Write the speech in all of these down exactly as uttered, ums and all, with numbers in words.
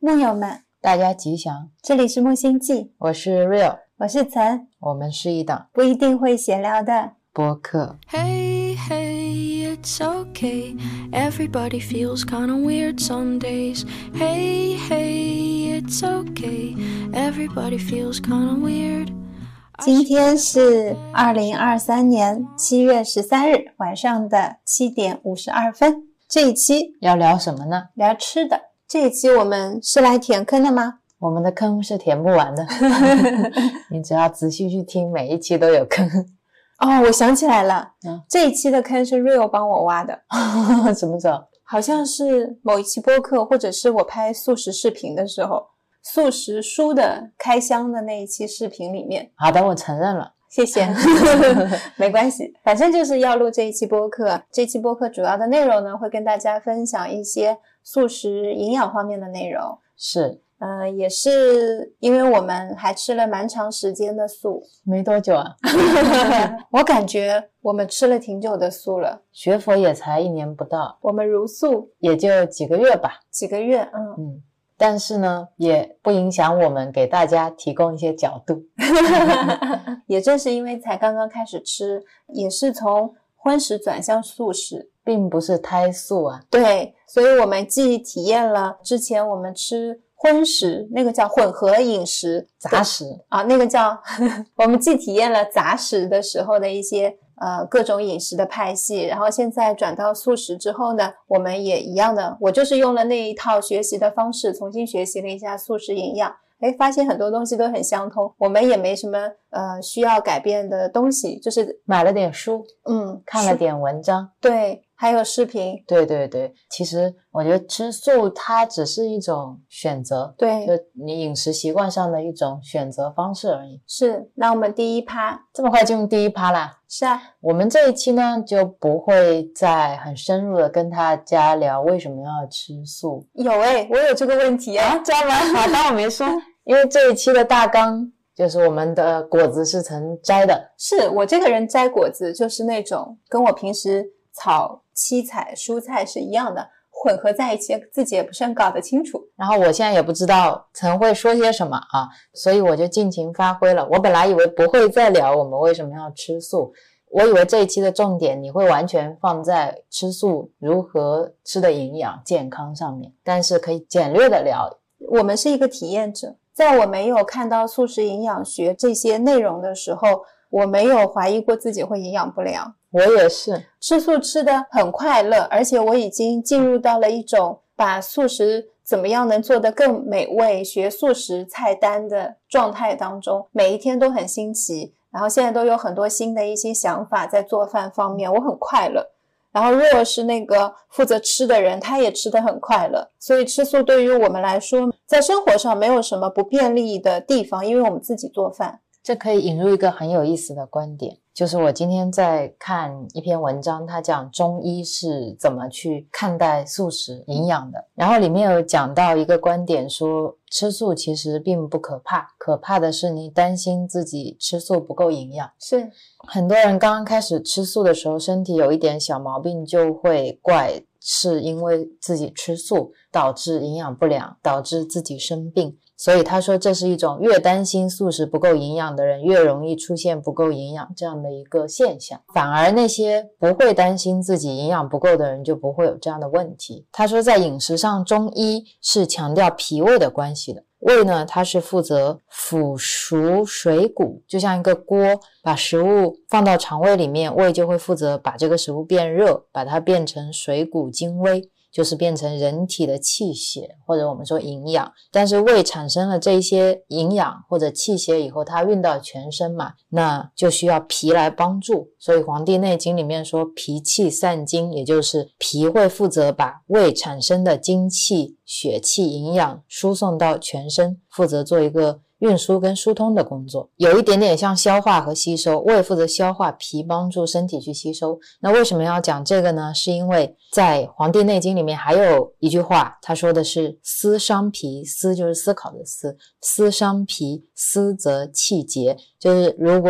梦友们， 大家吉祥， 这里是梦星记， 我是 Real， 我是岑， 我们是一档不一定会闲聊的播客。 Hey, hey, it's okay. Everybody feels kinda weird some days. Hey, hey, it's okay. Everybody feels kinda weird. 今天是二零二三年七月十三日晚上的七点五十二分。这一期要聊什么呢？ 聊吃的。这一期我们是来填坑的吗？ 我们的坑是填不完的你只要仔细去听，每一期都有坑。 哦，我想起来了、 嗯、 这一期的坑是 Real 帮我挖的怎么走？ 好像是某一期播客，或者是我拍素食视频的时候，素食书的开箱的那一期视频里面。 好的，我承认了， 谢谢没关系，反正就是要录这一期播客。这期播客主要的内容呢，会跟大家分享一些素食营养方面的内容。 是呃，也是因为我们还吃了蛮长时间的素。 没多久啊我感觉我们吃了挺久的素了， 学佛也才一年不到， 我们茹素也就几个月吧， 几个月。嗯嗯，但是呢也不影响我们给大家提供一些角度也正是因为才刚刚开始吃，也是从荤食转向素食， 并不是胎素啊。 对，所以我们既体验了之前我们吃荤食，那个叫混合饮食杂食啊，那个叫我们既体验了杂食的时候的一些呃各种饮食的派系，然后现在转到素食之后呢，我们也一样的，我就是用了那一套学习的方式重新学习了一下素食营养，诶，发现很多东西都很相通，我们也没什么呃需要改变的东西，就是买了点书， 嗯， 看了点文章， 对，还有视频。 对对对，其实我觉得吃素它只是一种选择， 对， 就你饮食习惯上的一种选择方式而已。 是，那我们第一趴， 这么快进入第一趴啦？ 是啊， 我们这一期呢就不会再很深入的跟大家聊为什么要吃素。 有诶，我有这个问题啊， 知道吗？好，当我没说。因为这一期的大纲就是我们的果子是曾摘的。 是，我这个人摘果子就是那种跟我平时炒七彩蔬菜是一样的，混合在一起自己也不是很搞得清楚。 然后我现在也不知道曾会说些什么啊，所以我就尽情发挥了。我本来以为不会再聊我们为什么要吃素，我以为这一期的重点你会完全放在吃素如何吃的营养健康上面，但是可以简略的聊。 我们是一个体验者，在我没有看到素食营养学这些内容的时候，我没有怀疑过自己会营养不良。 我也是吃素吃得很快乐，而且我已经进入到了一种把素食怎么样能做得更美味，学素食菜单的状态当中，每一天都很新奇，然后现在都有很多新的一些想法在做饭方面，我很快乐。然后若是那个负责吃的人，他也吃得很快乐，所以吃素对于我们来说，在生活上没有什么不便利的地方，因为我们自己做饭。 这可以引入一个很有意思的观点，就是我今天在看一篇文章，它讲中医是怎么去看待素食营养的，然后里面有讲到一个观点，说吃素其实并不可怕，可怕的是你担心自己吃素不够营养。 是， 很多人刚刚开始吃素的时候，身体有一点小毛病，就会怪是因为自己吃素导致营养不良，导致自己生病。所以他说这是一种越担心素食不够营养的人越容易出现不够营养这样的一个现象，反而那些不会担心自己营养不够的人就不会有这样的问题。他说在饮食上中医是强调脾胃的关系的，胃呢它是负责腐熟水谷，就像一个锅把食物放到肠胃里面，胃就会负责把这个食物变热，把它变成水谷精微，就是变成人体的气血，或者我们说营养。但是胃产生了这些营养或者气血以后，它运到全身嘛，那就需要脾来帮助。所以黄帝内经里面说脾气散精，也就是脾会负责把胃产生的精气血气营养输送到全身，负责做一个运输跟疏通的工作，有一点点像消化和吸收，胃负责消化，脾帮助身体去吸收。那为什么要讲这个呢？是因为在《黄帝内经》里面还有一句话，他说的是思伤脾，思就是思考的思，思伤脾，思则气结，就是如果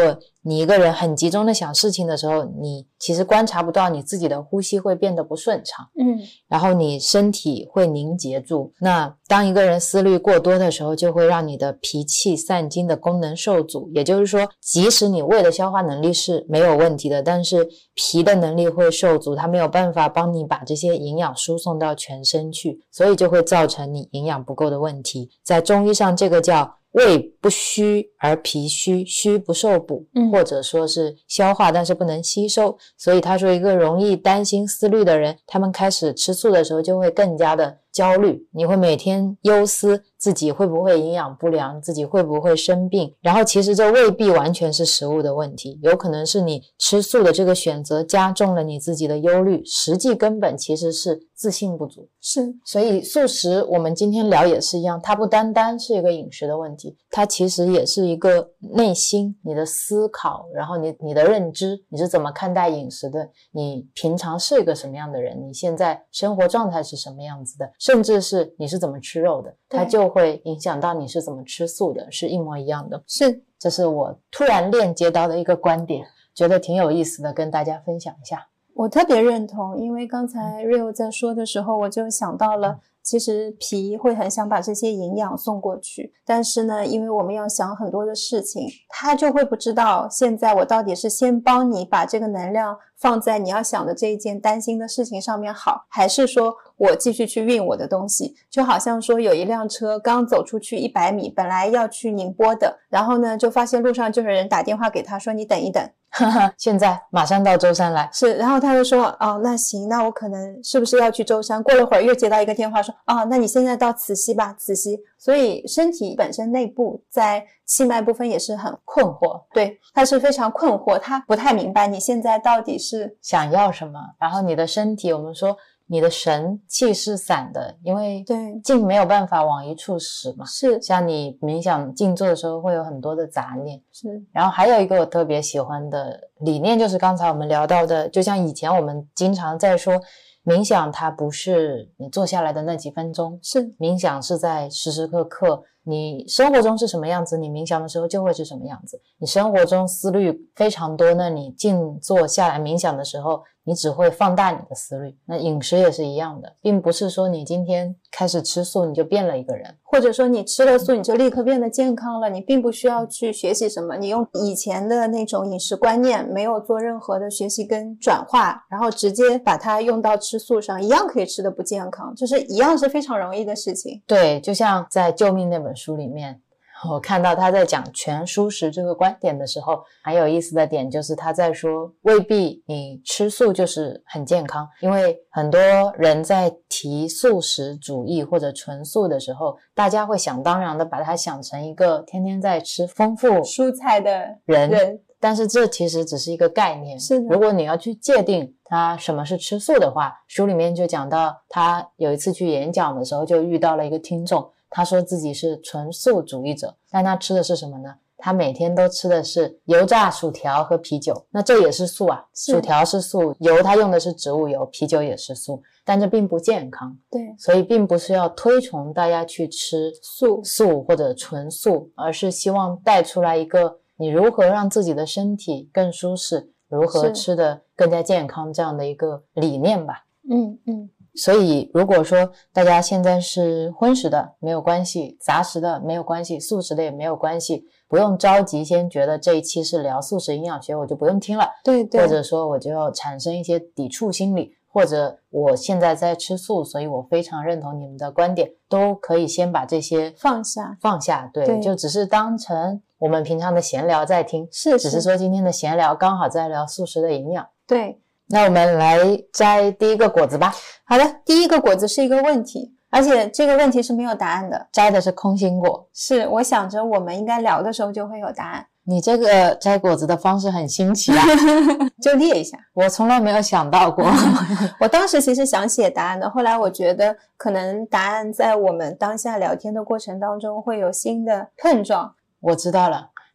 你一个人很集中的想事情的时候，你其实观察不到你自己的呼吸会变得不顺畅， 嗯， 然后你身体会凝结住。那当一个人思虑过多的时候，就会让你的脾气散精的功能受阻，也就是说即使你胃的消化能力是没有问题的，但是脾的能力会受阻，它没有办法帮你把这些营养输送到全身去，所以就会造成你营养不够的问题。在中医上这个叫胃不虚而脾虚，虚不受补， 嗯， 或者说是消化但是不能吸收。所以他说一个容易担心思虑的人，他们开始吃素的时候就会更加的焦虑，你会每天忧思自己会不会营养不良，自己会不会生病。然后其实这未必完全是食物的问题，有可能是你吃素的这个选择加重了你自己的忧虑，实际根本其实是自信不足。 是， 所以素食我们今天聊也是一样，它不单单是一个饮食的问题，它其实也是一个内心你的思考，然后你你的认知，你是怎么看待饮食的，你平常是一个什么样的人，你现在生活状态是什么样子的，甚至是你是怎么吃肉的，它就会影响到你是怎么吃素的，是一模一样的。 是， 这是我突然链接到的一个观点，觉得挺有意思的，跟大家分享一下。 我特别认同，因为刚才 Rio 在说的时候，我就想到了其实脾会很想把这些营养送过去，但是呢，因为我们要想很多的事情，他就会不知道现在我到底是先帮你把这个能量放在你要想的这一件担心的事情上面好，还是说我继续去运我的东西。就好像说有一辆车刚走出去一百米，本来要去宁波的，然后呢就发现路上就有人打电话给他说你等一等， 现在马上到舟山来， 是，然后他就说哦，那行，那我可能是不是要去舟山，过了会儿又接到一个电话说哦，那你现在到慈溪吧，慈溪。所以身体本身内部在气脉部分也是很困惑，对，他是非常困惑，他不太明白你现在到底是想要什么。然后你的身体，我们说你的神气是散的，因为对静没有办法往一处使嘛， 是像你冥想静坐的时候会有很多的杂念。 是， 然后还有一个我特别喜欢的理念，就是刚才我们聊到的，就像以前我们经常在说冥想，它不是你坐下来的那几分钟， 是冥想是在时时刻刻，你生活中是什么样子，你冥想的时候就会是什么样子。你生活中思虑非常多，那你静坐下来冥想的时候，你只会放大你的思虑。那饮食也是一样的，并不是说你今天开始吃素你就变了一个人， 或者说你吃了素你就立刻变得健康了，你并不需要去学习什么，你用以前的那种饮食观念没有做任何的学习跟转化，然后直接把它用到吃素上，一样可以吃得不健康，就是一样是非常容易的事情。 对，就像在救命那本书里面，我看到他在讲全蔬食这个观点的时候，很有意思的点就是他在说未必你吃素就是很健康，因为很多人在提素食主义或者纯素的时候，大家会想当然的把它想成一个天天在吃丰富蔬菜的人， 人但是这其实只是一个概念。 是的， 如果你要去界定他什么是吃素的话，书里面就讲到他有一次去演讲的时候就遇到了一个听众，他说自己是纯素主义者，但他吃的是什么呢？他每天都吃的是油炸薯条和啤酒，那这也是素啊，薯条是素，油他用的是植物油，啤酒也是素，但这并不健康。 对， 所以并不是要推崇大家去吃素素或者纯素，而是希望带出来一个你如何让自己的身体更舒适，如何吃得更加健康这样的一个理念吧。 嗯嗯。 所以如果说大家现在是荤食的没有关系，杂食的没有关系，素食的也没有关系，不用着急先觉得这一期是聊素食营养学我就不用听了， 对对， 或者说我就要产生一些抵触心理，或者我现在在吃素，所以我非常认同你们的观点，都可以先把这些放下放下，对， 对就只是当成我们平常的闲聊在听， 是只是说今天的闲聊刚好在聊素食的营养。 对， 那我们来摘第一个果子吧。 好的，第一个果子是一个问题，而且这个问题是没有答案的， 摘的是空心果， 是我想着我们应该聊的时候就会有答案。 你这个摘果子的方式很新奇啊就列一下， 我从来没有想到过我当时其实想写答案的，后来我觉得可能答案在我们当下聊天的过程当中会有新的碰撞。 我知道了，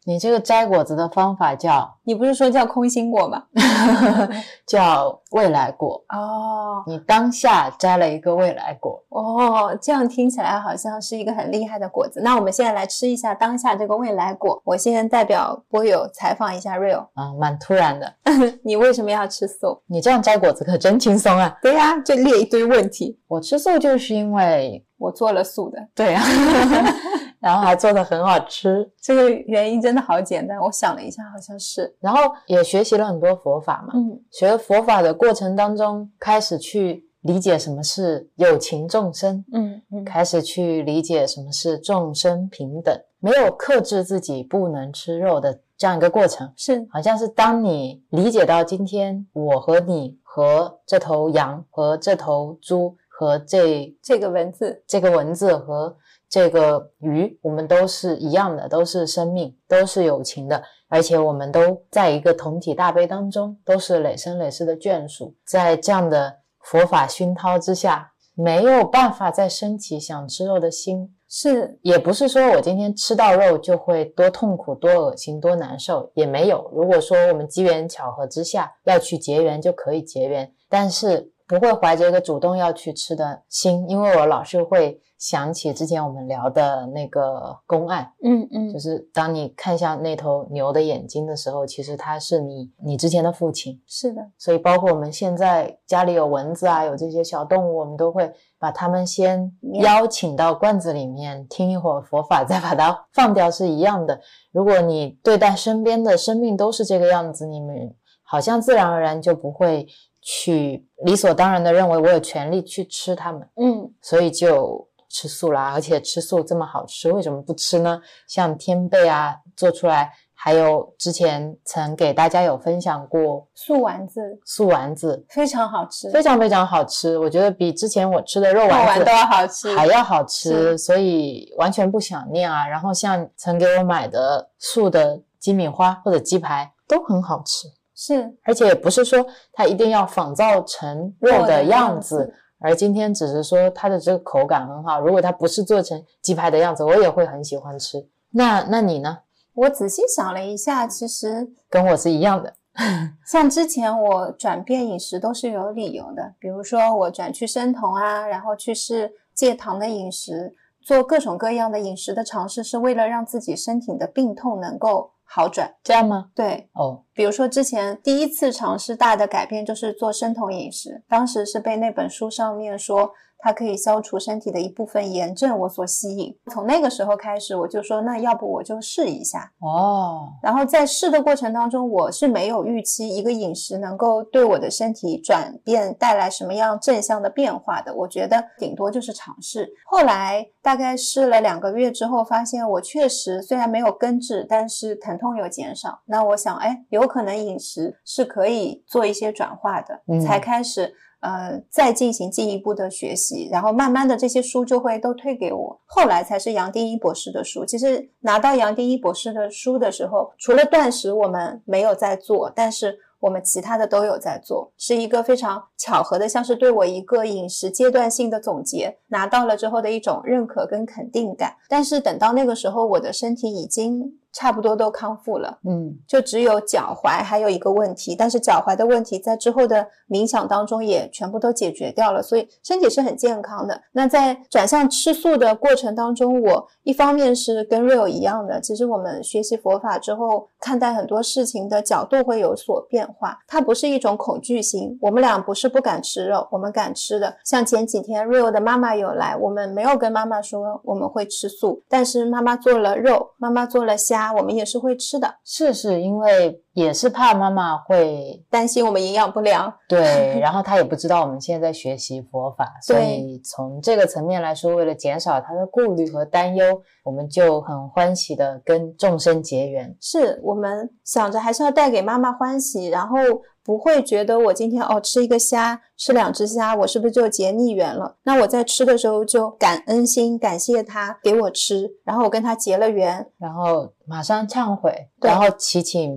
你这个摘果子的方法叫你不是说叫空心果吗？ 叫未来果哦， 你当下摘了一个未来果。 哦，这样听起来好像是一个很厉害的果子。那我们现在来吃一下当下这个未来果。我先代表播友采访一下 Rio。 嗯，蛮突然的。 你为什么要吃素？ 你这样摘果子可真轻松啊。 对呀、啊，就列一堆问题。 我吃素就是因为我做了素的。 对啊。然后还做得很好吃， 这个原因真的好简单，我想了一下好像是。 然后也学习了很多佛法嘛， 嗯， 学了佛法的过程当中开始去理解什么是有情众生， 嗯嗯， 开始去理解什么是众生平等，没有克制自己不能吃肉的这样一个过程。 是， 好像是当你理解到今天我和你和这头羊和这头猪和这这个文字这个文字和这个鱼，我们都是一样的，都是生命，都是有情的，而且我们都在一个同体大悲当中，都是累生累世的眷属。在这样的佛法熏陶之下，没有办法再升起想吃肉的心。 是， 也不是说我今天吃到肉就会多痛苦多恶心多难受，也没有。如果说我们机缘巧合之下要去结缘就可以结缘，但是不会怀着一个主动要去吃的心。因为我老是会想起之前我们聊的那个公案， 嗯嗯， 就是当你看向那头牛的眼睛的时候，其实他是你你之前的父亲。 是的， 所以包括我们现在家里有蚊子啊，有这些小动物，我们都会把它们先邀请到罐子里面听一会儿佛法，再把它放掉是一样的。如果你对待身边的生命都是这个样子，你们好像自然而然就不会去理所当然的认为我有权利去吃它们。 嗯， 所以就吃素啦，而且吃素这么好吃，为什么不吃呢？像天贝啊做出来，还有之前曾给大家有分享过素丸子， 素丸子非常好吃， 非常非常好吃，我觉得比之前我吃的肉肉丸子丸都要好吃， 还要好吃，所以完全不想念啊。然后像曾给我买的素的鸡米花或者鸡排都很好吃， 是， 而且也不是说它一定要仿造成肉的样子，而今天只是说它的这个口感很好，如果它不是做成鸡排的样子，我也会很喜欢吃。那那你呢？ 我仔细想了一下，其实跟我是一样的。 像之前我转变饮食都是有理由的，比如说我转去生酮啊，然后去试戒糖的饮食，做各种各样的饮食的尝试，是为了让自己身体的病痛能够好转。 这样吗？ 对， 哦， 比如说之前第一次尝试大的改变就是做生酮饮食，当时是被那本书上面说它可以消除身体的一部分炎症我所吸引，从那个时候开始我就说那要不我就试一下哦。 然后在试的过程当中，我是没有预期一个饮食能够对我的身体转变带来什么样正向的变化的，我觉得顶多就是尝试。后来大概试了两个月之后，发现我确实虽然没有根治，但是疼痛有减少，那我想哎，有可能饮食是可以做一些转化的， 嗯、 才开始呃，再进行进一步的学习，然后慢慢的这些书就会都推给我，后来才是杨定一博士的书。其实拿到杨定一博士的书的时候，除了断食我们没有在做，但是我们其他的都有在做，是一个非常巧合的，像是对我一个饮食阶段性的总结，拿到了之后的一种认可跟肯定感。但是等到那个时候，我的身体已经差不多都康复了， 嗯， 就只有脚踝还有一个问题，但是脚踝的问题在之后的冥想当中也全部都解决掉了，所以身体是很健康的。那在转向吃素的过程当中，我一方面是跟 Rio 一样的，其实我们学习佛法之后，看待很多事情的角度会有所变化，它不是一种恐惧心，我们俩不是不敢吃肉，我们敢吃的。像前几天 Rio 的妈妈有来，我们没有跟妈妈说我们会吃素，但是妈妈做了肉，妈妈做了虾，我们也是会吃的。 是是，因为也是怕妈妈会担心我们营养不良， 对，然后她也不知道我们现在在学习佛法，所以从这个层面来说，为了减少她的顾虑和担忧，我们就很欢喜的跟众生结缘。 是我们想着还是要带给妈妈欢喜，然后不会觉得我今天哦吃一个虾，吃两只虾，我是不是就结逆缘了？那我在吃的时候就感恩心，感谢他给我吃，然后我跟他结了缘， 然后马上忏悔，然后祈请菩萨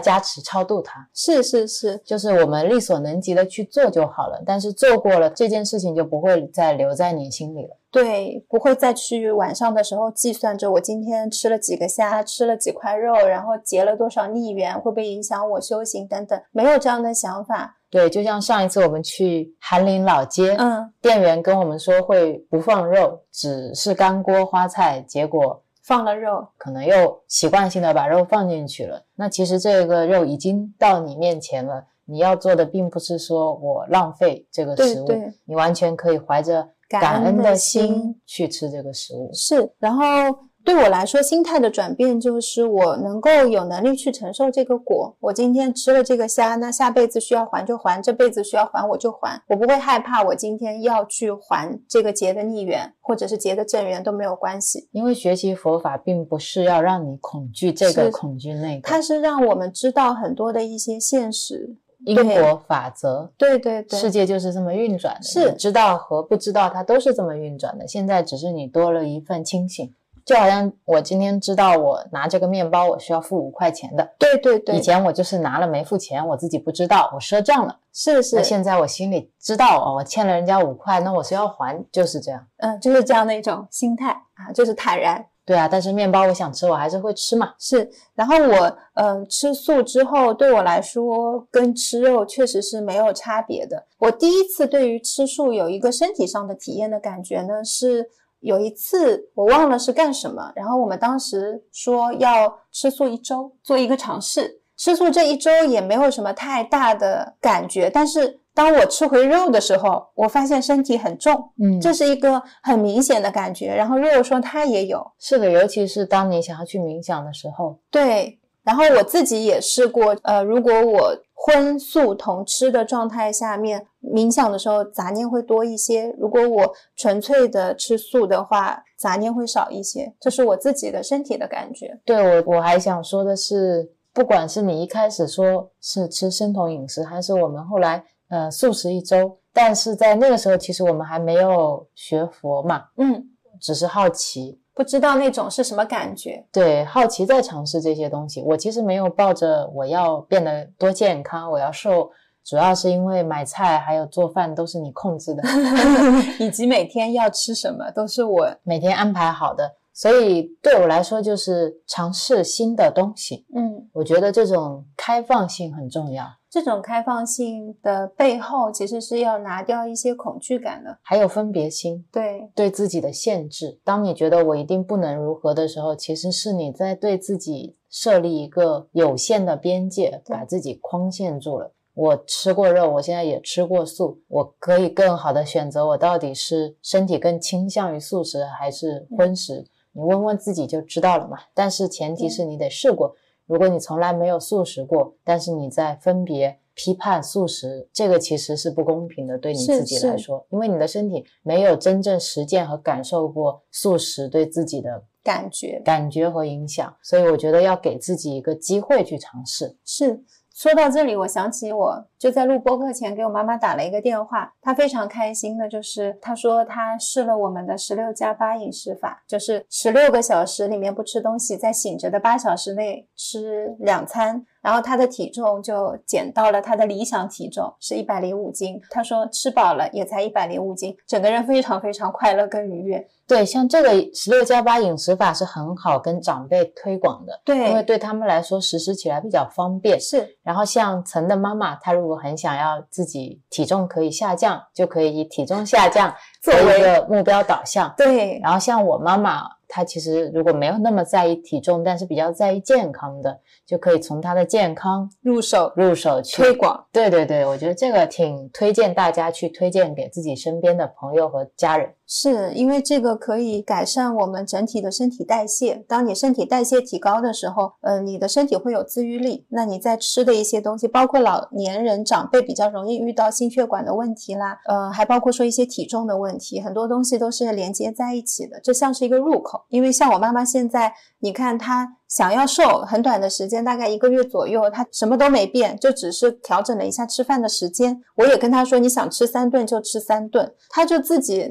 加持超度它。 是是是， 就是我们力所能及的去做就好了，但是做过了这件事情就不会再留在你心里了。 对，不会再去晚上的时候计算着我今天吃了几个虾，吃了几块肉，然后结了多少逆缘，会不会影响我修行等等，没有这样的想法。 对，就像上一次我们去韩林老街， 嗯， 店员跟我们说会不放肉，只是干锅花菜，结果放了肉， 可能又习惯性的把肉放进去了。那其实这个肉已经到你面前了，你要做的并不是说我浪费这个食物， 对对， 你完全可以怀着感恩的心去吃这个食物。 是，然后对我来说心态的转变就是我能够有能力去承受这个果，我今天吃了这个虾，那下辈子需要还就还，这辈子需要还我就还，我不会害怕我今天要去还这个结的逆缘或者是结的正缘都没有关系。 因为学习佛法并不是要让你恐惧这个恐惧那个， 它是让我们知道很多的一些现实因果法则， 对对对， 世界就是这么运转的， 是你知道和不知道它都是这么运转的，现在只是你多了一份清醒。就好像我今天知道我拿这个面包我需要付五块钱的， 对对对， 以前我就是拿了没付钱，我自己不知道，我赊账了， 是是， 那现在我心里知道哦，我欠了人家五块，那我是要还，就是这样， 嗯，就是这样的一种心态啊，就是坦然。 对啊，但是面包我想吃我还是会吃嘛。 是，然后我嗯、呃、吃素之后对我来说跟吃肉确实是没有差别的。我第一次对于吃素有一个身体上的体验的感觉呢，是有一次我忘了是干什么，然后我们当时说要吃素一周做一个尝试，吃素这一周也没有什么太大的感觉，但是当我吃回肉的时候，我发现身体很重， 嗯， 这是一个很明显的感觉。然后肉肉说他也有， 是的，尤其是当你想要去冥想的时候， 对。然后我自己也试过，呃，如果我荤素同吃的状态下面冥想的时候，杂念会多一些；如果我纯粹的吃素的话，杂念会少一些。这是我自己的身体的感觉。 对，我我还想说的是，不管是你一开始说是吃生酮饮食，还是我们后来呃素食一周，但是在那个时候其实我们还没有学佛嘛， 嗯， 只是好奇， 不知道那种是什么感觉。 对，好奇在尝试这些东西。我其实没有抱着我要变得多健康，我要瘦，主要是因为买菜还有做饭都是你控制的以及每天要吃什么都是我每天安排好的，所以对我来说就是尝试新的东西。 嗯， 我觉得这种开放性很重要。 这种开放性的背后其实是要拿掉一些恐惧感的， 还有分别心， 对对自己的限制。当你觉得我一定不能如何的时候，其实是你在对自己设立一个有限的边界，把自己框限住了。我吃过肉，我现在也吃过素，我可以更好的选择我到底是身体更倾向于素食还是荤食、嗯、你问问自己就知道了嘛。但是前提是你得试过、嗯、如果你从来没有素食过，但是你在分别批判素食，这个其实是不公平的，对你自己来说，因为你的身体没有真正实践和感受过素食对自己的感觉感觉和影响，所以我觉得要给自己一个机会去尝试。 是，说到这里我想起我就在录播课前给我妈妈打了一个电话，她非常开心的就是她说她试了我们的十六加八饮食法，就是十六个小时里面不吃东西，在醒着的八小时内吃两餐，然后她的体重就减到了她的理想体重是一百零五斤，她说吃饱了也才一百零五斤，整个人非常非常快乐跟愉悦。 对，像这个十六加八饮食法是很好跟长辈推广的， 对， 因为对他们来说实施起来比较方便。 是， 然后像岑的妈妈，她如果很想要自己体重可以下降，就可以以体重下降作为一个目标导向。 对， 然后像我妈妈，她其实如果没有那么在意体重，但是比较在意健康的，就可以从她的健康入手入手去推广。 对对对，我觉得这个挺推荐大家去推荐给自己身边的朋友和家人。 是，因为这个可以改善我们整体的身体代谢，当你身体代谢提高的时候，呃，你的身体会有自愈力，那你在吃的一些东西，包括老年人长辈比较容易遇到心血管的问题啦，呃，还包括说一些体重的问题，很多东西都是连接在一起的，这像是一个入口。因为像我妈妈现在，你看她想要瘦，很短的时间，大概一个月左右，她什么都没变，就只是调整了一下吃饭的时间。我也跟她说，你想吃三顿就吃三顿，她就自己能够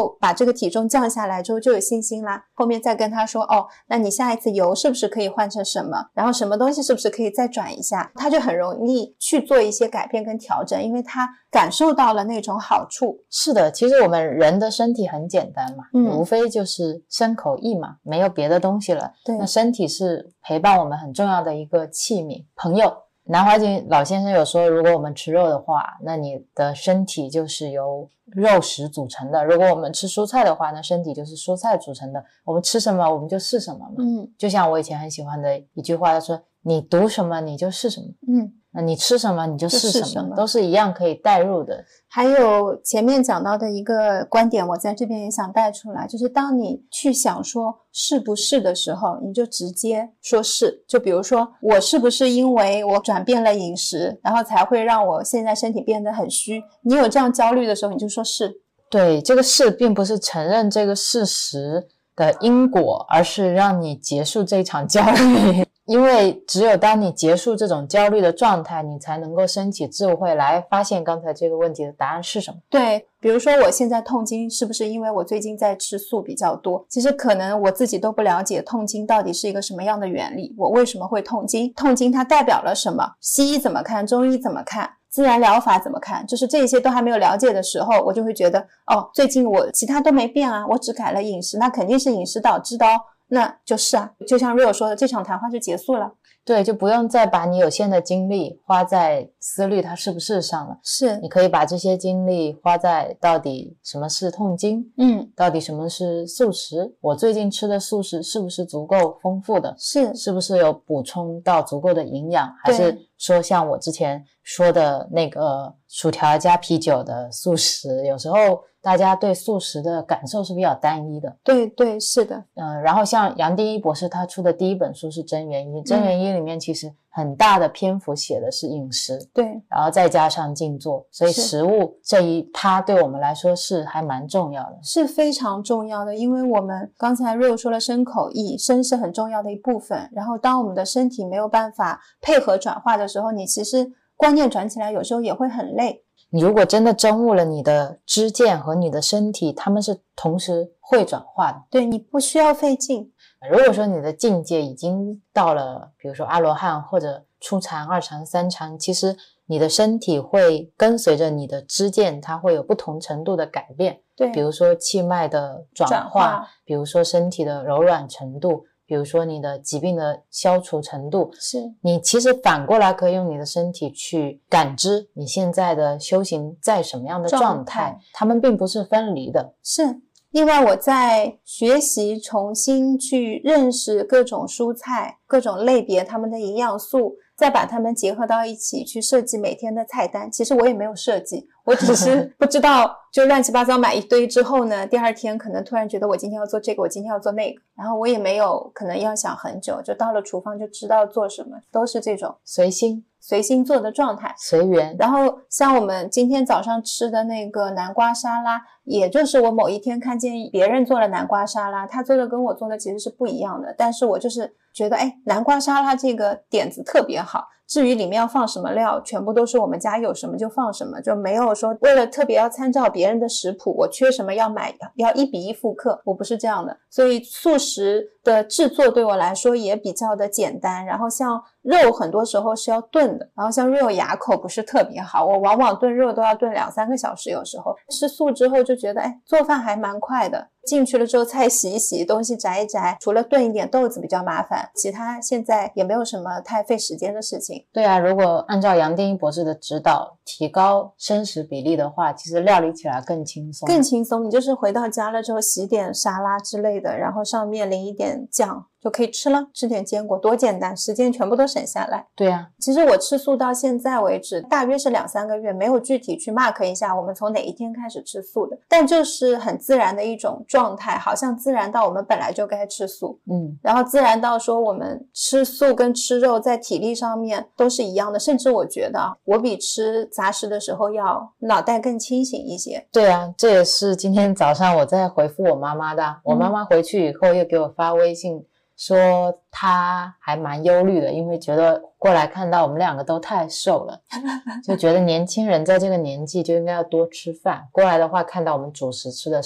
后把这个体重降下来之后就有信心啦，后面再跟他说哦，那你下一次油是不是可以换成什么，然后什么东西是不是可以再转一下，他就很容易去做一些改变跟调整，因为他感受到了那种好处。 是的，其实我们人的身体很简单嘛， 嗯， 无非就是身口意嘛，没有别的东西了。 对， 那身体是陪伴我们很重要的一个器皿。朋友南怀瑾老先生有说，如果我们吃肉的话，那你的身体就是由肉食组成的，如果我们吃蔬菜的话，那身体就是蔬菜组成的，我们吃什么我们就是什么嘛。 嗯， 就像我以前很喜欢的一句话，他说你读什么你就是什么。 嗯， 那你吃什么你就是什么， 就是什么都是一样可以带入的。 还有前面讲到的一个观点，我在这边也想带出来，就是当你去想说是不是的时候，你就直接说是。就比如说我是不是因为我转变了饮食，然后才会让我现在身体变得很虚，你有这样焦虑的时候，你就说是。 对，这个是并不是承认这个事实的因果，而是让你结束这场焦虑。因为只有当你结束这种焦虑的状态，你才能够升起智慧来发现刚才这个问题的答案是什么。 对，比如说我现在痛经是不是因为我最近在吃素比较多，其实可能我自己都不了解痛经到底是一个什么样的原理，我为什么会痛经，痛经它代表了什么，西医怎么看，中医怎么看，自然疗法怎么看，就是这些都还没有了解的时候，我就会觉得哦，最近我其他都没变啊，我只改了饮食，那肯定是饮食导致的哦，那就是啊，就像 Rio 说的，这场谈话就结束了。 对，就不用再把你有限的精力花在思虑它是不是上了， 是你可以把这些精力花在到底什么是痛经， 嗯， 到底什么是素食，我最近吃的素食是不是足够丰富的， 是是不是有补充到足够的营养，还是说像我之前说的那个薯条加啤酒的素食，有时候大家对素食的感受是比较单一的。 对对，是的。 呃，然后像杨定一博士他出的第一本书是真元一，真元一里面其实很大的篇幅写的是饮食， 对， 然后再加上静坐，所以食物这一它对我们来说是还蛮重要的， 是非常重要的。因为我们刚才 Rio 说了身口意，身是很重要的一部分，然后当我们的身体没有办法配合转化的时候，你其实观念转起来有时候也会很累。 你如果真的真悟了你的知见和你的身体，它们是同时会转化的。 对，你不需要费劲。 如果说你的境界已经到了比如说阿罗汉或者初禅、二禅、三禅，其实你的身体会跟随着你的知见，它会有不同程度的改变。 对， 比如说气脉的转化， 转化比如说身体的柔软程度，比如说你的疾病的消除程度， 是你其实反过来可以用你的身体去感知你现在的修行在什么样的状态， 状态它们并不是分离的。 是。另外我在学习重新去认识各种蔬菜各种类别它们的营养素，再把它们结合到一起去设计每天的菜单。其实我也没有设计，我只是不知道就乱七八糟买一堆之后呢，第二天可能突然觉得我今天要做这个，我今天要做那个，然后我也没有可能要想很久，就到了厨房就知道做什么，都是这种随心随心做的状态， 随缘。 然后像我们今天早上吃的那个南瓜沙拉，也就是我某一天看见别人做了南瓜沙拉，他做的跟我做的其实是不一样的，但是我就是觉得哎，南瓜沙拉这个点子特别好，至于里面要放什么料，全部都是我们家有什么就放什么，就没有说为了特别要参照别人的食谱，我缺什么要买要一比一复刻，我不是这样的。所以素食的制作对我来说也比较的简单，然后像肉很多时候是要炖的，然后像肉牙口不是特别好，我往往炖肉都要炖两三个小时，有时候吃素之后就觉得哎，做饭还蛮快的，进去了之后菜洗一洗，东西摘一摘，除了炖一点豆子比较麻烦，其他现在也没有什么太费时间的事情。 对啊，如果按照杨定一博士的指导提高生食比例的话，其实料理起来更轻松更轻松，你就是回到家了之后洗点沙拉之类的，然后上面淋一点酱就可以吃了，吃点坚果，多简单，时间全部都省下来。 对啊， 其实我吃素到现在为止大约是两三个月，没有具体去 mark 一下我们从哪一天开始吃素的，但就是很自然的一种状态，好像自然到我们本来就该吃素， 嗯， 然后自然到说我们吃素跟吃肉在体力上面都是一样的，甚至我觉得啊，我比吃杂食的时候要脑袋更清醒一些。 对啊，这也是今天早上我在回复我妈妈的、嗯、我妈妈回去以后又给我发微信说她还蛮忧虑的，因为觉得过来看到我们两个都太瘦了就觉得年轻人在这个年纪就应该要多吃饭，过来的话看到我们主食吃的少，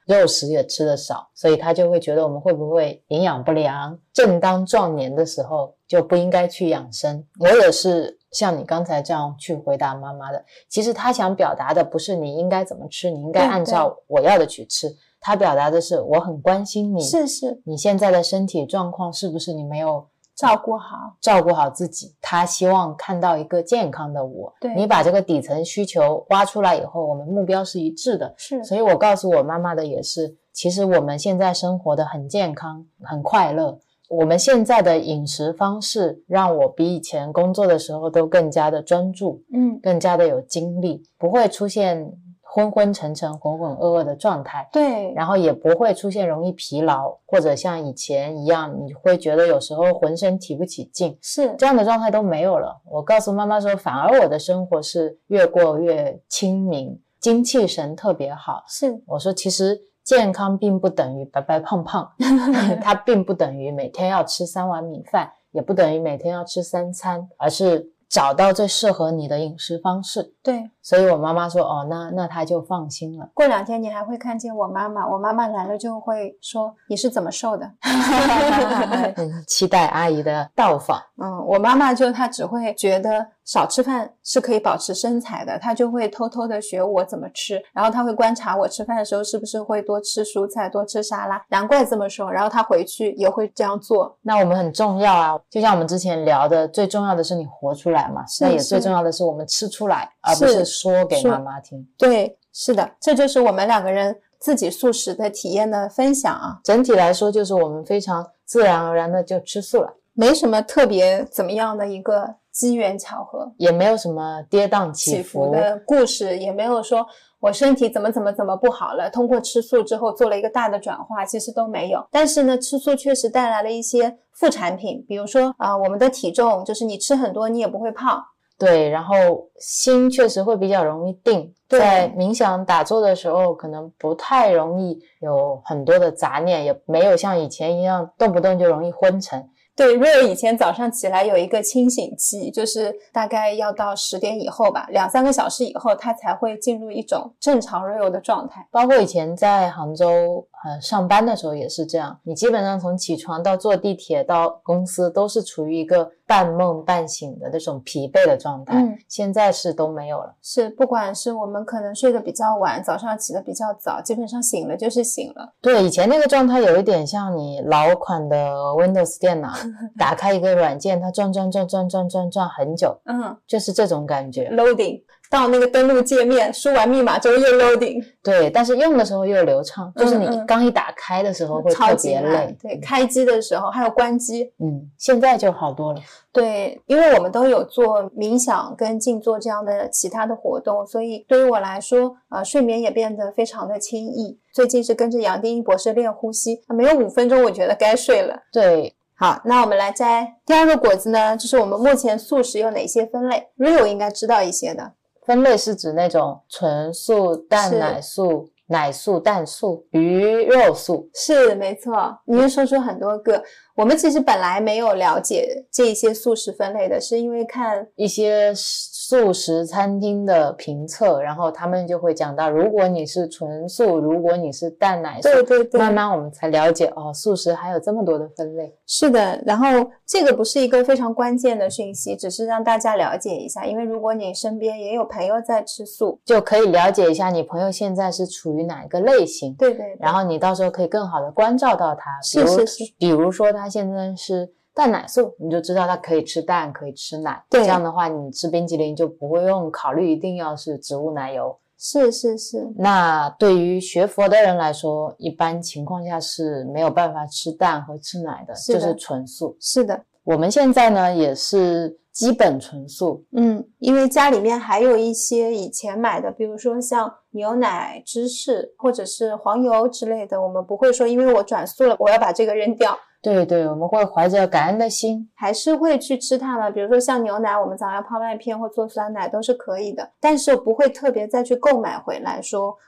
肉食也吃得少，所以他就会觉得我们会不会营养不良，正当壮年的时候就不应该去养生。我也是像你刚才这样去回答妈妈的，其实他想表达的不是你应该怎么吃，你应该按照我要的去吃，他表达的是我很关心你， 是是， 你现在的身体状况是不是你没有照顾好照顾好自己，他希望看到一个健康的我。 对， 你把这个底层需求挖出来以后，我们目标是一致的。 是， 所以我告诉我妈妈的也是，其实我们现在生活的很健康很快乐，我们现在的饮食方式让我比以前工作的时候都更加的专注， 嗯， 更加的有精力，不会出现昏昏沉沉浑浑噩噩的状态， 对， 然后也不会出现容易疲劳，或者像以前一样你会觉得有时候浑身提不起劲， 是这样的状态都没有了。我告诉妈妈说，反而我的生活是越过越清明，精气神特别好。 是， 我说其实健康并不等于白白胖胖它并不等于每天要吃三碗米饭，也不等于每天要吃三餐，而是找到最适合你的饮食方式。 对， 所以我妈妈说哦，那那她就放心了。 过两天你还会看见我妈妈，我妈妈来了就会说你是怎么瘦的嗯，期待阿姨的到访。 嗯，我妈妈就她只会觉得少吃饭是可以保持身材的，她就会偷偷的学我怎么吃，然后她会观察我吃饭的时候是不是会多吃蔬菜多吃沙拉，难怪这么瘦，然后她回去也会这样做。 那我们很重要啊，就像我们之前聊的，最重要的是你活出来嘛，那也最重要的是我们吃出来，而不是说给妈妈听。 对，是的，这就是我们两个人自己素食的体验的分享啊。 整体来说就是我们非常自然而然的就吃素了， 没什么特别怎么样的一个机缘巧合， 也没有什么跌宕起伏起伏的故事，也没有说我身体怎么怎么怎么不好了，通过吃素之后做了一个大的转化，其实都没有。但是呢，吃素确实带来了一些副产品，比如说啊、呃，我们的体重就是你吃很多你也不会胖。 对，然后心确实会比较容易定，在冥想打坐的时候可能不太容易有很多的杂念，也没有像以前一样动不动就容易昏沉。 对，瑞尔以前早上起来有一个清醒期，就是大概要到十点以后吧，两三个小时以后他才会进入一种正常瑞尔的状态。 包括以前在杭州呃上班的时候也是这样，你基本上从起床到坐地铁到公司都是处于一个半梦半醒的那种疲惫的状态、嗯、现在是都没有了。 是，不管是我们可能睡得比较晚，早上起得比较早，基本上醒了就是醒了。 对，以前那个状态有一点像你老款的 Windows 电脑打开一个软件，它转转转转转转转很久， 嗯， 就是这种感觉。 loading 到那个登录界面，输完密码之后又 loading。 对，但是用的时候又流畅，就是你刚一打开的时候会特别累。 对，开机的时候还有关机。 嗯，现在就好多了。 对，因为我们都有做冥想跟静坐这样的其他的活动，所以对于我来说呃，睡眠也变得非常的轻易。最近是跟着杨定一博士练呼吸，没有五分钟我觉得该睡了。 对， 好，那我们来摘第二个果子呢，就是我们目前素食有哪些分类， Rio 应该知道一些的。 分类是指那种纯素、蛋奶素、奶素、蛋素、鱼肉素。 是，没错。你就说出很多个。我们其实本来没有了解这些素食分类的，是因为看一些素食餐厅的评测，然后他们就会讲到，如果你是纯素，如果你是蛋奶素， 对对对， 慢慢我们才了解哦，素食还有这么多的分类。 是的，然后这个不是一个非常关键的讯息，只是让大家了解一下，因为如果你身边也有朋友在吃素， 就可以了解一下你朋友现在是处于哪一个类型。 对 对, 对， 然后你到时候可以更好的关照到他。 是是是， 比如说他现在是蛋奶素，你就知道他可以吃蛋可以吃奶， 对， 这样的话你吃冰淇淋就不会用考虑一定要是植物奶油。 是是是。 那对于学佛的人来说，一般情况下是没有办法吃蛋和吃奶的， 是的， 就是纯素。 是的， 我们现在呢也是基本纯素。 嗯，因为家里面还有一些以前买的，比如说像牛奶、芝士或者是黄油之类的，我们不会说因为我转素了我要把这个扔掉。 对对，我们会怀着感恩的心， 还是会去吃它们。比如说像牛奶，我们早上泡麦片或做酸奶都是可以的，但是不会特别再去购买回来说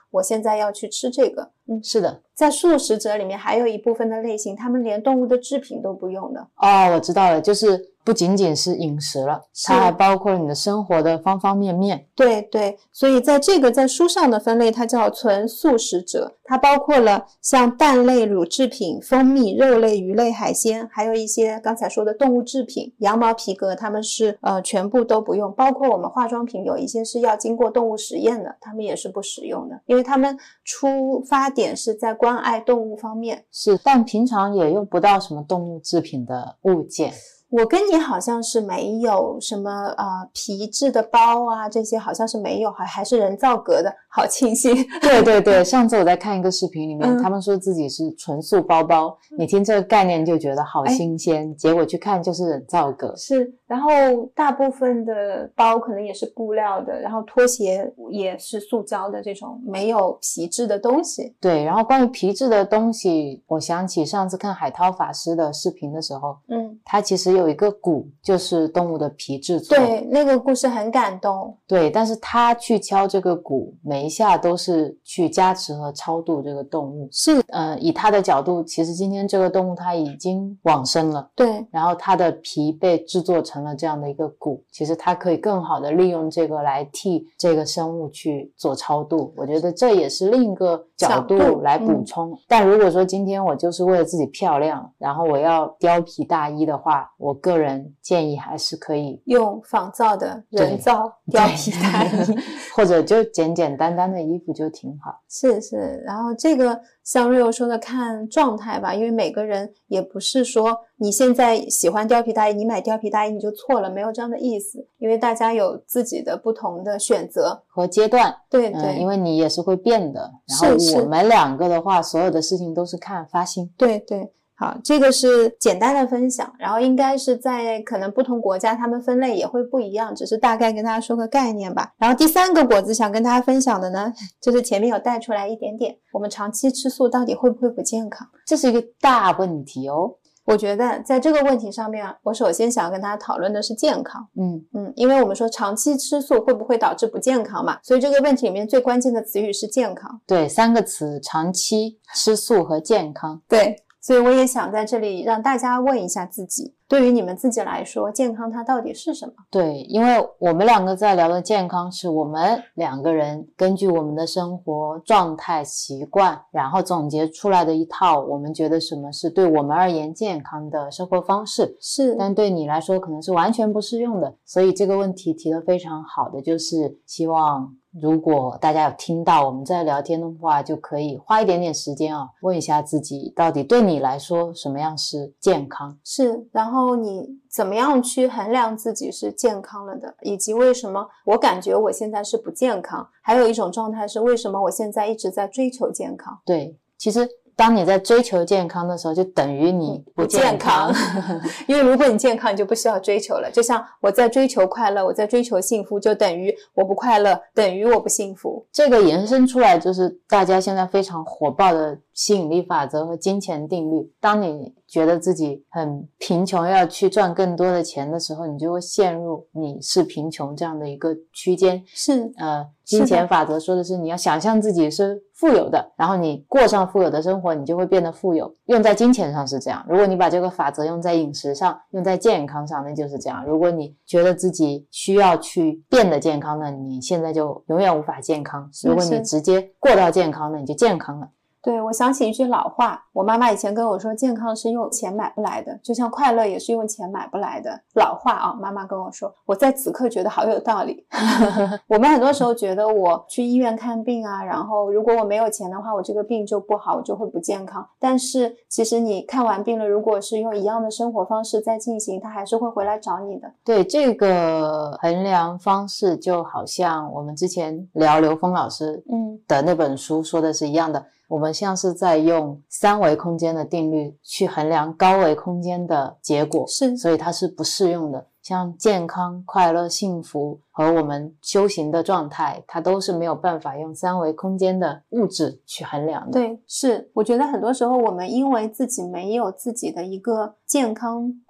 我现在要去吃这个。 嗯，是的。 在素食者里面还有一部分的类型，他们连动物的制品都不用的。 哦，我知道了，就是不仅仅是饮食了，它还包括了你的生活的方方面面。 对对，所以在这个在书上的分类，它叫纯素食者，它包括了像蛋类、乳制品、蜂蜜、肉类、鱼类、海鲜，还有一些刚才说的动物制品，羊毛、皮革，他们是呃全部都不用，包括我们化妆品有一些是要经过动物实验的，他们也是不使用的，因为他们出发点是在关爱动物方面。 是，但平常也用不到什么动物制品的物件。 我跟你好像是没有什么呃皮质的包啊，这些好像是没有，还还是人造革的，好庆幸。 对对对，上次我在看一个视频里面、嗯、他们说自己是纯素包包、嗯、你听这个概念就觉得好新鲜、哎、结果去看就是人造革。 是，然后大部分的包可能也是布料的，然后拖鞋也是塑胶的，这种没有皮质的东西。 对，然后关于皮质的东西，我想起上次看海涛法师的视频的时候，嗯，他其实有一个鼓就是动物的皮制作。 对，那个故事很感动。 对，但是他去敲这个鼓，每一下都是去加持和超度这个动物。 是， 呃，以他的角度，其实今天这个动物它已经往生了。 对， 然后它的皮被制作成了这样的一个鼓，其实它可以更好的利用这个来替这个生物去做超度。我觉得这也是另一个角度来补充。嗯、但如果说今天我就是为了自己漂亮，然后我要貂皮大衣的话，我个人建议还是可以用仿造的人造貂皮大衣， 或者就简简单单的衣服就挺好。 是是，然后这个像Rio说的看状态吧，因为每个人也不是说你现在喜欢貂皮大衣，你买貂皮大衣你就错了，没有这样的意思，因为大家有自己的不同的选择和阶段。 对对、 嗯，因为你也是会变的。然后我们两个的话，所有的事情都是看发心。 对对。好，这个是简单的分享，然后应该是在可能不同国家他们分类也会不一样，只是大概跟大家说个概念吧。然后第三个果子想跟大家分享的呢，就是前面有带出来一点点，我们长期吃素到底会不会不健康？ 这是一个大问题哦。 我觉得在这个问题上面，我首先想要跟大家讨论的是健康。 嗯嗯，因为我们说长期吃素会不会导致不健康嘛，所以这个问题里面最关键的词语是健康。 对，三个词：长期吃素和健康。 对。所以我也想在这里让大家问一下自己，对于你们自己来说，健康它到底是什么？ 对，因为我们两个在聊的健康是我们两个人根据我们的生活状态习惯，然后总结出来的一套我们觉得什么是对我们而言健康的生活方式。 是， 但对你来说可能是完全不适用的。所以这个问题提得非常好的，就是希望如果大家有听到我们在聊天的话，就可以花一点点时间啊，问一下自己到底对你来说什么样是健康。 是，然后你怎么样去衡量自己是健康了的，以及为什么我感觉我现在是不健康，还有一种状态是为什么我现在一直在追求健康。 对，其实当你在追求健康的时候，就等于你不健康， 不健康因为如果你健康，你就不需要追求了。就像我在追求快乐，我在追求幸福，就等于我不快乐，等于我不幸福。 这个延伸出来就是大家现在非常火爆的吸引力法则和金钱定律。当你觉得自己很贫穷，要去赚更多的钱的时候，你就会陷入你是贫穷这样的一个区间。 是呃，金钱法则说的是你要想象自己是富有的，然后你过上富有的生活，你就会变得富有。用在金钱上是这样，如果你把这个法则用在饮食上，用在健康上，那就是这样。如果你觉得自己需要去变得健康，那你现在就永远无法健康。如果你直接过到健康，那你就健康了。 对，我想起一句老话，我妈妈以前跟我说，健康是用钱买不来的，就像快乐也是用钱买不来的。老话啊，妈妈跟我说，我在此刻觉得好有道理。我们很多时候觉得我去医院看病啊，然后如果我没有钱的话，我这个病就不好，我就会不健康。但是其实你看完病了，如果是用一样的生活方式在进行，它还是会回来找你的。 对，这个衡量方式就好像我们之前聊刘峰老师的那本书说的是一样的。嗯，我们像是在用三维空间的定律去衡量高维空间的结果， 是， 所以它是不适用的。像健康、快乐、幸福和我们修行的状态，它都是没有办法用三维空间的物质去衡量的。 对，是，我觉得很多时候我们因为自己没有自己的一个健康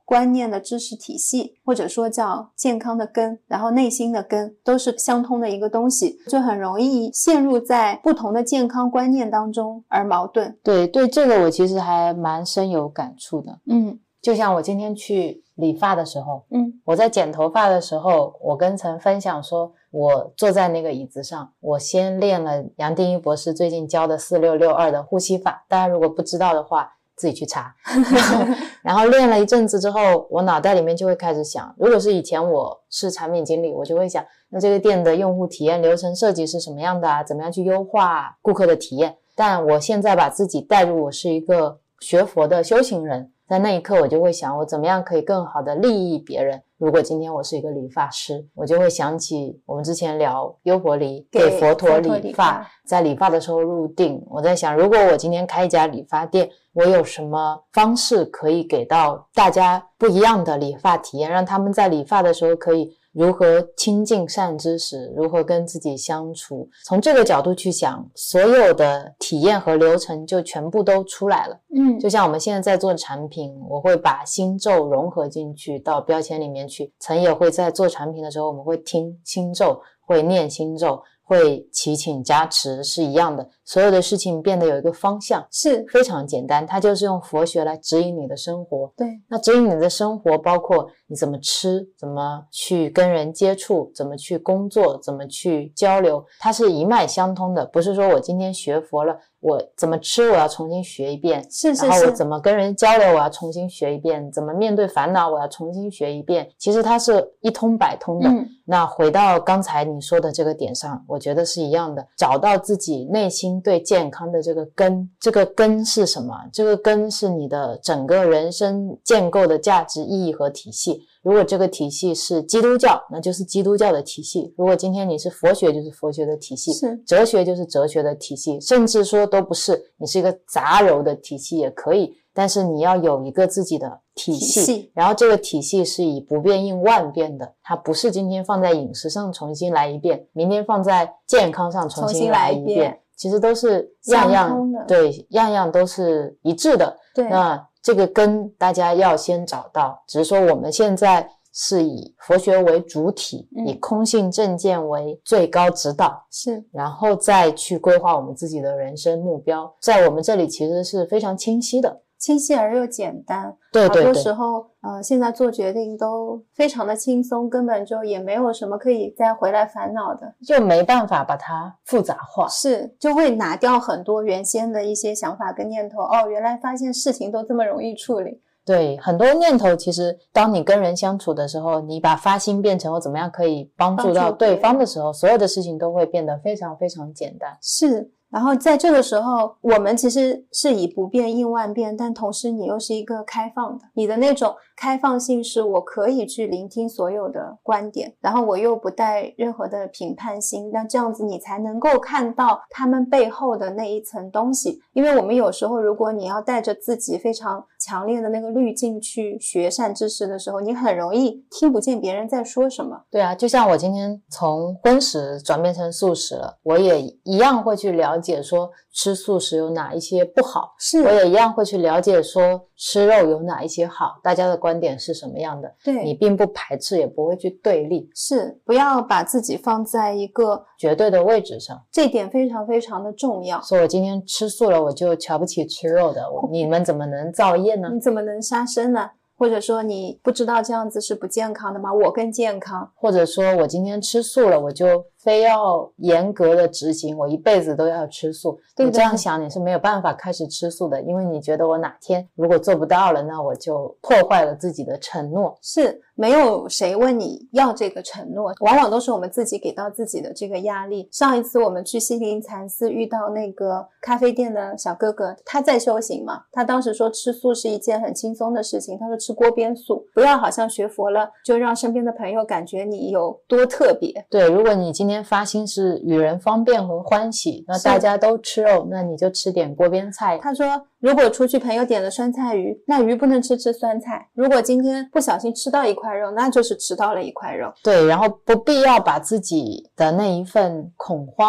观念的知识体系，或者说叫健康的根，然后内心的根，都是相通的一个东西，就很容易陷入在不同的健康观念当中而矛盾。 对对，这个我其实还蛮深有感触的。 嗯， 就像我今天去理发的时候， 嗯， 我在剪头发的时候，我跟陈分享说，我坐在那个椅子上，我先练了杨定一博士最近教的四六六二的呼吸法，大家如果不知道的话自己去查然后练了一阵子之后，我脑袋里面就会开始想，如果是以前我是产品经理，我就会想，那这个店的用户体验流程设计是什么样的啊？怎么样去优化顾客的体验？但我现在把自己带入我是一个学佛的修行人，在那一刻我就会想，我怎么样可以更好的利益别人。如果今天我是一个理发师，我就会想起我们之前聊优婆离给佛陀理发，在理发的时候入定，我在想，如果我今天开一家理发店，我有什么方式可以给到大家不一样的理发体验，让他们在理发的时候可以如何亲近善知识，如何跟自己相处，从这个角度去想，所有的体验和流程就全部都出来了。 嗯， 就像我们现在在做产品，我会把心咒融合进去到标签里面去，陈也会在做产品的时候，我们会听心咒，会念心咒，会祈请加持，是一样的，所有的事情变得有一个方向， 是非常简单，它就是用佛学来指引你的生活。 对， 那指引你的生活包括你怎么吃，怎么去跟人接触，怎么去工作，怎么去交流，它是一脉相通的，不是说我今天学佛了，我怎么吃我要重新学一遍， 是是是， 然后我怎么跟人交流我要重新学一遍，怎么面对烦恼我要重新学一遍，其实它是一通百通的。 嗯， 那回到刚才你说的这个点上，我觉得是一样的，找到自己内心对健康的这个根，这个根是什么？这个根是你的整个人生建构的价值意义和体系。如果这个体系是基督教，那就是基督教的体系，如果今天你是佛学，就是佛学的体系， 是哲学就是哲学的体系，甚至说都不是，你是一个杂糅的体系也可以，但是你要有一个自己的体系， 体系然后这个体系是以不变应万变的，它不是今天放在饮食上重新来一遍，明天放在健康上重新来一遍， 重新来一遍其实都是样样对，样样都是一致的。 对， 那这个根大家要先找到，只是说我们现在是以佛学为主体， 嗯、 以空性正见为最高指导， 是， 然后再去规划我们自己的人生目标，在我们这里其实是非常清晰的， 清晰而又简单。 对对对， 好多时候呃，现在做决定都非常的轻松，根本就也没有什么可以再回来烦恼的， 就没办法把它复杂化， 是，就会拿掉很多原先的一些想法跟念头。哦，原来发现事情都这么容易处理。 对，很多念头其实当你跟人相处的时候，你把发心变成我怎么样可以帮助到对方的时候，所有的事情都会变得非常非常简单。 是，然后在这个时候，我们其实是以不变应万变，但同时你又是一个开放的，你的那种开放性是我可以去聆听所有的观点，然后我又不带任何的评判心，那这样子你才能够看到他们背后的那一层东西。因为我们有时候如果你要带着自己非常强烈的那个滤镜去学善知识的时候，你很容易听不见别人在说什么。 对啊，就像我今天从荤食转变成素食了，我也一样会去了解说吃素食有哪一些不好， 是， 我也一样会去了解说吃肉有哪一些好，大家的观点是什么样的， 对， 你并不排斥，也不会去对立， 是，不要把自己放在一个绝对的位置上， 这点非常非常的重要。 说我今天吃素了，我就瞧不起吃肉的，我你们怎么能造业呢？ 你怎么能杀生呢？或者说你不知道这样子是不健康的吗？我更健康。 或者说我今天吃素了，我就非要严格的执行，我一辈子都要吃素。 对， 你这样想你是没有办法开始吃素的，因为你觉得我哪天如果做不到了，那我就破坏了自己的承诺。 是，没有谁问你要这个承诺，往往都是我们自己给到自己的这个压力。上一次我们去西林禅寺遇到那个咖啡店的小哥哥，他在修行嘛，他当时说吃素是一件很轻松的事情，他说吃锅边素，不要好像学佛了就让身边的朋友感觉你有多特别。 对，如果你今天发心是与人方便和欢喜，那大家都吃肉，那你就吃点锅边菜。 他说如果出去朋友点了酸菜鱼，那鱼不能吃吃酸菜，如果今天不小心吃到一块肉，那就是吃到了一块肉。 对，然后不必要把自己的那一份恐慌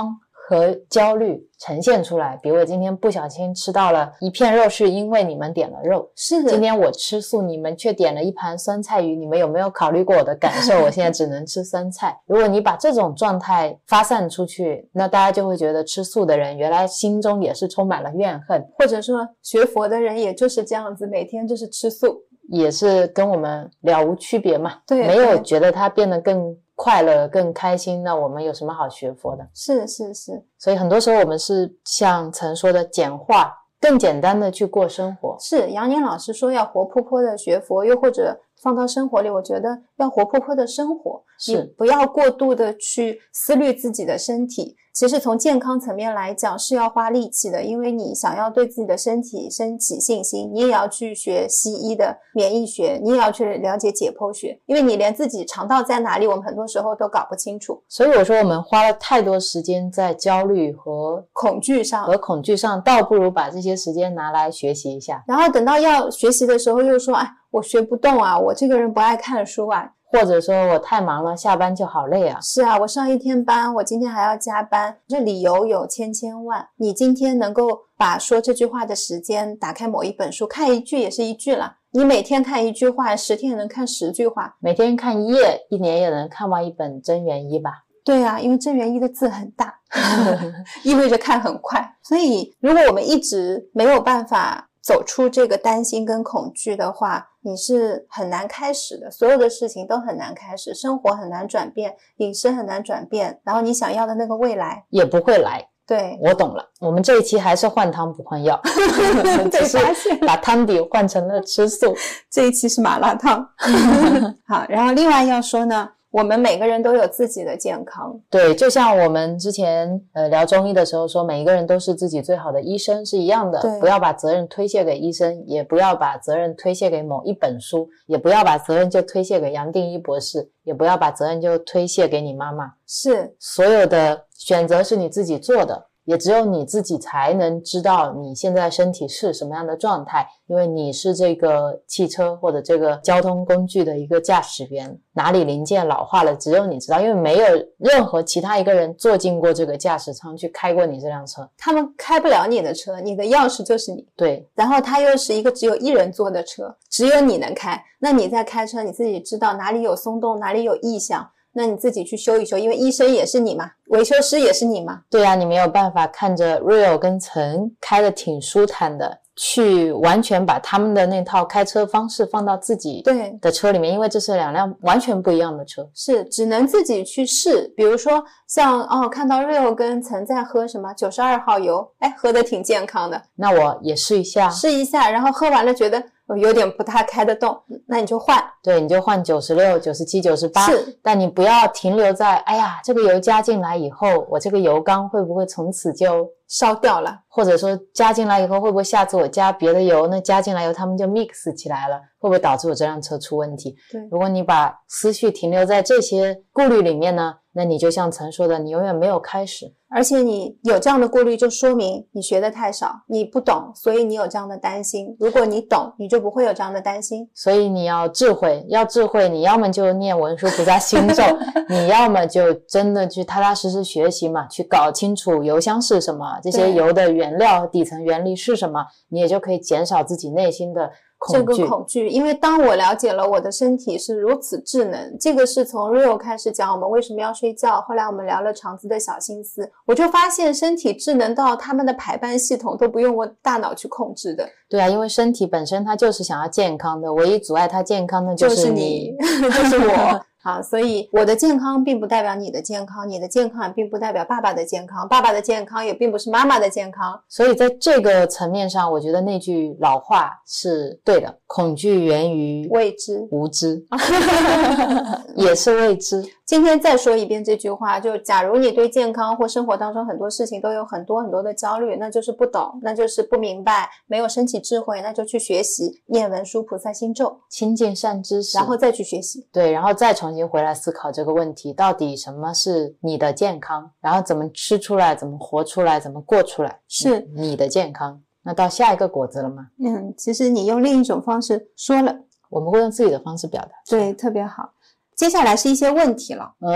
和焦虑呈现出来。比如我今天不小心吃到了一片肉，是因为你们点了肉， 是的。 今天我吃素，你们却点了一盘酸菜鱼，你们有没有考虑过我的感受？我现在只能吃酸菜。如果你把这种状态发散出去，那大家就会觉得吃素的人原来心中也是充满了怨恨， 或者说学佛的人也就是这样子，每天就是吃素， 也是跟我们了无区别嘛。 对， 没有觉得他变得更快乐更开心，那我们有什么好学佛的？ 是是是。 所以很多时候我们是像曾说的简化，更简单的去过生活。 是杨宁老师说要活泼泼的学佛，又或者放到生活里，我觉得要活泼泼的生活， 是你不要过度的去思虑自己的身体。其实从健康层面来讲是要花力气的，因为你想要对自己的身体升起信心，你也要去学西医的免疫学，你也要去了解解剖学，因为你连自己肠道在哪里我们很多时候都搞不清楚。 所以我说我们花了太多时间在焦虑和恐惧上和恐惧上，倒不如把这些时间拿来学习一下。 然后等到要学习的时候又说，哎，我学不动啊，我这个人不爱看书啊， 或者说我太忙了，下班就好累啊。 是啊，我上一天班，我今天还要加班，这理由有千千万。你今天能够把说这句话的时间打开某一本书，看一句也是一句了。你每天看一句话，十天也能看十句话。 每天看一页，一年也能看完一本真元一吧。 对啊，因为真元一的字很大意味着看很快。所以如果我们一直没有办法走出这个担心跟恐惧的话，你是很难开始的，所有的事情都很难开始，生活很难转变，饮食很难转变，然后你想要的那个未来也不会来。 对， 我懂了，我们这一期还是换汤不换药只是把汤底换成了吃素这一期是麻辣烫好，然后另外要说呢，我们每个人都有自己的健康。 对，就像我们之前呃聊中医的时候说，每一个人都是自己最好的医生是一样的。不要把责任推卸给医生，也不要把责任推卸给某一本书，也不要把责任就推卸给杨定一博士，也不要把责任就推卸给你妈妈。 是， 所有的选择是你自己做的，也只有你自己才能知道你现在身体是什么样的状态，因为你是这个汽车或者这个交通工具的一个驾驶员，哪里零件老化了只有你知道，因为没有任何其他一个人坐进过这个驾驶舱去开过你这辆车， 他们开不了你的车，你的钥匙就是你。 对， 然后它又是一个只有一人坐的车，只有你能开，那你在开车你自己知道哪里有松动，哪里有异响，那你自己去修一修，因为医生也是你嘛，维修师也是你嘛。 对啊，你没有办法看着 Rio 跟陈开得挺舒坦的，去完全把他们的那套开车方式放到自己的车里面，因为这是两辆完全不一样的车。 是，只能自己去试。比如说像哦，看到 Rio 跟陈在喝什么九十二号油，哎，喝得挺健康的， 那我也试一下试一下，然后喝完了觉得有点不太开得动，那你就换。 对，你就换九十六、九十七、九十八。 是， 但你不要停留在哎呀，这个油加进来以后，我这个油缸会不会从此就烧掉了， 或者说加进来以后会不会下次我加别的油，那加进来以后他们就 mix 起来了，会不会导致我这辆车出问题？ 对， 如果你把思绪停留在这些顾虑里面呢，那你就像曾说的，你永远没有开始。 而且你有这样的顾虑，就说明你学的太少，你不懂，所以你有这样的担心。如果你懂，你就不会有这样的担心。 所以你要智慧，要智慧，你要么就念文殊菩萨心咒你要么就真的去踏踏实实学习嘛，去搞清楚油箱是什么，这些油的原料底层原理是什么，你也就可以减少自己内心的恐惧。 这个恐惧，因为当我了解了我的身体是如此智能，这个是从 Rio 开始讲我们为什么要睡觉，后来我们聊了肠子的小心思，我就发现身体智能到他们的排班系统都不用我大脑去控制的。 对啊，因为身体本身它就是想要健康的，唯一阻碍它健康的就是你， 就是我好，所以我的健康并不代表你的健康，你的健康也并不代表爸爸的健康，爸爸的健康也并不是妈妈的健康。 所以在这个层面上，我觉得那句老话是对的，恐惧源于未知， 无知也是未知。 今天再说一遍这句话，就假如你对健康或生活当中很多事情都有很多很多的焦虑，那就是不懂，那就是不明白，没有升起智慧，那就去学习念文殊菩萨心咒， 亲近善知识， 然后再去学习。 对，然后再重新回来思考这个问题，到底什么是你的健康，然后怎么吃出来，怎么活出来，怎么过出来， 是你的健康。那到下一个果子了吗？ 嗯，其实你用另一种方式说了， 我们会用自己的方式表达。 对，特别好。接下来是一些问题了。 嗯，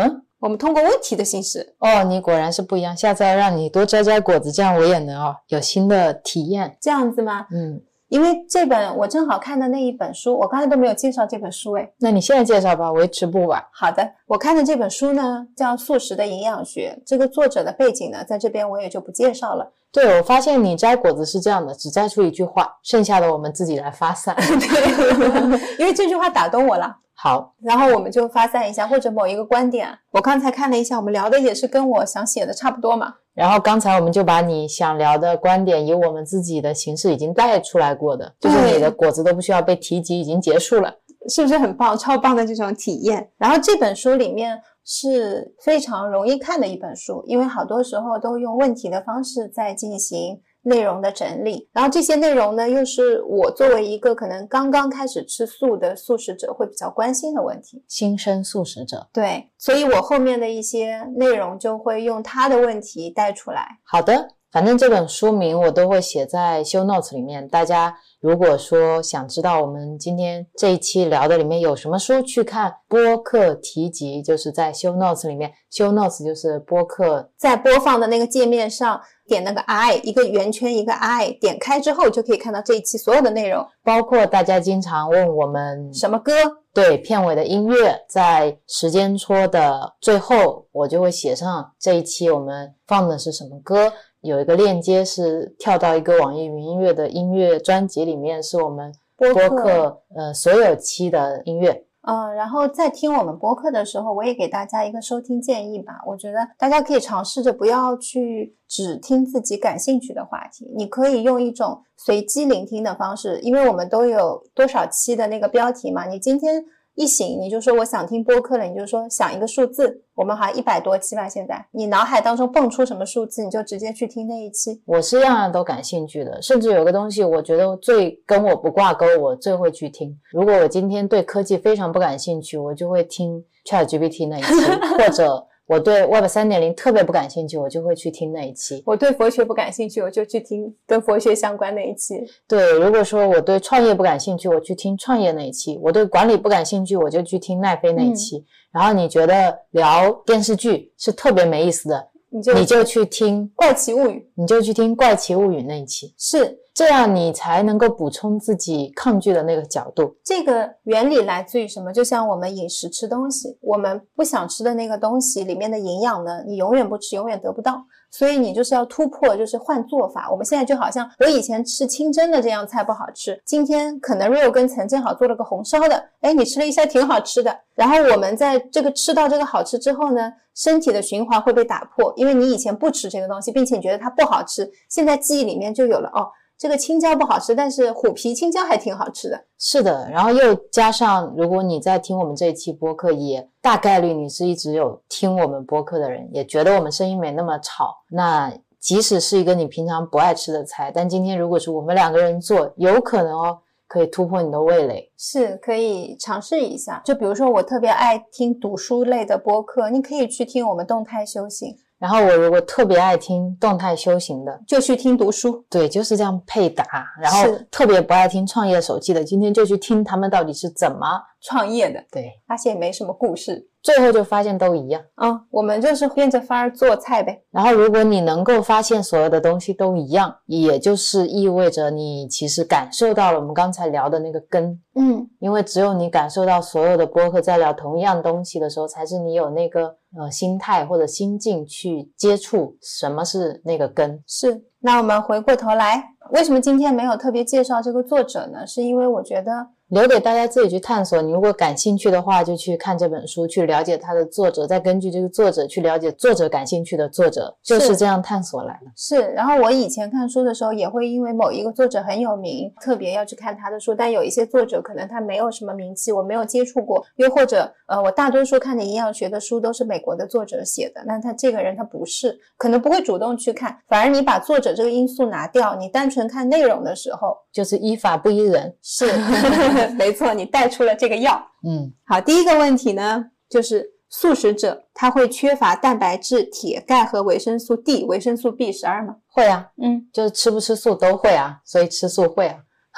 我们通过问题的形式。 哦，你果然是不一样，下次要让你多摘摘果子，这样我也能哦有新的体验。 这样子吗？ 嗯， 因为这本我正好看的那一本书，我刚才都没有介绍这本书诶。 那你现在介绍吧，维持不晚。 好的，我看的这本书呢叫《素食的营养学》，这个作者的背景呢在这边我也就不介绍了。 对，我发现你摘果子是这样的，只摘出一句话，剩下的我们自己来发散。 对，因为这句话打动我了。 好， 然后我们就发散一下，或者某一个观点，我刚才看了一下，我们聊的也是跟我想写的差不多嘛。 然后刚才我们就把你想聊的观点以我们自己的形式已经带出来过的，就是你的果子都不需要被提及，已经结束了， 是不是很棒，超棒的这种体验。然后这本书里面是非常容易看的一本书，因为好多时候都用问题的方式在进行内容的整理，然后这些内容呢又是我作为一个可能刚刚开始吃素的素食者会比较关心的问题， 新生素食者。 对，所以我后面的一些内容就会用他的问题带出来。 好的，反正这本书名我都会写在 show notes 里面，大家如果说想知道我们今天这一期聊的里面有什么书去看，播客提及就是在 show notes 里面， show notes 就是播客在播放的那个界面上点那个 I， 一个圆圈一个 I， 点开之后就可以看到这一期所有的内容， 包括大家经常问我们什么歌， 对，片尾的音乐，在时间戳的最后我就会写上这一期我们放的是什么歌，有一个链接是跳到一个网易云音乐的音乐专辑里面，是我们播客, 播客呃所有期的音乐。 嗯，然后在听我们播客的时候，我也给大家一个收听建议吧。我觉得大家可以尝试着不要去只听自己感兴趣的话题，你可以用一种随机聆听的方式，因为我们都有多少期的那个标题嘛，你今天一醒你就说我想听播客了，你就说想一个数字，我们好像一百多期吧，现在你脑海当中蹦出什么数字你就直接去听那一期。 我是样样都感兴趣的，甚至有个东西我觉得最跟我不挂钩我最会去听，如果我今天对科技非常不感兴趣，我就会听 ChatGPT 那一期或者我对 Web 三点零 特别不感兴趣，我就会去听那一期。 我对佛学不感兴趣，我就去听跟佛学相关那一期。 对，如果说我对创业不感兴趣，我去听创业那一期。我对管理不感兴趣，我就去听奈飞那一期。嗯、然后你觉得聊电视剧是特别没意思的，你就你就去听怪奇物语， 你就去听怪奇物语那一期。 是， 这样你才能够补充自己抗拒的那个角度。 这个原理来自于什么？就像我们饮食吃东西，我们不想吃的那个东西里面的营养呢，你永远不吃永远得不到，所以你就是要突破，就是换做法。我们现在就好像我以前吃清蒸的这样菜不好吃，今天可能肉跟曾正好做了个红烧的，诶你吃了一下挺好吃的，然后我们在这个吃到这个好吃之后呢，身体的循环会被打破，因为你以前不吃这个东西，并且你觉得它不好吃，现在记忆里面就有了哦，这个青椒不好吃，但是虎皮青椒还挺好吃的。 是的，然后又加上如果你在听我们这一期播客，也大概率你是一直有听我们播客的人，也觉得我们声音没那么吵，那即使是一个你平常不爱吃的菜，但今天如果是我们两个人做，有可能哦可以突破你的味蕾。 是，可以尝试一下。就比如说我特别爱听读书类的播客，你可以去听我们动态修行， 然后我如果特别爱听动态修行的， 就去听读书。 对，就是这样配搭。然后特别不爱听创业手记的，今天就去听他们到底是怎么创业的。 对， 发现没什么故事， 最后就发现都一样。 嗯，我们就是变着法儿做菜呗。 然后如果你能够发现所有的东西都一样，也就是意味着你其实感受到了我们刚才聊的那个根。 嗯， 因为只有你感受到所有的播客在聊同样东西的时候，才是你有那个呃心态或者心境去接触什么是那个根。 是，那我们回过头来，为什么今天没有特别介绍这个作者呢？是因为我觉得留给大家自己去探索，你如果感兴趣的话就去看这本书，去了解他的作者，再根据这个作者去了解作者感兴趣的作者，就是这样探索来的。 是，然后我以前看书的时候也会因为某一个作者很有名，特别要去看他的书，但有一些作者可能他没有什么名气，我没有接触过，又或者呃，我大多数看的营养学的书都是美国的作者写的，那他这个人他不是，可能不会主动去看，反而你把作者这个因素拿掉，你单纯看内容的时候， 就是依法不依人。 是没错，你带出了这个药。 嗯， 好，第一个问题呢，就是素食者他会缺乏蛋白质、铁、钙和维生素 D、维生素 B 十二 吗？ 会啊， 嗯， 就是吃不吃素都会啊，所以吃素会啊。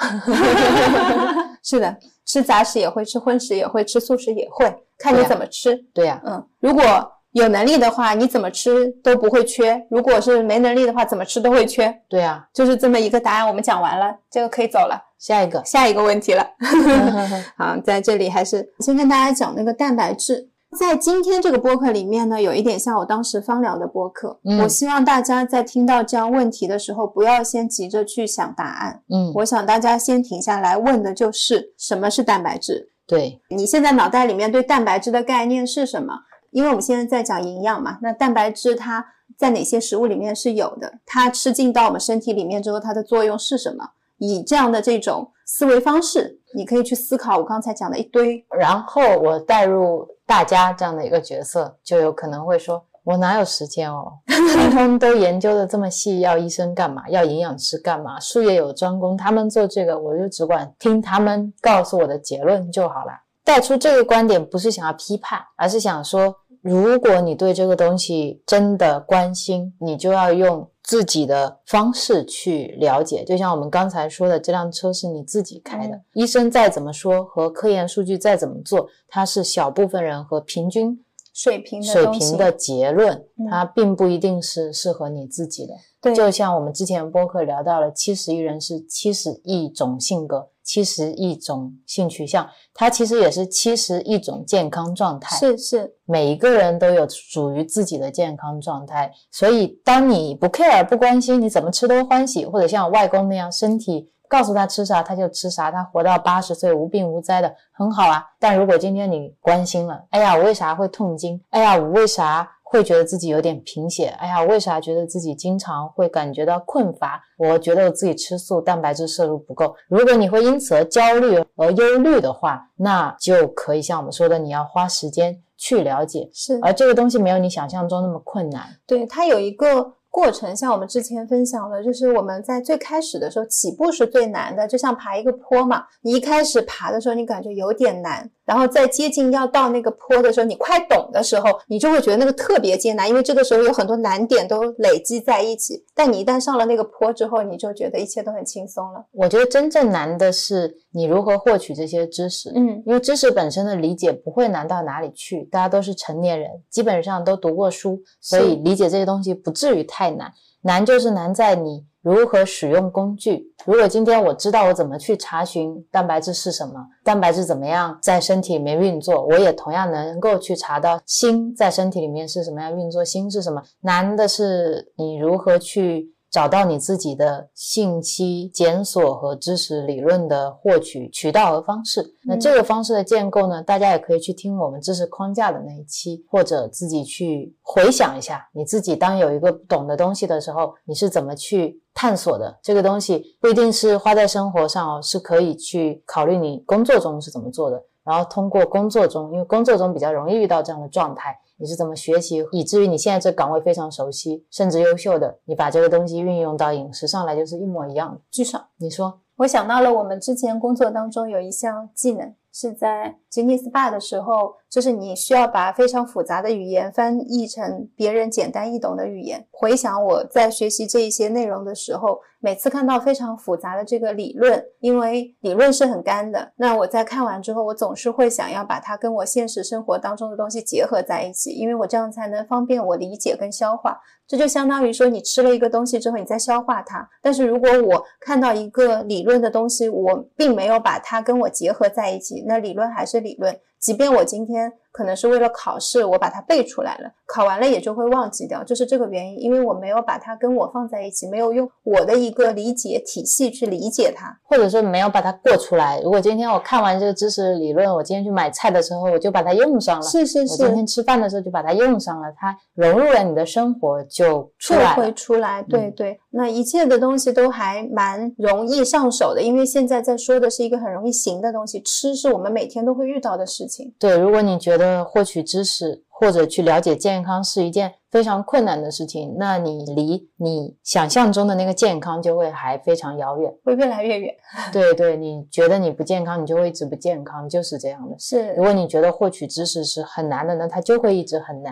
是的，吃杂食也会，吃荤食也会，吃素食也会，看你怎么吃。 对呀、 啊，嗯，如果有能力的话你怎么吃都不会缺，如果是没能力的话怎么吃都会缺。 对啊， 就是这么一个答案。我们讲完了，这个可以走了， 下一个下一个问题了好，在这里还是先跟大家讲那个蛋白质。在今天这个播客里面呢，有一点像我当时芳疗的播客、嗯、我希望大家在听到这样问题的时候不要先急着去想答案。嗯，我想大家先停下来问的就是什么是蛋白质。 对， 你现在脑袋里面对蛋白质的概念是什么？因为我们现在在讲营养嘛，那蛋白质它在哪些食物里面是有的，它吃进到我们身体里面之后它的作用是什么，以这样的这种思维方式你可以去思考我刚才讲的一堆。 然后我带入大家这样的一个角色，就有可能会说我哪有时间哦，通通都研究的这么细，要医生干嘛，要营养师干嘛，术业有专攻，他们做这个我就只管听他们告诉我的结论就好了。带出这个观点不是想要批判，而是想说如果你对这个东西真的关心，你就要用自己的方式去了解。就像我们刚才说的，这辆车是你自己开的、嗯、医生再怎么说和科研数据再怎么做，它是小部分人和平均水平的水平的结论、 嗯、 它并不一定是适合你自己的。 对， 就像我们之前播客聊到了七十亿人是七十亿种性格，七十亿种性取向，它其实也是七十亿种健康状态。 是是， 每一个人都有属于自己的健康状态，所以当你不 care 不关心，你怎么吃都欢喜，或者像我外公那样身体告诉他吃啥他就吃啥，他活到八十岁无病无灾的很好啊。但如果今天你关心了，哎呀我为啥会痛经，哎呀我为啥会觉得自己有点贫血，哎呀为啥觉得自己经常会感觉到困乏，我觉得我自己吃素蛋白质摄入不够，如果你会因此而焦虑而忧虑的话，那就可以像我们说的，你要花时间去了解， 是， 而这个东西没有你想象中那么困难。 对，它有一个过程，像我们之前分享的，就是我们在最开始的时候起步是最难的，就像爬一个坡嘛，你一开始爬的时候你感觉有点难，然后在接近要到那个坡的时候，你快懂的时候你就会觉得那个特别艰难，因为这个时候有很多难点都累积在一起，但你一旦上了那个坡之后，你就觉得一切都很轻松了。 我觉得真正难的是你如何获取这些知识，嗯，因为知识本身的理解不会难到哪里去，大家都是成年人，基本上都读过书，所以理解这些东西不至于太难，难就是难在你如何使用工具。如果今天我知道我怎么去查询蛋白质是什么，蛋白质怎么样在身体里面运作，我也同样能够去查到锌在身体里面是什么样运作，锌是什么。难的是你如何去找到你自己的信息检索和知识理论的获取渠道和方式。那这个方式的建构呢，大家也可以去听我们知识框架的那一期，或者自己去回想一下你自己当有一个不懂的东西的时候，你是怎么去探索的。这个东西不一定是花在生活上哦，是可以去考虑你工作中是怎么做的，然后通过工作中，因为工作中比较容易遇到这样的状态，你是怎么学习，以至于你现在这岗位非常熟悉甚至优秀的，你把这个东西运用到饮食上来就是一模一样的。 至少你说， 我想到了我们之前工作当中有一项技能，是在吉尼斯 bar 的时候，就是你需要把非常复杂的语言翻译成别人简单易懂的语言。回想我在学习这一些内容的时候，每次看到非常复杂的这个理论，因为理论是很干的，那我在看完之后，我总是会想要把它跟我现实生活当中的东西结合在一起，因为我这样才能方便我理解跟消化。这就相当于说你吃了一个东西之后你再消化它，但是如果我看到一个理论的东西，我并没有把它跟我结合在一起，那理论还是理论，即便我今天可能是为了考试我把它背出来了，考完了也就会忘记掉，就是这个原因，因为我没有把它跟我放在一起，没有用我的一个理解体系去理解它， 或者说没有把它过出来。如果今天我看完这个知识理论，我今天去买菜的时候我就把它用上了， 是是是， 我今天吃饭的时候就把它用上了，它融入了你的生活就出来了， 就会出来，对对、嗯、那一切的东西都还蛮容易上手的，因为现在在说的是一个很容易行的东西，吃是我们每天都会遇到的事情。 对，如果你觉得获取知识或者去了解健康是一件非常困难的事情，那你离你想象中的那个健康就会还非常遥远， 会越来越远。 对对，你觉得你不健康你就会一直不健康，就是这样的。 是， 如果你觉得获取知识是很难的，那它就会一直很难。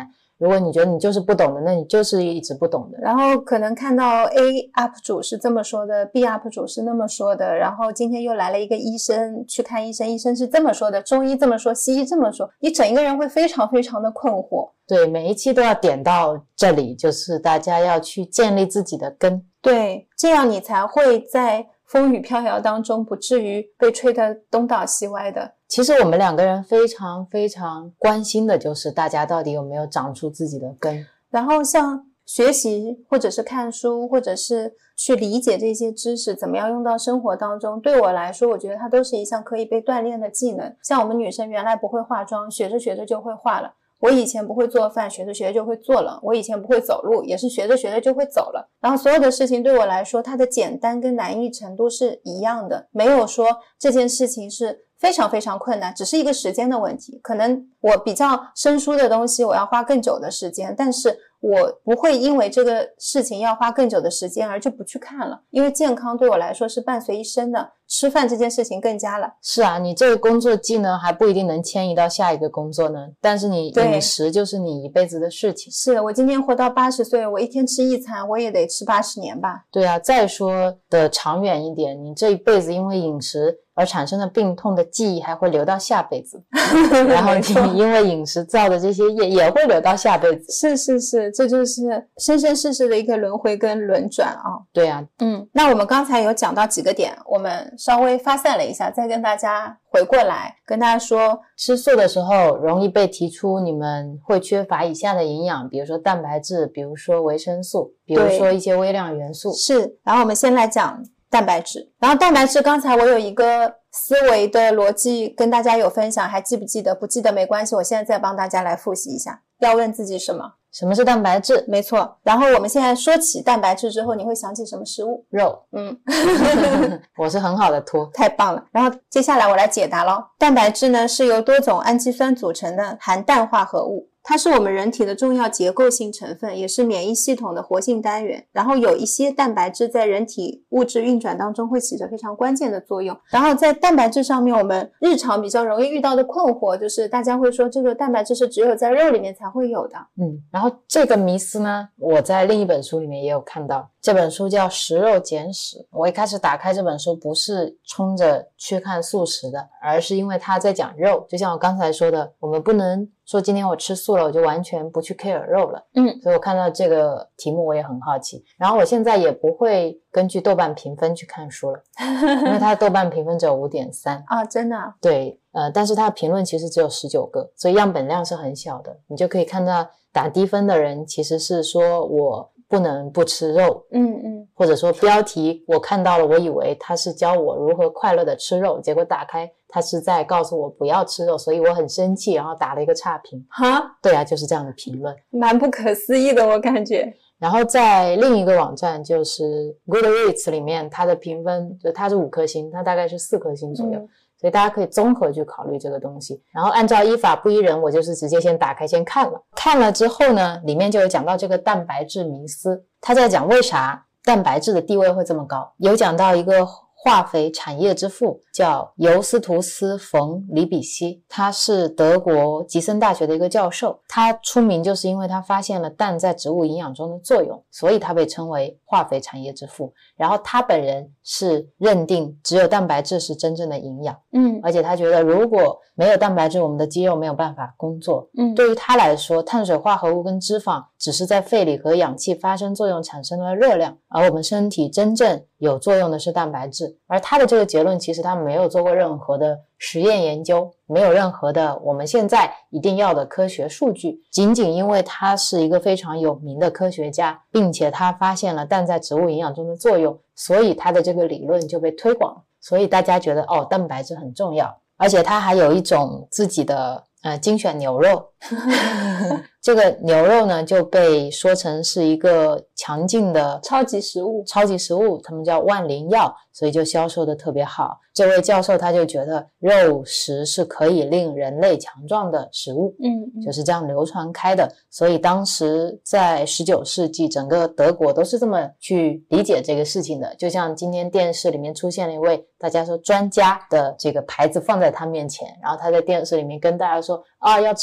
如果你觉得你就是不懂的，那你就是一直不懂的。 然后可能看到 A U P 主是这么说的， B U P 主是那么说的，然后今天又来了一个医生去看医生，医生是这么说的，中医这么说，西医这么说，你整一个人会非常非常的困惑。 对，每一期都要点到这里，就是大家要去建立自己的根。 对，这样你才会在风雨飘摇当中不至于被吹得东倒西歪的。 其实我们两个人非常非常关心的就是大家到底有没有长出自己的根。 然后像学习或者是看书或者是去理解这些知识怎么样用到生活当中，对我来说我觉得它都是一项可以被锻炼的技能。像我们女生原来不会化妆，学着学着就会化了，我以前不会做饭，学着学着就会做了，我以前不会走路，也是学着学着就会走了。然后所有的事情对我来说它的简单跟难易程度是一样的，没有说这件事情是非常非常困难，只是一个时间的问题。可能我比较生疏的东西我要花更久的时间，但是我不会因为这个事情要花更久的时间而就不去看了，因为健康对我来说是伴随一生的，吃饭这件事情更加了。 是啊，你这个工作技能还不一定能迁移到下一个工作呢，但是你饮食就是你一辈子的事情。 是，我今天活到八十岁，我一天吃一餐我也得吃八十年吧。 对啊，再说的长远一点，你这一辈子因为饮食而产生的病痛的记忆还会留到下辈子然后你因为饮食造的这些业也会留到下辈子。 是是是，这就是生生世世的一个轮回跟轮转啊。 对啊， 嗯，那我们刚才有讲到几个点，我们稍微发散了一下，再跟大家回过来跟大家说， 吃素的时候容易被提出你们会缺乏以下的营养，比如说蛋白质，比如说维生素，比如说一些微量元素。 是，然后我们先来讲蛋白质。然后蛋白质刚才我有一个思维的逻辑跟大家有分享，还记不记得？不记得没关系，我现在再帮大家来复习一下。要问自己什么？ 什么是蛋白质？ 没错。然后我们现在说起蛋白质之后，你会想起什么食物？ 肉。 嗯我是很好的托。 太棒了。然后接下来我来解答咯。蛋白质呢是由多种氨基酸组成的含氮化合物，它是我们人体的重要结构性成分，也是免疫系统的活性单元。然后有一些蛋白质在人体物质运转当中会起着非常关键的作用。然后在蛋白质上面，我们日常比较容易遇到的困惑就是大家会说这个蛋白质是只有在肉里面才会有的。 嗯，然后这个迷思呢，我在另一本书里面也有看到，这本书叫《食肉减食》。我一开始打开这本书不是冲着去看素食的，而是因为它在讲肉。就像我刚才说的，我们不能说今天我吃素了我就完全不去 care 肉了。 嗯， 所以我看到这个题目我也很好奇。然后我现在也不会根据豆瓣评分去看书了因为它的豆瓣评分只有 五点三啊，真的啊？ 对，呃，但是它的评论其实只有十九个，所以样本量是很小的。你就可以看到打低分的人其实是说我不能不吃肉， 嗯嗯， 或者说标题我看到了，我以为他是教我如何快乐的吃肉，结果打开他是在告诉我不要吃肉，所以我很生气，然后打了一个差评。 哈？ 对啊，就是这样的评论， 蛮不可思议的我感觉。 然后在另一个网站就是 Goodreads 里面，它的评分就它是五颗星，它大概是四颗星左右、嗯、所以大家可以综合去考虑这个东西。然后按照依法不依人，我就是直接先打开先看了，看了之后呢，里面就有讲到这个蛋白质迷思，他在讲为啥蛋白质的地位会这么高，有讲到一个化肥产业之父叫尤斯图斯·冯·里比希，他是德国吉森大学的一个教授，他出名就是因为他发现了氮在植物营养中的作用，所以他被称为化肥产业之父。然后他本人是认定只有蛋白质是真正的营养， 嗯， 而且他觉得如果没有蛋白质，我们的肌肉没有办法工作。 嗯， 对于他来说，碳水化合物跟脂肪只是在肺里和氧气发生作用产生了热量，而我们身体真正有作用的是蛋白质。而他的这个结论其实他没有做过任何的实验研究，没有任何的我们现在一定要的科学数据，仅仅因为他是一个非常有名的科学家，并且他发现了氮在植物营养中的作用，所以他的这个理论就被推广了。所以大家觉得哦，蛋白质很重要，而且他还有一种自己的呃精选牛肉这个牛肉呢就被说成是一个强劲的超级食物， 超级食物，他们叫万灵药，所以就销售的特别好。这位教授他就觉得肉食是可以令人类强壮的食物， 嗯， 就是这样流传开的。所以当时在十九世纪整个德国都是这么去理解这个事情的，就像今天电视里面出现了一位大家说专家的这个牌子放在他面前，然后他在电视里面跟大家说啊，要吃肉，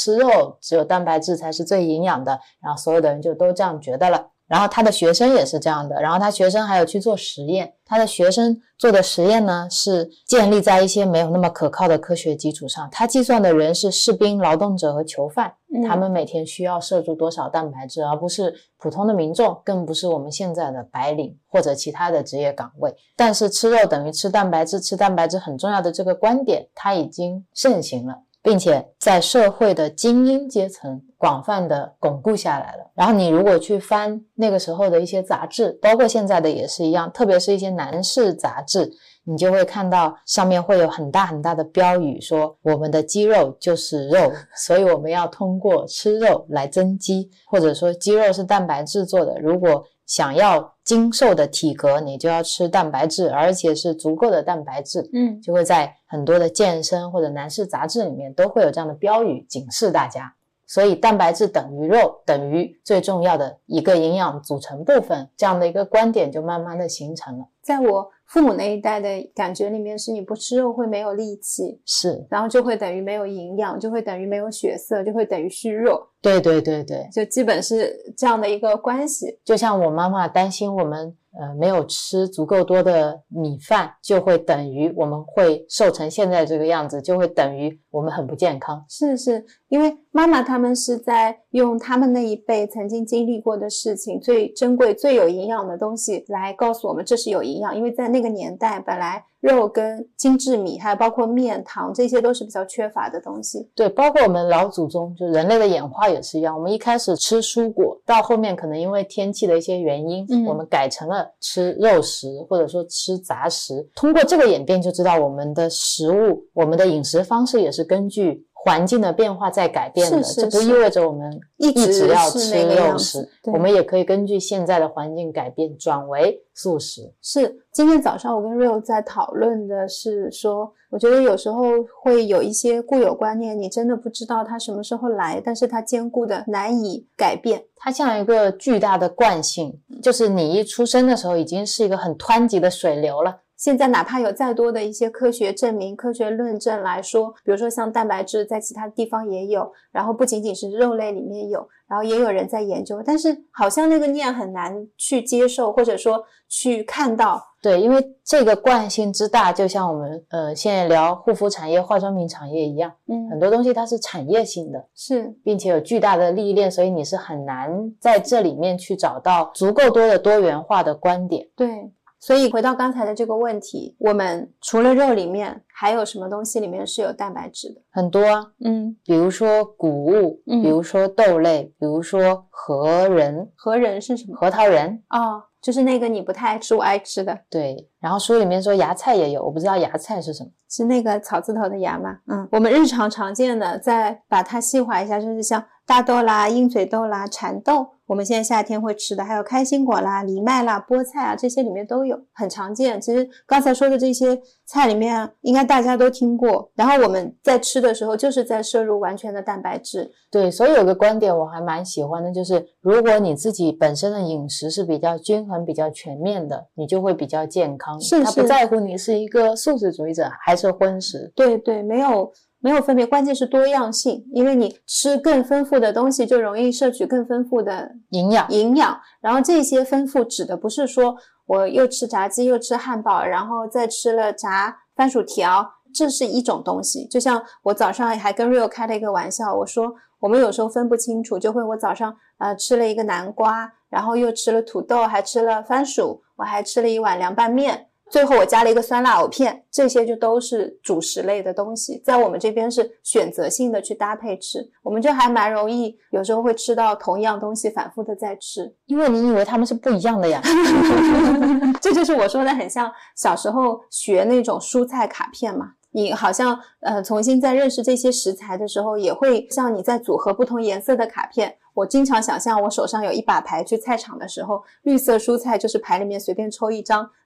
肉，只有蛋白质才是最营养的，然后所有的人就都这样觉得了。然后他的学生也是这样的，然后他学生还有去做实验，他的学生做的实验呢是建立在一些没有那么可靠的科学基础上，他计算的人是士兵、劳动者和囚犯， 嗯、 他们每天需要摄入多少蛋白质，而不是普通的民众，更不是我们现在的白领或者其他的职业岗位。但是吃肉等于吃蛋白质，吃蛋白质很重要的这个观点它已经盛行了，并且在社会的精英阶层广泛的巩固下来了。然后你如果去翻那个时候的一些杂志，包括现在的也是一样，特别是一些男士杂志，你就会看到上面会有很大很大的标语说我们的肌肉就是肉，所以我们要通过吃肉来增肌，或者说肌肉是蛋白质做的，如果想要精瘦的体格你就要吃蛋白质，而且是足够的蛋白质。 嗯， 就会在很多的健身或者男士杂志里面都会有这样的标语警示大家。所以蛋白质等于肉，等于最重要的一个营养组成部分，这样的一个观点就慢慢的形成了。 在我父母那一代的感觉里面是你不吃肉会没有力气， 是， 然后就会等于没有营养，就会等于没有血色，就会等于虚弱。 对对对对， 就基本是这样的一个关系。 就像我妈妈担心我们呃没有吃足够多的米饭，就会等于我们会瘦成现在这个样子，就会等于我们很不健康。 是是，因为妈妈他们是在用他们那一辈曾经经历过的事情，最珍贵最有营养的东西来告诉我们这是有营养。因为在那个年代本来肉跟精致米还有包括面糖这些都是比较缺乏的东西。 对，包括我们老祖宗就人类的演化也是一样，我们一开始吃蔬果，到后面可能因为天气的一些原因、嗯、我们改成了吃肉食或者说吃杂食。通过这个演变就知道我们的食物我们的饮食方式也是根据环境的变化在改变的， 是是是， 这不意味着我们一直要吃肉食，我们也可以根据现在的环境改变转为素食。 是，今天早上我跟 Rio 在讨论的是说，我觉得有时候会有一些固有观念你真的不知道它什么时候来，但是它坚固的难以改变。 它像一个巨大的惯性，就是你一出生的时候已经是一个很湍急的水流了。 现在哪怕有再多的一些科学证明科学论证来说，比如说像蛋白质在其他地方也有，然后不仅仅是肉类里面有，然后也有人在研究，但是好像那个念很难去接受或者说去看到。 对，因为这个惯性之大，就像我们呃现在聊护肤产业化妆品产业一样，嗯，很多东西它是产业性的， 是， 并且有巨大的历练，所以你是很难在这里面去找到足够多的多元化的观点。 对，所以回到刚才的这个问题，我们除了肉里面还有什么东西里面是有蛋白质的？ 很多啊， 嗯， 比如说谷物、嗯、比如说豆类，比如说核仁。 核仁是什么？ 核桃仁。 哦，就是那个你不太爱吃我爱吃的。 对，然后书里面说芽菜也有，我不知道芽菜是什么。 是那个草字头的芽吗？嗯，我们日常常见的再把它细化一下，就是像大豆啦、鹰嘴豆啦、蚕豆，我们现在夏天会吃的，还有开心果啦、藜麦啦、菠菜啊，这些里面都有，很常见。其实刚才说的这些菜里面应该大家都听过，然后我们在吃的时候就是在摄入完全的蛋白质。 对，所以有个观点我还蛮喜欢的，就是如果你自己本身的饮食是比较均衡比较全面的，你就会比较健康。 是是， 他不在乎你是一个素食主义者还是荤食。 对对，没有没有分别，关键是多样性，因为你吃更丰富的东西就容易摄取更丰富的营养营养。然后这些丰富指的不是说我又吃炸鸡又吃汉堡，然后再吃了炸番薯条，这是一种东西。就像我早上还跟 Rio 开了一个玩笑，我说我们有时候分不清楚，就会我早上呃吃了一个南瓜，然后又吃了土豆，还吃了番薯，我还吃了一碗凉拌面，最后我加了一个酸辣藕片，这些就都是主食类的东西，在我们这边是选择性的去搭配吃，我们就还蛮容易有时候会吃到同样东西反复的在吃。 因为你以为他们是不一样的呀这就是我说的很像小时候学那种蔬菜卡片嘛，你好像呃重新在认识这些食材的时候，也会像你在组合不同颜色的卡片。我经常想象我手上有一把牌，去菜场的时候绿色蔬菜就是牌里面随便抽一张，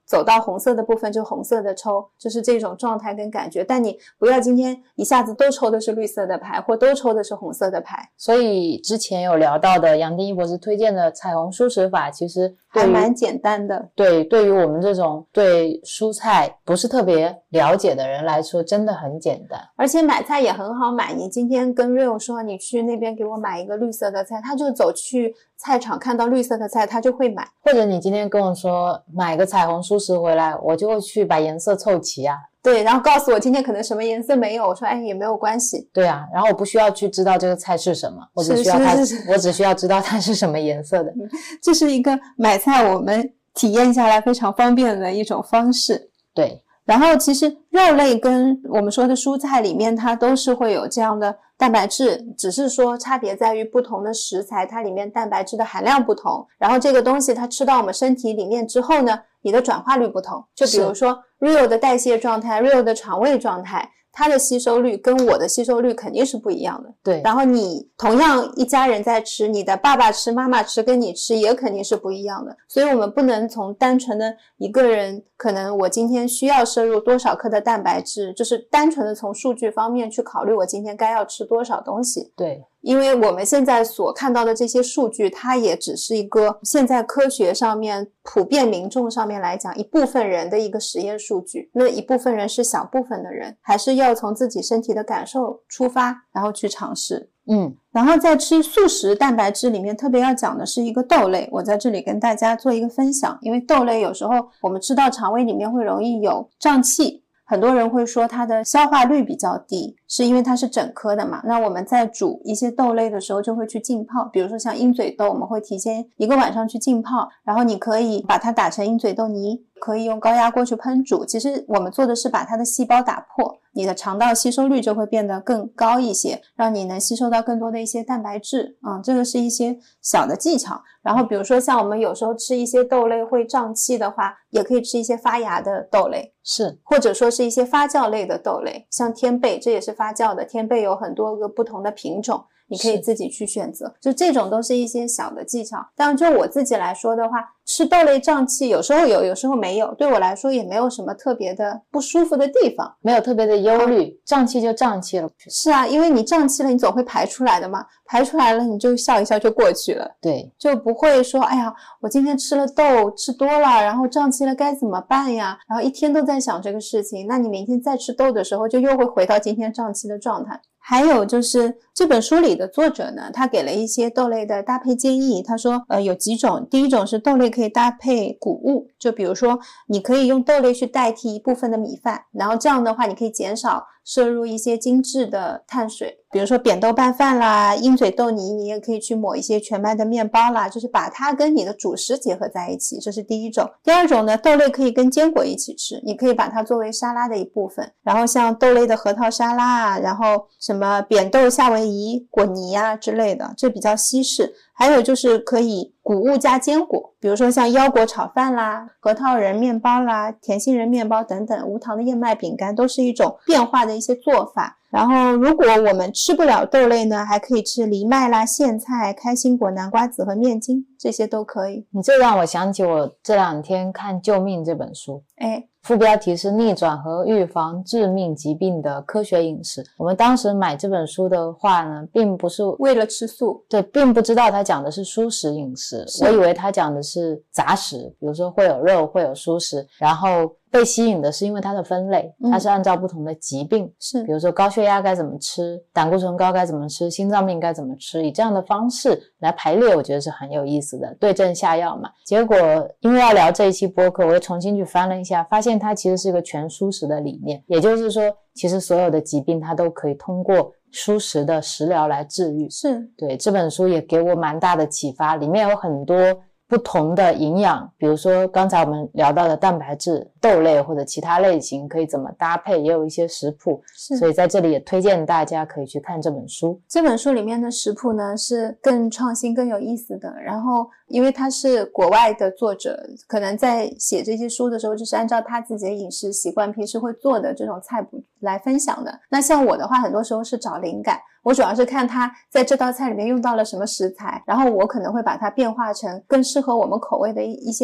走到红色的部分就红色的抽，就是这种状态跟感觉。但你不要今天一下子都抽的是绿色的牌，或都抽的是红色的牌。 所以之前有聊到的杨定一博士推荐的彩虹蔬食法，其实还蛮简单的。 对，对于我们这种对蔬菜不是特别了解的人来说，真的很简单。 而且买菜也很好买，你今天跟 Rio 说你去那边给我买一个绿色的菜，他就走去菜场看到绿色的菜他就会买。 或者你今天跟我说买个彩虹蔬食回来，我就会去把颜色凑齐啊。 对，然后告诉我今天可能什么颜色没有，我说哎也没有关系。 对啊，然后我不需要去知道这个菜是什么，我只需要它， 是是是我只需要知道它是什么颜色的。 这是一个买菜我们体验下来非常方便的一种方式。 对， 然后其实肉类跟我们说的蔬菜里面它都是会有这样的蛋白质，只是说差别在于不同的食材它里面蛋白质的含量不同，然后这个东西它吃到我们身体里面之后呢，你的转化率不同。就比如说 Rio 的代谢状态， Rio 的肠胃状态，它的吸收率跟我的吸收率肯定是不一样的。 对， 然后你同样一家人在吃，你的爸爸吃妈妈吃跟你吃也肯定是不一样的。所以我们不能从单纯的一个人可能我今天需要摄入多少克的蛋白质，就是单纯的从数据方面去考虑我今天该要吃多少东西。 对， 因为我们现在所看到的这些数据，它也只是一个现在科学上面普遍民众上面来讲一部分人的一个实验数据，那一部分人是小部分的人，还是要从自己身体的感受出发，然后去尝试。 嗯， 然后在吃素食蛋白质里面特别要讲的是一个豆类，我在这里跟大家做一个分享。因为豆类有时候我们吃到肠胃里面会容易有胀气，很多人会说它的消化率比较低，是因为它是整颗的嘛。那我们在煮一些豆类的时候就会去浸泡，比如说像鹰嘴豆，我们会提前一个晚上去浸泡，然后你可以把它打成鹰嘴豆泥，可以用高压锅去烹煮。其实我们做的是把它的细胞打破，你的肠道吸收率就会变得更高一些，让你能吸收到更多的一些蛋白质。嗯，这个是一些小的技巧。然后比如说像我们有时候吃一些豆类会胀气的话，也可以吃一些发芽的豆类， 是， 或者说是一些发酵类的豆类，像天贝，这也是发酵的，天贝有很多个不同的品种，你可以自己去选择。就这种都是一些小的技巧。但就我自己来说的话，吃豆类胀气有时候有，有时候没有，对我来说也没有什么特别的不舒服的地方， 没有特别的忧虑、嗯、胀气就胀气了。 是啊，因为你胀气了你总会排出来的嘛，排出来了你就笑一笑就过去了。 对， 就不会说哎呀我今天吃了豆吃多了，然后胀气了该怎么办呀，然后一天都在想这个事情，那你明天再吃豆的时候就又会回到今天胀气的状态。还有就是这本书里的作者呢，他给了一些豆类的搭配建议。他说呃，有几种，第一种是豆类可以搭配谷物，就比如说你可以用豆类去代替一部分的米饭，然后这样的话你可以减少摄入一些精致的碳水，比如说扁豆拌饭啦，鹰嘴豆泥你也可以去抹一些全麦的面包啦，就是把它跟你的主食结合在一起，这是第一种。第二种呢，豆类可以跟坚果一起吃，你可以把它作为沙拉的一部分，然后像豆类的核桃沙拉啊，然后什么扁豆夏威夷果泥啊之类的，这比较西式。还有就是可以谷物加坚果，比如说像腰果炒饭啦，核桃仁面包啦，甜杏仁面包等等，无糖的燕麦饼干都是一种变化的一些做法。然后如果我们吃不了豆类呢，还可以吃藜麦啦、苋菜、开心果、南瓜子和面筋，这些都可以。 你这让我想起我这两天看《救命》这本书， 哎， 副标题是逆转和预防致命疾病的科学饮食。我们当时买这本书的话呢，并不是为了吃素， 对，并不知道它讲的是蔬食饮食，我以为它讲的是杂食，比如说会有肉会有蔬食，然后被吸引的是因为它的分类，它是按照不同的疾病，是、嗯、比如说高血压该怎么吃，胆固醇高该怎么吃，心脏病该怎么吃，以这样的方式来排列，我觉得是很有意思的，对症下药嘛。结果因为要聊这一期播客，我又重新去翻了一下，发现它其实是一个全蔬食的理念，也就是说其实所有的疾病它都可以通过蔬食的食疗来治愈。 是， 对，这本书也给我蛮大的启发，里面有很多不同的营养，比如说刚才我们聊到的蛋白质，豆类或者其他类型可以怎么搭配，也有一些食谱，所以在这里也推荐大家可以去看这本书。 这本书里面的食谱呢是更创新更有意思的，然后因为他是国外的作者，可能在写这些书的时候就是按照他自己的饮食习惯平时会做的这种菜谱来分享的。那像我的话很多时候是找灵感，我主要是看他在这道菜里面用到了什么食材，然后我可能会把它变化成更适合我们口味的一些菜。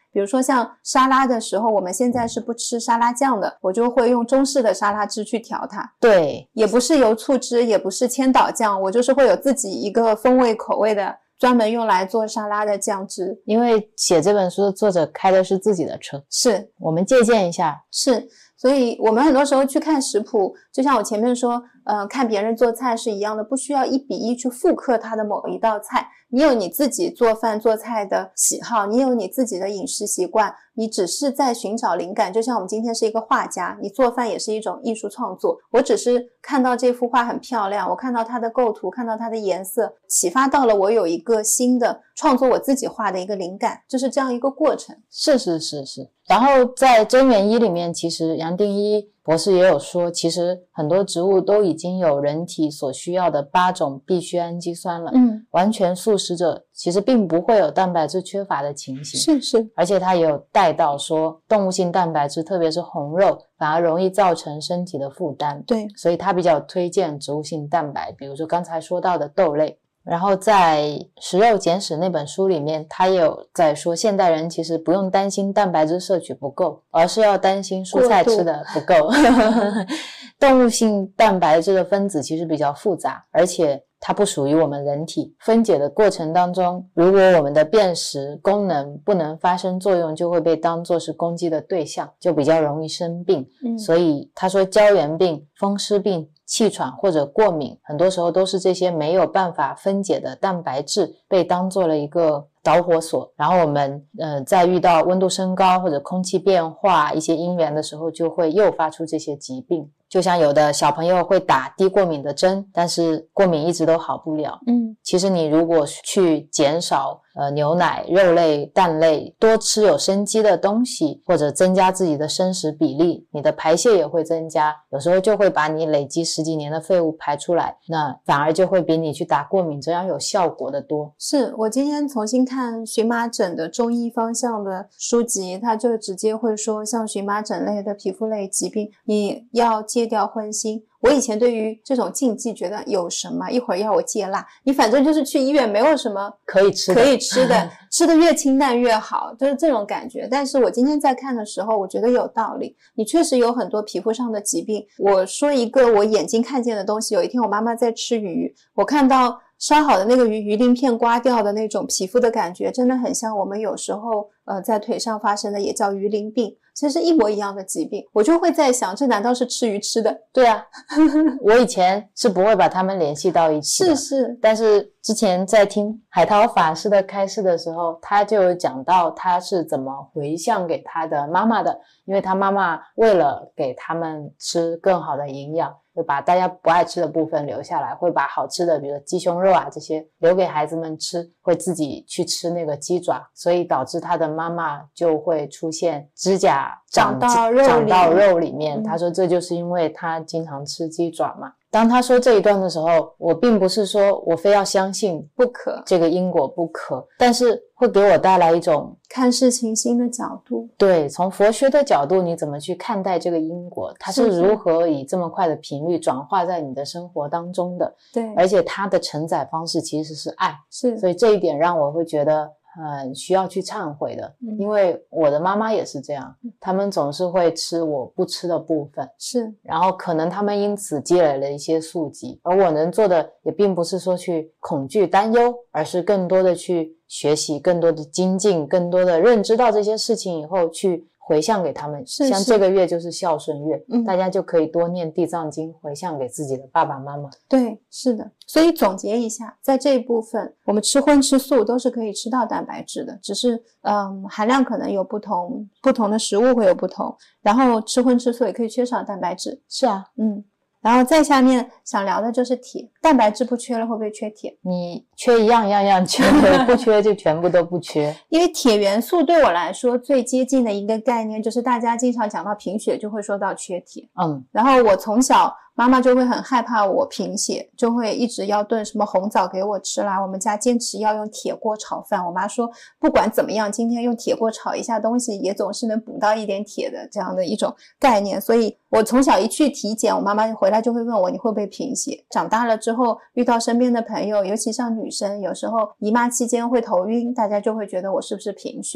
比如说像沙拉的时候，我们现在是不吃沙拉酱的，我就会用中式的沙拉汁去调它。 对， 也不是油醋汁，也不是千岛酱，我就是会有自己一个风味口味的专门用来做沙拉的酱汁。 因为写这本书的作者开的是自己的车， 是我们借鉴一下。 是，所以我们很多时候去看食谱，就像我前面说呃，看别人做菜是一样的，不需要一比一去复刻他的某一道菜，你有你自己做饭做菜的喜好，你有你自己的饮食习惯，你只是在寻找灵感。就像我们今天是一个画家，你做饭也是一种艺术创作，我只是看到这幅画很漂亮，我看到它的构图，看到它的颜色，启发到了我有一个新的创作我自己画的一个灵感，就是这样一个过程。 是是是是。然后在真元一里面，其实杨定一博士也有说，其实很多植物都已经有人体所需要的八种必需氨基酸了。 嗯， 完全素食者其实并不会有蛋白质缺乏的情形。 是是， 而且他也有带到说，动物性蛋白质特别是红肉反而容易造成身体的负担。 对， 所以他比较推荐植物性蛋白，比如说刚才说到的豆类。然后在《食肉简史》那本书里面，他也有在说，现代人其实不用担心蛋白质摄取不够，而是要担心蔬菜吃的不够。动物性蛋白质的分子其实比较复杂，而且它不属于我们人体，分解的过程当中，如果我们的辨识功能不能发生作用，就会被当作是攻击的对象，就比较容易生病。 嗯， 所以他说胶原病、风湿病、气喘或者过敏，很多时候都是这些没有办法分解的蛋白质被当做了一个导火索，然后我们呃在遇到温度升高或者空气变化一些因缘的时候，就会诱发出这些疾病。就像有的小朋友会打低过敏的针，但是过敏一直都好不了。 嗯， 其实你如果去减少呃牛奶、肉类、蛋类，多吃有生机的东西，或者增加自己的生食比例，你的排泄也会增加，有时候就会把你累积十几年的废物排出来，那反而就会比你去打过敏这样有效果的多。 是，我今天重新看荨麻疹的中医方向的书籍，他就直接会说，像荨麻疹类的皮肤类疾病，你要戒掉荤腥。我以前对于这种禁忌觉得有什么，一会儿要我戒辣，你反正就是去医院没有什么可以吃的可以吃的吃的越清淡越好，就是这种感觉。但是我今天在看的时候，我觉得有道理，你确实有很多皮肤上的疾病。我说一个我眼睛看见的东西，有一天我妈妈在吃鱼，我看到烧好的那个鱼鱼鳞片刮掉的那种皮肤的感觉，真的很像我们有时候呃在腿上发生的也叫鱼鳞病，其实是一模一样的疾病。我就会在想，这难道是吃鱼吃的？ 对啊，我以前是不会把它们联系到一起的， 是是。 但是之前在听海涛法师的开示的时候，他就有讲到他是怎么回向给他的妈妈的，因为他妈妈为了给他们吃更好的营养，会把大家不爱吃的部分留下来，会把好吃的比如鸡胸肉啊这些留给孩子们吃，会自己去吃那个鸡爪，所以导致他的妈妈就会出现指甲长到肉里长到肉里面、 嗯、 他说这就是因为他经常吃鸡爪嘛。当他说这一段的时候，我并不是说我非要相信不可这个因果不可，但是会给我带来一种看事情新的角度。 对，从佛学的角度，你怎么去看待这个因果，它是如何以这么快的频率转化在你的生活当中的。 对， 而且它的承载方式其实是爱， 是， 所以这一点让我会觉得很需要去忏悔的、嗯、因为我的妈妈也是这样，他们总是会吃我不吃的部分， 是， 然后可能他们因此积累了一些宿疾，而我能做的也并不是说去恐惧担忧，而是更多的去学习，更多的精进，更多的认知到这些事情以后去回向给他们。 是是， 像这个月就是孝顺月、 嗯、 大家就可以多念地藏经回向给自己的爸爸妈妈。 对，是的。所以总结一下，在这一部分我们吃荤吃素都是可以吃到蛋白质的，只是嗯含量可能有不同，不同的食物会有不同，然后吃荤吃素也可以缺少蛋白质。 是啊， 嗯。然后再下面想聊的就是铁，蛋白质不缺了会不会缺铁？ 你缺一样样样缺，不缺就全部都不缺。 因为铁元素对我来说最接近的一个概念就是大家经常讲到贫血就会说到缺铁。 嗯， 然后我从小妈妈就会很害怕我贫血，就会一直要炖什么红枣给我吃啦，我们家坚持要用铁锅炒饭，我妈说不管怎么样今天用铁锅炒一下东西也总是能补到一点铁的，这样的一种概念。所以我从小一去体检，我妈妈回来就会问我你会不会贫血。长大了之后遇到身边的朋友，尤其像女生有时候姨妈期间会头晕，大家就会觉得我是不是贫血。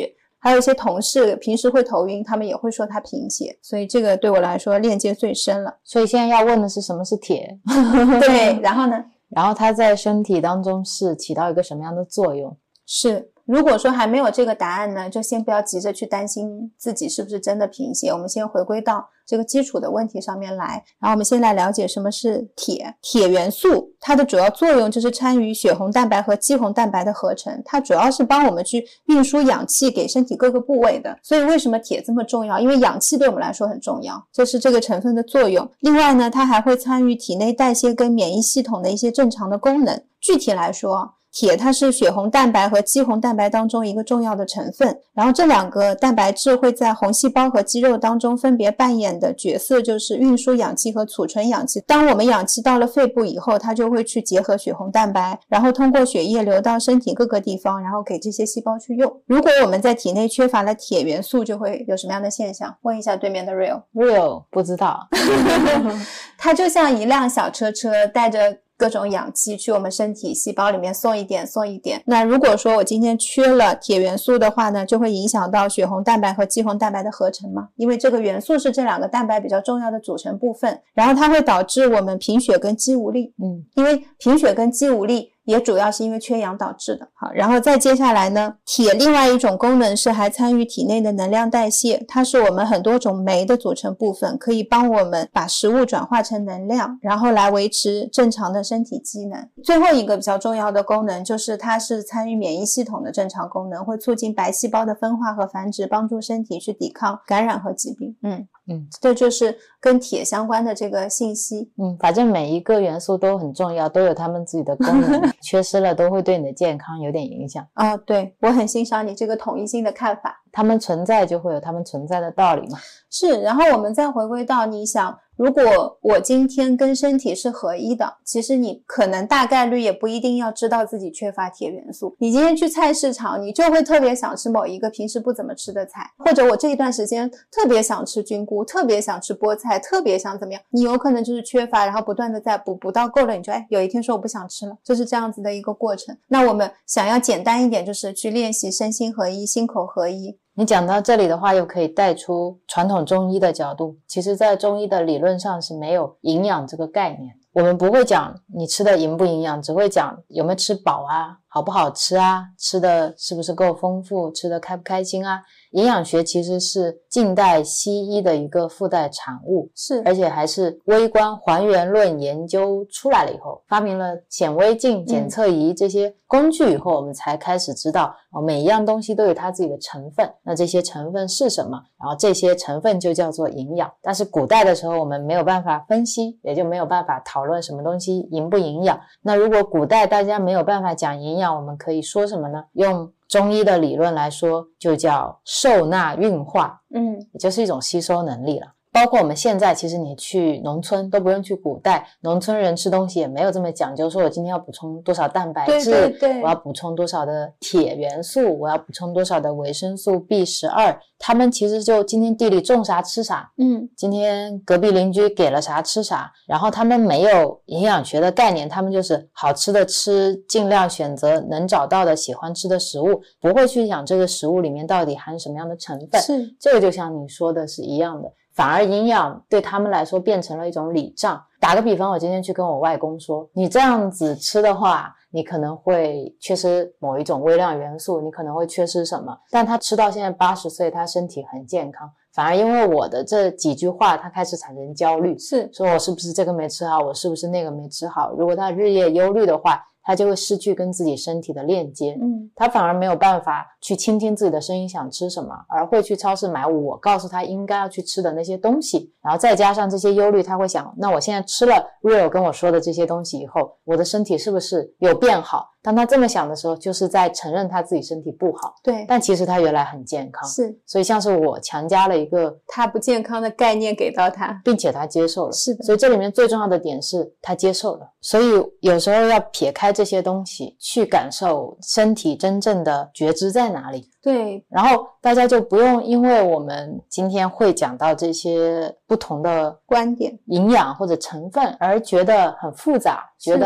还有一些同事平时会头晕，他们也会说他贫血，所以这个对我来说链接最深了。 所以现在要问的是什么是铁？ 对，然后呢？ 然后它在身体当中是起到一个什么样的作用？ 是，如果说还没有这个答案呢，就先不要急着去担心自己是不是真的贫血，我们先回归到这个基础的问题上面来。然后我们先来了解什么是铁。铁元素它的主要作用就是参与血红蛋白和肌红蛋白的合成，它主要是帮我们去运输氧气给身体各个部位的。所以为什么铁这么重要？因为氧气对我们来说很重要，这是这个成分的作用。另外呢，它还会参与体内代谢跟免疫系统的一些正常的功能。具体来说，铁它是血红蛋白和肌红蛋白当中一个重要的成分，然后这两个蛋白质会在红细胞和肌肉当中分别扮演的角色就是运输氧气和储存氧气。当我们氧气到了肺部以后，它就会去结合血红蛋白，然后通过血液流到身体各个地方，然后给这些细胞去用。如果我们在体内缺乏了铁元素，就会有什么样的现象？问一下对面的 Real。 Real 不知道。 它就像一辆小车车带着各种氧气去我们身体细胞里面送一点送一点。那如果说我今天缺了铁元素的话呢，就会影响到血红蛋白和肌红蛋白的合成嘛，因为这个元素是这两个蛋白比较重要的组成部分，然后它会导致我们贫血跟肌无力。嗯，因为贫血跟肌无力也主要是因为缺氧导致的。好，然后再接下来呢，铁另外一种功能是还参与体内的能量代谢，它是我们很多种酶的组成部分，可以帮我们把食物转化成能量，然后来维持正常的身体机能。最后一个比较重要的功能就是它是参与免疫系统的正常功能，会促进白细胞的分化和繁殖，帮助身体去抵抗感染和疾病。嗯嗯，这就是跟铁相关的这个信息。 嗯，反正每一个元素都很重要，都有他们自己的功能，缺失了都会对你的健康有点影响。 啊、哦，对，我很欣赏你这个统一性的看法。 他们存在就会有他们存在的道理嘛。 是，然后我们再回归到你想，如果我今天跟身体是合一的，其实你可能大概率也不一定要知道自己缺乏铁元素。你今天去菜市场，你就会特别想吃某一个平时不怎么吃的菜，或者我这一段时间特别想吃菌菇，特别想吃菠菜，特别想怎么样，你有可能就是缺乏，然后不断的在补，补到够了，你就哎有一天说我不想吃了，就是这样子的一个过程。那我们想要简单一点，就是去练习身心合一，心口合一。 你讲到这里的话，又可以带出传统中医的角度。其实在中医的理论上是没有营养这个概念，我们不会讲你吃的营不营养，只会讲有没有吃饱啊，好不好吃啊，吃的是不是够丰富，吃的开不开心啊。营养学其实是近代西医的一个附带产物， 是， 而且还是微观还原论研究出来了以后，发明了显微镜、检测仪这些工具以后，我们才开始知道、哦、每一样东西都有它自己的成分，那这些成分是什么，然后这些成分就叫做营养。但是古代的时候我们没有办法分析，也就没有办法讨论什么东西营不营养。那如果古代大家没有办法讲营养，我们可以说什么呢？用中医的理论来说，就叫受纳运化，嗯，也就是一种吸收能力了。包括我们现在，其实你去农村都不用去古代，农村人吃东西也没有这么讲究，说我今天要补充多少蛋白质， 对对对， 我要补充多少的铁元素，我要补充多少的维生素 B 十二， 他们其实就今天地里种啥吃啥，嗯，今天隔壁邻居给了啥吃啥，然后他们没有营养学的概念，他们就是好吃的吃，尽量选择能找到的喜欢吃的食物，不会去想这个食物里面到底含什么样的成分， 是， 这个就像你说的是一样的。反而营养对他们来说变成了一种礼账。打个比方，我今天去跟我外公说，你这样子吃的话，你可能会缺失某一种微量元素，你可能会缺失什么，但他吃到现在八十岁，他身体很健康，反而因为我的这几句话他开始产生焦虑， 是说我是不是这个没吃好，我是不是那个没吃好。如果他日夜忧虑的话，他就会失去跟自己身体的链接，嗯，他反而没有办法去倾听自己的声音想吃什么，而会去超市买我告诉他应该要去吃的那些东西。然后再加上这些忧虑，他会想，那我现在吃了 Real 跟我说的这些东西以后，我的身体是不是有变好？当他这么想的时候，就是在承认他自己身体不好， 对， 但其实他原来很健康， 是， 所以像是我强加了一个他不健康的概念给到他， 并且他接受了， 是的， 所以这里面最重要的点是他接受了。所以有时候要撇开这些东西，去感受身体真正的觉知在哪里。 对， 然后大家就不用因为我们今天会讲到这些不同的观点、 营养或者成分而觉得很复杂，觉得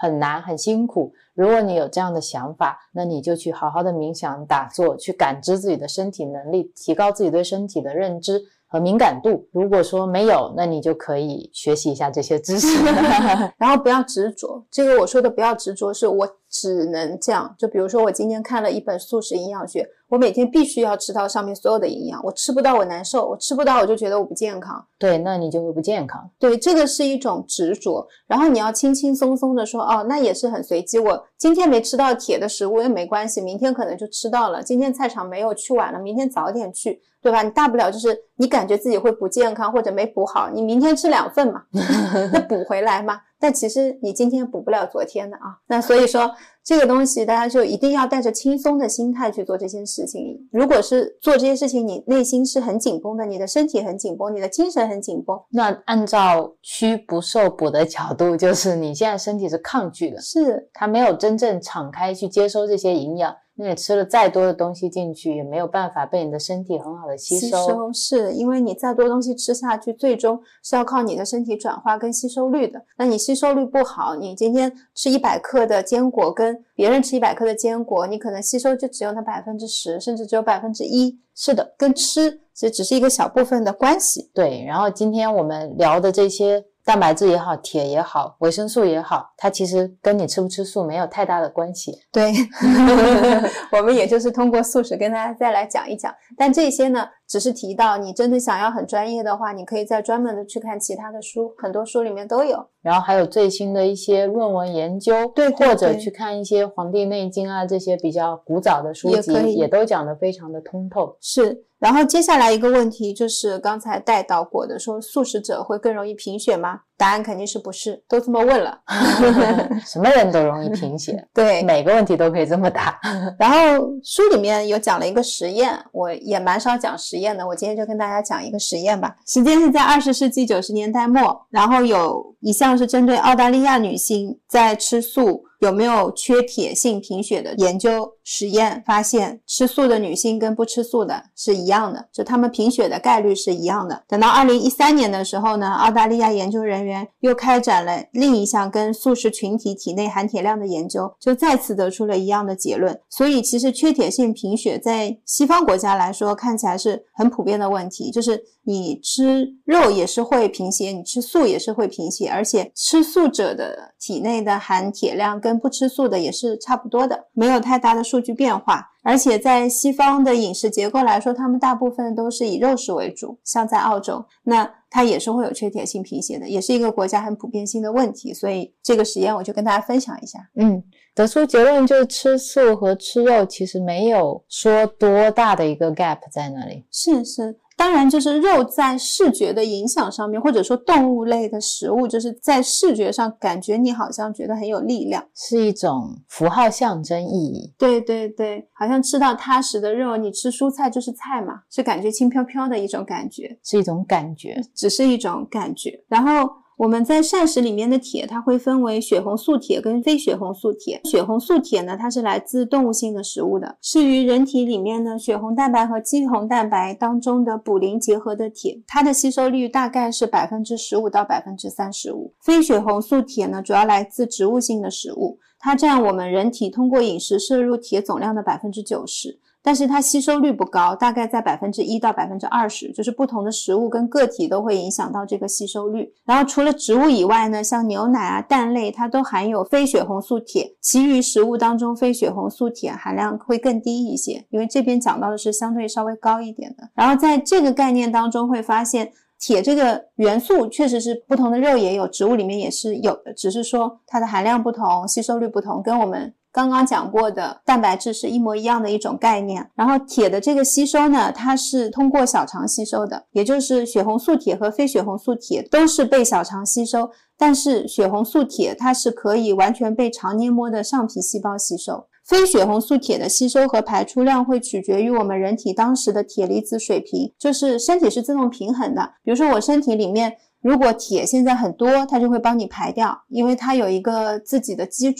很难很辛苦。如果你有这样的想法，那你就去好好的冥想打坐，去感知自己的身体能力，提高自己对身体的认知和敏感度。如果说没有，那你就可以学习一下这些知识然后不要执着，这个我说的不要执着是我只能这样，就比如说我今天看了一本素食营养学，我每天必须要吃到上面所有的营养，我吃不到我难受，我吃不到我就觉得我不健康。 对，那你就会不健康。 对，这个是一种执着，然后你要轻轻松松的说，哦，那也是很随机，我今天没吃到铁的食物也没关系，明天可能就吃到了，今天菜场没有去晚了，明天早点去，对吧？你大不了就是你感觉自己会不健康或者没补好，你明天吃两份嘛那补回来嘛，但其实你今天补不了昨天的啊。那所以说这个东西大家就一定要带着轻松的心态去做这件事情。如果是做这些事情你内心是很紧绷的，你的身体很紧绷，你的精神很紧绷， 那按照虚不受补的角度，就是你现在身体是抗拒的， 是它没有真正敞开去接收这些营养，那你吃了再多的东西进去也没有办法被你的身体很好的吸收。 吸收是因为你再多东西吃下去，最终是要靠你的身体转化跟吸收率的。那你吸收率不好，你今天吃一百克的坚果跟别人吃一百克的坚果，你可能吸收就只有那 百分之十 甚至只有 百分之一。 是的，跟吃其实只是一个小部分的关系。 对，然后今天我们聊的这些蛋白质也好，铁也好，维生素也好，它其实跟你吃不吃素没有太大的关系。 对我们也就是通过素食跟大家再来讲一讲，但这些呢只是提到，你真的想要很专业的话，你可以再专门的去看其他的书，很多书里面都有， 然后还有最新的一些论文研究， 对对对， 或者去看一些黄帝内经啊，这些比较古早的书籍也, 也都讲得非常的通透。 是，然后接下来一个问题就是刚才带到过的，说素食者会更容易贫血吗？答案肯定是不是，都这么问了什么人都容易贫血对， 每个问题都可以这么答然后书里面有讲了一个实验，我也蛮少讲实验的，我今天就跟大家讲一个实验吧。时间是在二十世纪九十年代末，然后有一项是针对澳大利亚女性在吃素有没有缺铁性贫血的研究实验，发现吃素的女性跟不吃素的是一样的，就她们贫血的概率是一样的。等到二零一三年的时候呢，澳大利亚研究人员又开展了另一项跟素食群体体内含铁量的研究，就再次得出了一样的结论。所以其实缺铁性贫血在西方国家来说看起来是很普遍的问题，就是你吃肉也是会贫血，你吃素也是会贫血，而且吃素者的体内的含铁量跟不吃素的也是差不多的，没有太大的数据变化。而且在西方的饮食结构来说，他们大部分都是以肉食为主，像在澳洲，那它也是会有缺铁性贫血的，也是一个国家很普遍性的问题，所以这个实验我就跟大家分享一下。 嗯，得出结论就是吃素和吃肉其实没有说多大的一个 gap 在那里。 是是，当然就是肉在视觉的影响上面，或者说动物类的食物，就是在视觉上感觉你好像觉得很有力量， 是一种符号象征意义。 对对对，好像吃到踏实的肉，你吃蔬菜就是菜嘛，是感觉轻飘飘的一种感觉， 是一种感觉， 只是一种感觉。然后我们在膳食里面的铁，它会分为血红素铁跟非血红素铁。血红素铁呢，它是来自动物性的食物的，是于人体里面呢血红蛋白和肌红蛋白当中的卟啉结合的铁，它的吸收率大概是 百分之十五到百分之三十五。非血红素铁呢，主要来自植物性的食物，它占我们人体通过饮食摄入铁总量的 百分之九十。但是它吸收率不高，大概在 百分之一到百分之二十， 就是不同的食物跟个体都会影响到这个吸收率。然后除了植物以外呢，像牛奶啊、蛋类，它都含有非血红素铁，其余食物当中非血红素铁含量会更低一些，因为这边讲到的是相对稍微高一点的。然后在这个概念当中会发现，铁这个元素确实是不同的肉也有，植物里面也是有的，只是说它的含量不同，吸收率不同，跟我们刚刚讲过的蛋白质是一模一样的一种概念。然后铁的这个吸收呢，它是通过小肠吸收的，也就是血红素铁和非血红素铁都是被小肠吸收，但是血红素铁它是可以完全被肠黏膜的上皮细胞吸收。非血红素铁的吸收和排出量会取决于我们人体当时的铁离子水平，就是身体是自动平衡的。比如说我身体里面如果铁现在很多，它就会帮你排掉，因为它有一个自己的基准。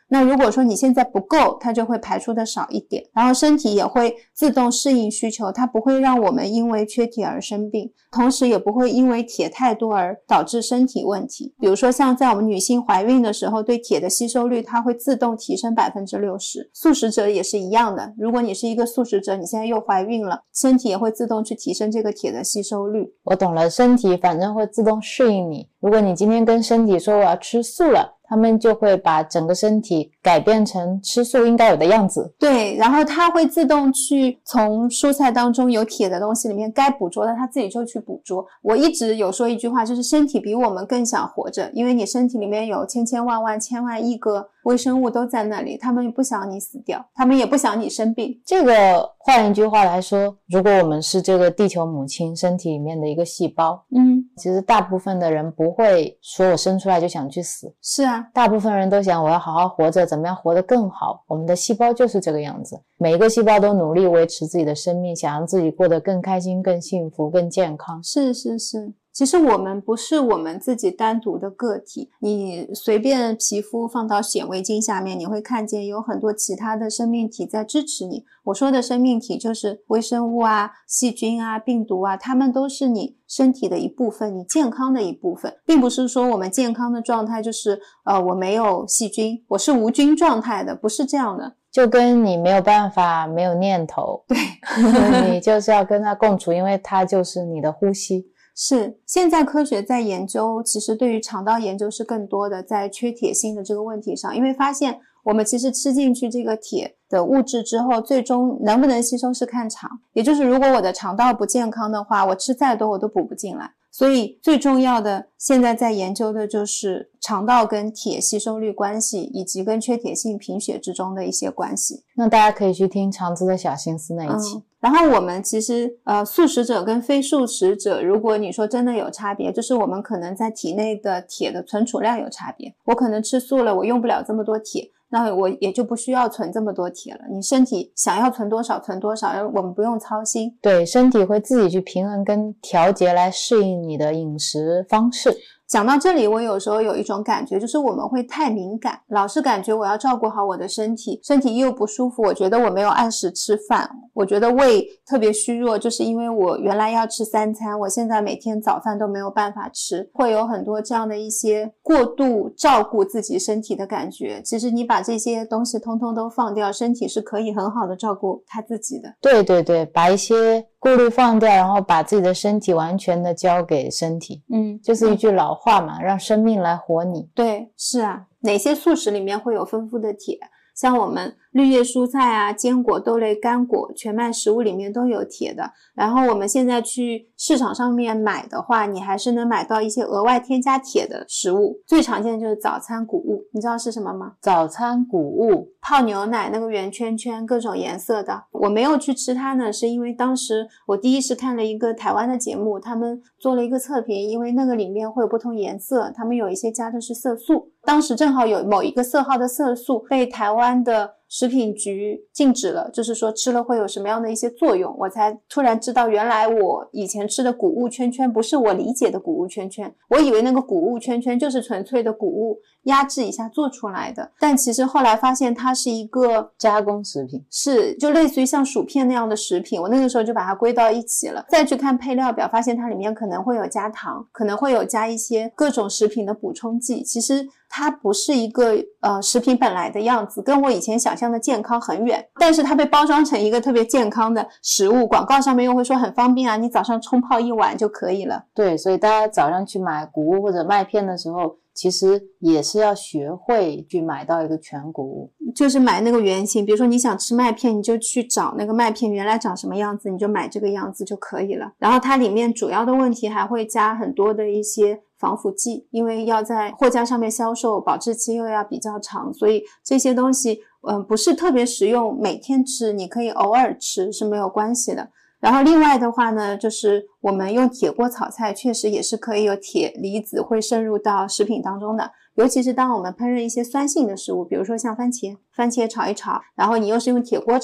那如果说你现在不够，它就会排出的少一点，然后身体也会自动适应需求，它不会让我们因为缺铁而生病，同时也不会因为铁太多而导致身体问题。比如说像在我们女性怀孕的时候，对铁的吸收率它会自动提升 百分之六十， 素食者也是一样的，如果你是一个素食者，你现在又怀孕了，身体也会自动去提升这个铁的吸收率。 我懂了，身体反正会自动适应你。如果你今天跟身体说我要吃素了，他们就会把整个身体改变成吃素应该有的样子。 对，然后它会自动去从蔬菜当中有铁的东西里面该捕捉的它自己就去捕捉。我一直有说一句话，就是身体比我们更想活着，因为你身体里面有千千万万千万亿个微生物都在那里，他们也不想你死掉，他们也不想你生病。 这个换一句话来说，如果我们是这个地球母亲身体里面的一个细胞， 嗯， 其实大部分的人不会说我生出来就想去死。 是啊， 大部分人都想我要好好活着，怎么样活得更好。我们的细胞就是这个样子，每一个细胞都努力维持自己的生命，想让自己过得更开心、更幸福、更健康。 是是是，其实我们不是我们自己单独的个体，你随便皮肤放到显微镜下面，你会看见有很多其他的生命体在支持你。我说的生命体就是微生物啊、细菌啊、病毒啊，它们都是你身体的一部分，你健康的一部分，并不是说我们健康的状态就是呃我没有细菌，我是无菌状态的，不是这样的。 就跟你没有办法没有念头， 对你就是要跟它共处，因为它就是你的呼吸。 是，现在科学在研究，其实对于肠道研究是更多的，在缺铁性的这个问题上，因为发现我们其实吃进去这个铁的物质之后，最终能不能吸收是看肠，也就是如果我的肠道不健康的话，我吃再多我都补不进来。所以最重要的现在在研究的就是肠道跟铁吸收率关系，以及跟缺铁性贫血之中的一些关系。 那大家可以去听肠子的小心思那一期。 嗯，然后我们其实呃，素食者跟非素食者，如果你说真的有差别，就是我们可能在体内的铁的存储量有差别。我可能吃素了，我用不了这么多铁，那我也就不需要存这么多铁了。你身体想要存多少存多少，我们不用操心。 对，身体会自己去平衡跟调节来适应你的饮食方式。 讲到这里，我有时候有一种感觉，就是我们会太敏感，老是感觉我要照顾好我的身体，身体又不舒服，我觉得我没有按时吃饭，我觉得胃特别虚弱，就是因为我原来要吃三餐，我现在每天早饭都没有办法吃，会有很多这样的一些过度照顾自己身体的感觉。其实你把这些东西通通都放掉，身体是可以很好的照顾他自己的。 对对对，把一些顾虑放掉，然后把自己的身体完全的交给身体。 嗯， 就是一句老话嘛，让生命来活你。 对，是啊。哪些素食里面会有丰富的铁？像我们绿叶蔬菜啊、坚果、豆类、干果、全麦食物里面都有铁的。然后我们现在去市场上面买的话，你还是能买到一些额外添加铁的食物。最常见的就是早餐谷物，你知道是什么吗？ 早餐谷物， 泡牛奶那个圆圈圈，各种颜色的。我没有去吃它呢，是因为当时我第一是看了一个台湾的节目，他们做了一个测评，因为那个里面会有不同颜色，他们有一些加的是色素。当时正好有某一个色号的色素被台湾的食品局禁止了，就是说吃了会有什么样的一些作用，我才突然知道原来我以前吃的谷物圈圈不是我理解的谷物圈圈，我以为那个谷物圈圈就是纯粹的谷物压制一下做出来的，但其实后来发现它是一个加工食品， 是就类似于像薯片那样的食品，我那个时候就把它归到一起了。再去看配料表，发现它里面可能会有加糖，可能会有加一些各种食品的补充剂，其实它不是一个呃食品本来的样子，跟我以前想象的健康很远，但是它被包装成一个特别健康的食物，广告上面又会说很方便啊，你早上冲泡一碗就可以了。 对，所以大家早上去买谷物或者麦片的时候，其实也是要学会去买到一个全谷物， 就是买那个原型，比如说你想吃麦片，你就去找那个麦片原来长什么样子，你就买这个样子就可以了。然后它里面主要的问题还会加很多的一些防腐剂，因为要在货架上面销售，保质期又要比较长，所以这些东西嗯、呃，不是特别实用，每天吃你可以偶尔吃是没有关系的。然后另外的话呢，就是我们用铁锅炒菜确实也是可以有铁离子会渗入到食品当中的，尤其是当我们烹饪一些酸性的食物，比如说像番茄番茄炒一炒，然后你又是用铁锅炒，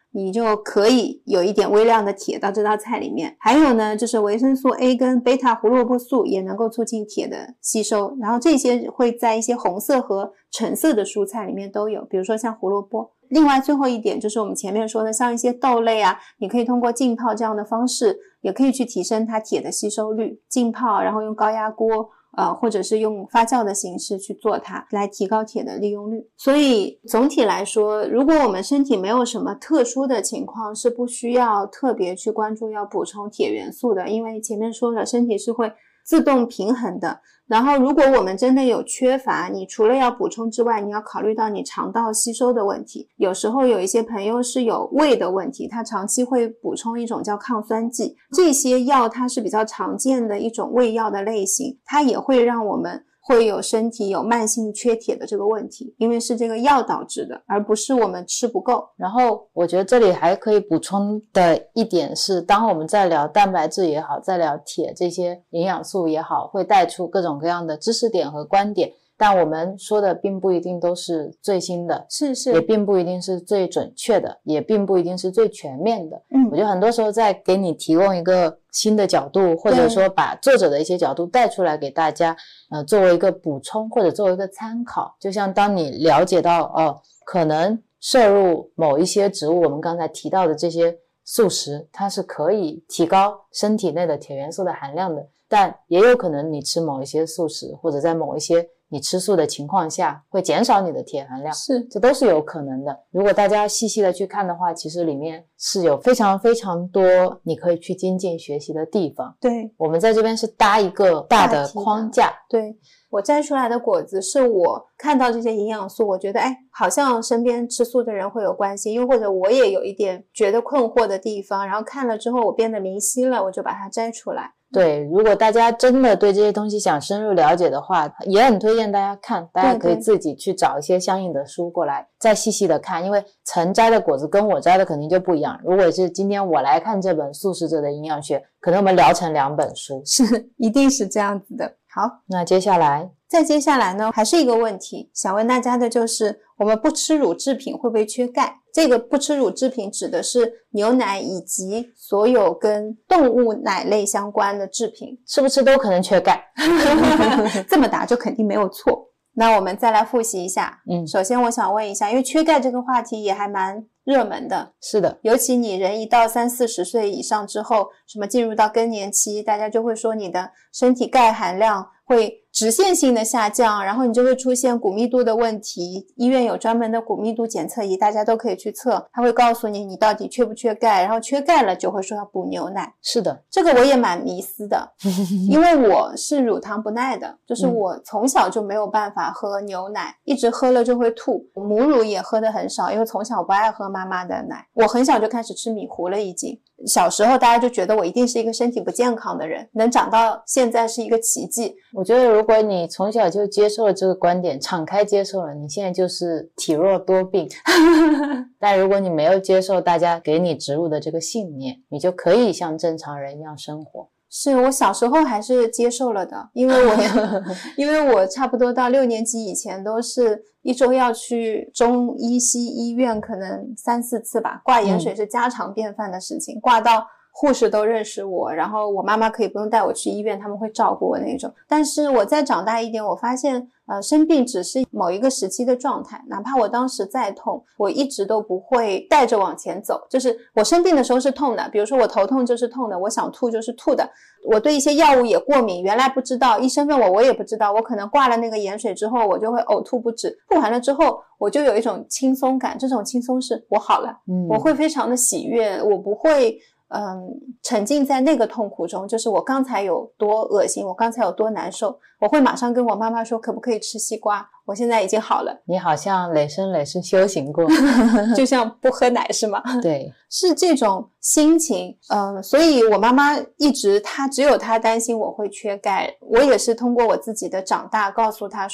你就可以有一点微量的铁到这道菜里面。还有呢，就是维生素 A 跟贝塔胡萝卜素也能够促进铁的吸收，然后这些会在一些红色和橙色的蔬菜里面都有，比如说像胡萝卜。另外最后一点就是我们前面说的，像一些豆类啊，你可以通过浸泡这样的方式也可以去提升它铁的吸收率，浸泡然后用高压锅呃，或者是用发酵的形式去做它，来提高铁的利用率。所以总体来说，如果我们身体没有什么特殊的情况，是不需要特别去关注要补充铁元素的，因为前面说了，身体是会自动平衡的。然后如果我们真的有缺乏，你除了要补充之外，你要考虑到你肠道吸收的问题。有时候有一些朋友是有胃的问题，他长期会补充一种叫抗酸剂，这些药它是比较常见的一种胃药的类型，它也会让我们会有身体有慢性缺铁的这个问题，因为是这个药导致的，而不是我们吃不够。 然后我觉得这里还可以补充的一点是，当我们在聊蛋白质也好，在聊铁这些营养素也好，会带出各种各样的知识点和观点，但我们说的并不一定都是最新的， 是是， 也并不一定是最准确的，也并不一定是最全面的。 嗯， 我觉得很多时候在给你提供一个新的角度，或者说把作者的一些角度带出来给大家，呃，作为一个补充或者作为一个参考。就像当你了解到哦，可能摄入某一些植物，我们刚才提到的这些素食，它是可以提高身体内的铁元素的含量的，但也有可能你吃某一些素食，或者在某一些你吃素的情况下会减少你的铁含量， 是， 这都是有可能的。如果大家细细的去看的话，其实里面是有非常非常多你可以去精进学习的地方。 对， 我们在这边是搭一个大的框架。 对，我摘出来的果子是我看到这些营养素，我觉得哎，好像身边吃素的人会有关系，又或者我也有一点觉得困惑的地方，然后看了之后我变得明晰了，我就把它摘出来。 对，如果大家真的对这些东西想深入了解的话，也很推荐大家看，大家可以自己去找一些相应的书过来再细细的看，因为曾摘的果子跟我摘的肯定就不一样。如果是今天我来看这本素食者的营养学，可能我们聊成两本书， 是，一定是这样子的。好， 那接下来再接下来呢，还是一个问题想问大家的，就是我们不吃乳制品会不会缺钙？这个不吃乳制品指的是牛奶以及所有跟动物奶类相关的制品， 吃不吃都可能缺钙。 这么答就肯定没有错。那我们再来复习一下。 嗯， 首先我想问一下，因为缺钙这个话题也还蛮热门的。 是的， 尤其你人一到三四十岁以上之后，什么进入到更年期，大家就会说你的身体钙含量会直线性的下降，然后你就会出现骨密度的问题。医院有专门的骨密度检测仪，大家都可以去测，它会告诉你你到底缺不缺钙，然后缺钙了就会说要补牛奶。 是的， 这个我也蛮迷思的，因为我是乳糖不耐的，就是我从小就没有办法喝牛奶，一直喝了就会吐。母乳也喝得很少，因为从小不爱喝妈妈的奶。我很小就开始吃米糊了已经。小时候大家就觉得我一定是一个身体不健康的人，能长到现在是一个奇迹。 我觉得如果你从小就接受了这个观点，敞开接受了，你现在就是体弱多病。但如果你没有接受大家给你植入的这个信念，你就可以像正常人一样生活。 是，我小时候还是接受了的，因为我因为我差不多到六年级以前都是一周要去中医西医院，可能三四次吧，挂盐水是家常便饭的事情，嗯、挂到护士都认识我，然后我妈妈可以不用带我去医院，他们会照顾我那种。但是我再长大一点，我发现呃，生病只是某一个时期的状态，哪怕我当时再痛，我一直都不会带着往前走。就是我生病的时候是痛的，比如说我头痛就是痛的，我想吐就是吐的，我对一些药物也过敏，原来不知道，医生问我我也不知道，我可能挂了那个盐水之后我就会呕吐不止，吐完了之后我就有一种轻松感，这种轻松是我好了、嗯、我会非常的喜悦，我不会嗯，沉浸在那个痛苦中，就是我刚才有多恶心，我刚才有多难受，我会马上跟我妈妈说可不可以吃西瓜，我现在已经好了。 你好像累生累世修行过。 就像不喝奶是吗？ 对， 是这种心情。嗯，所以我妈妈一直她只有她担心我会缺钙，我也是通过我自己的长大告诉她说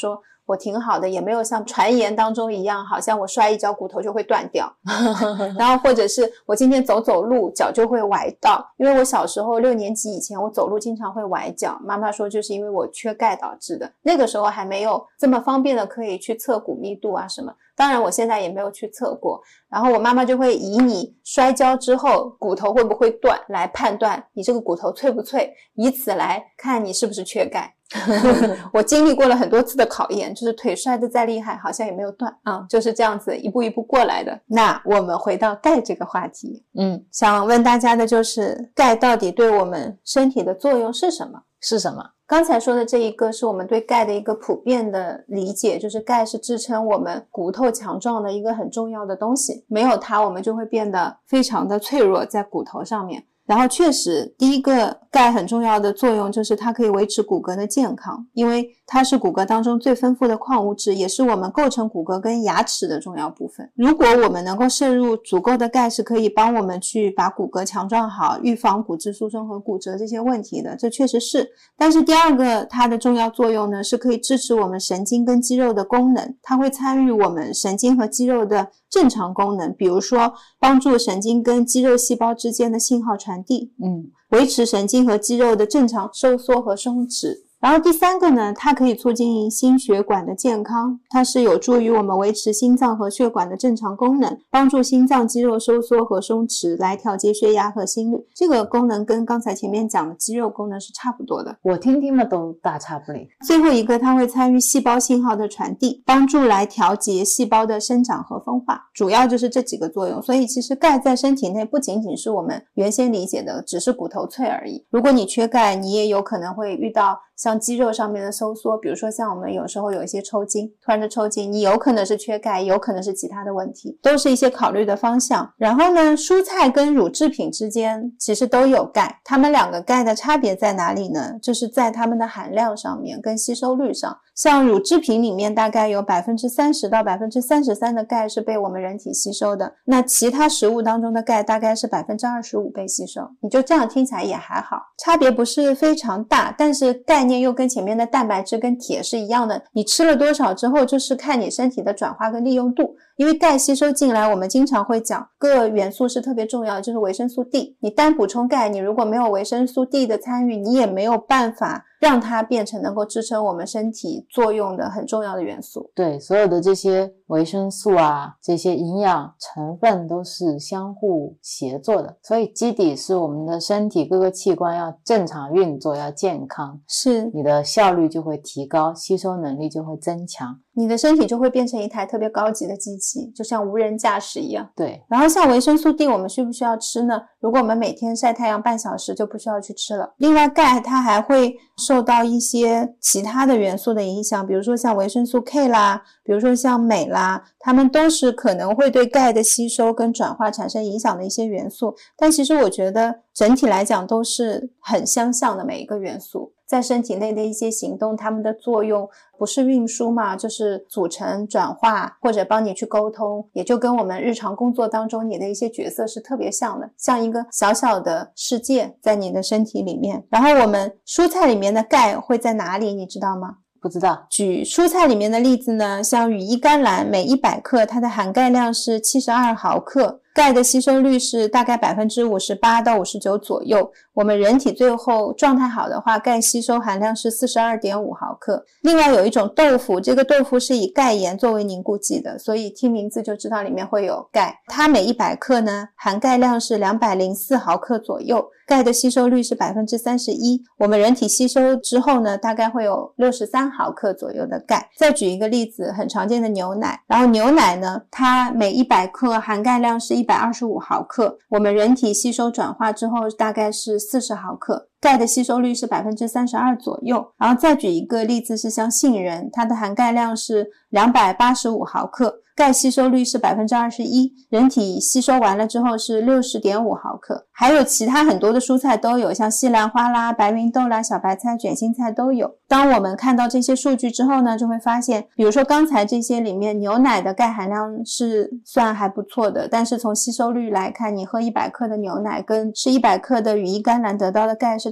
我挺好的，也没有像传言当中一样好像我摔一跤骨头就会断掉然后或者是我今天走走路脚就会崴到，因为我小时候六年级以前我走路经常会崴脚，妈妈说就是因为我缺钙导致的，那个时候还没有这么方便的可以去测骨密度啊什么，当然我现在也没有去测过，然后我妈妈就会以你摔跤之后骨头会不会断来判断你这个骨头脆不脆，以此来看你是不是缺钙我经历过了很多次的考验，就是腿摔得再厉害好像也没有断啊、嗯，就是这样子一步一步过来的。那我们回到钙这个话题， 嗯， 想问大家的就是钙到底对我们身体的作用是什么？ 是什么？ 刚才说的这一个是我们对钙的一个普遍的理解，就是钙是支撑我们骨头强壮的一个很重要的东西，没有它我们就会变得非常的脆弱在骨头上面。然后确实第一个钙很重要的作用就是它可以维持骨骼的健康，因为它是骨骼当中最丰富的矿物质，也是我们构成骨骼跟牙齿的重要部分。如果我们能够摄入足够的钙，是可以帮我们去把骨骼强壮好，预防骨质疏松和骨折这些问题的，这确实是。但是第二个它的重要作用呢，是可以支持我们神经跟肌肉的功能，它会参与我们神经和肌肉的正常功能，比如说帮助神经跟肌肉细胞之间的信号传递， 嗯， 维持神经和肌肉的正常收缩和松弛。然后第三个呢，它可以促进心血管的健康，它是有助于我们维持心脏和血管的正常功能，帮助心脏肌肉收缩和松弛，来调节血压和心率。这个功能跟刚才前面讲的肌肉功能是差不多的， 我听听了都大差不离。 最后一个，它会参与细胞信号的传递，帮助来调节细胞的生长和分化，主要就是这几个作用。所以其实钙在身体内不仅仅是我们原先理解的只是骨头脆而已，如果你缺钙，你也有可能会遇到像肌肉上面的收缩，比如说像我们有时候有一些抽筋，突然的抽筋，你有可能是缺钙，有可能是其他的问题，都是一些考虑的方向。然后呢，蔬菜跟乳制品之间其实都有钙，它们两个钙的差别在哪里呢？就是在它们的含量上面跟吸收率上。像乳制品里面大概有 百分之三十 到 百分之三十三 的钙是被我们人体吸收的，那其他食物当中的钙大概是 百分之二十五 被吸收，你就这样听起来也还好，差别不是非常大，但是概念又跟前面的蛋白质跟铁是一样的，你吃了多少之后就是看你身体的转化跟利用度。因为钙吸收进来，我们经常会讲各元素是特别重要的，就是维生素 D， 你单补充钙，你如果没有维生素 D 的参与，你也没有办法让它变成能够支撑我们身体作用的很重要的元素。 对，所有的这些维生素啊，这些营养成分都是相互协作的，所以基底是我们的身体各个器官要正常运作，要健康， 是你的效率就会提高，吸收能力就会增强， 你的身体就会变成一台特别高级的机器，就像无人驾驶一样。 对， 然后像维生素 D 我们需不需要吃呢？如果我们每天晒太阳半小时就不需要去吃了。另外钙它还会受到一些其他的元素的影响，比如说像维生素 K 啦，比如说像镁啦，它们都是可能会对钙的吸收跟转化产生影响的一些元素，但其实我觉得整体来讲都是很相像的每一个元素。在身体内的一些行动，它们的作用不是运输嘛，就是组成、转化或者帮你去沟通，也就跟我们日常工作当中你的一些角色是特别像的，像一个小小的世界在你的身体里面。然后我们蔬菜里面的钙会在哪里，你知道吗？ 不知道。 举蔬菜里面的例子呢，像羽衣甘蓝，每一百克它的含钙量是七十二毫克，钙的吸收率是大概 百分之五十八 到五十九 左右。我们人体最后状态好的话，钙吸收含量是 四十二点五毫克。另外有一种豆腐，这个豆腐是以钙盐作为凝固剂的，所以听名字就知道里面会有钙。它每一百克呢，含钙量是两百零四毫克左右，钙的吸收率是 百分之三十一。我们人体吸收之后呢，大概会有六十三毫克左右的钙。再举一个例子，很常见的牛奶，然后牛奶呢，它每一百克含钙量是一百二十五毫克，我们人体吸收转化之后大概是四十毫克，钙的吸收率是 百分之三十二 左右。然后再举一个例子是像杏仁，它的含钙量是两百八十五毫克，钙吸收率是 百分之二十一， 人体吸收完了之后是 六十点五毫克。还有其他很多的蔬菜都有，像西兰花啦、白芸豆啦、小白菜、卷心菜都有。当我们看到这些数据之后呢，就会发现比如说刚才这些里面，牛奶的钙含量是算还不错的，但是从吸收率来看，你喝一百克的牛奶跟吃一百克的羽衣甘蓝得到的钙是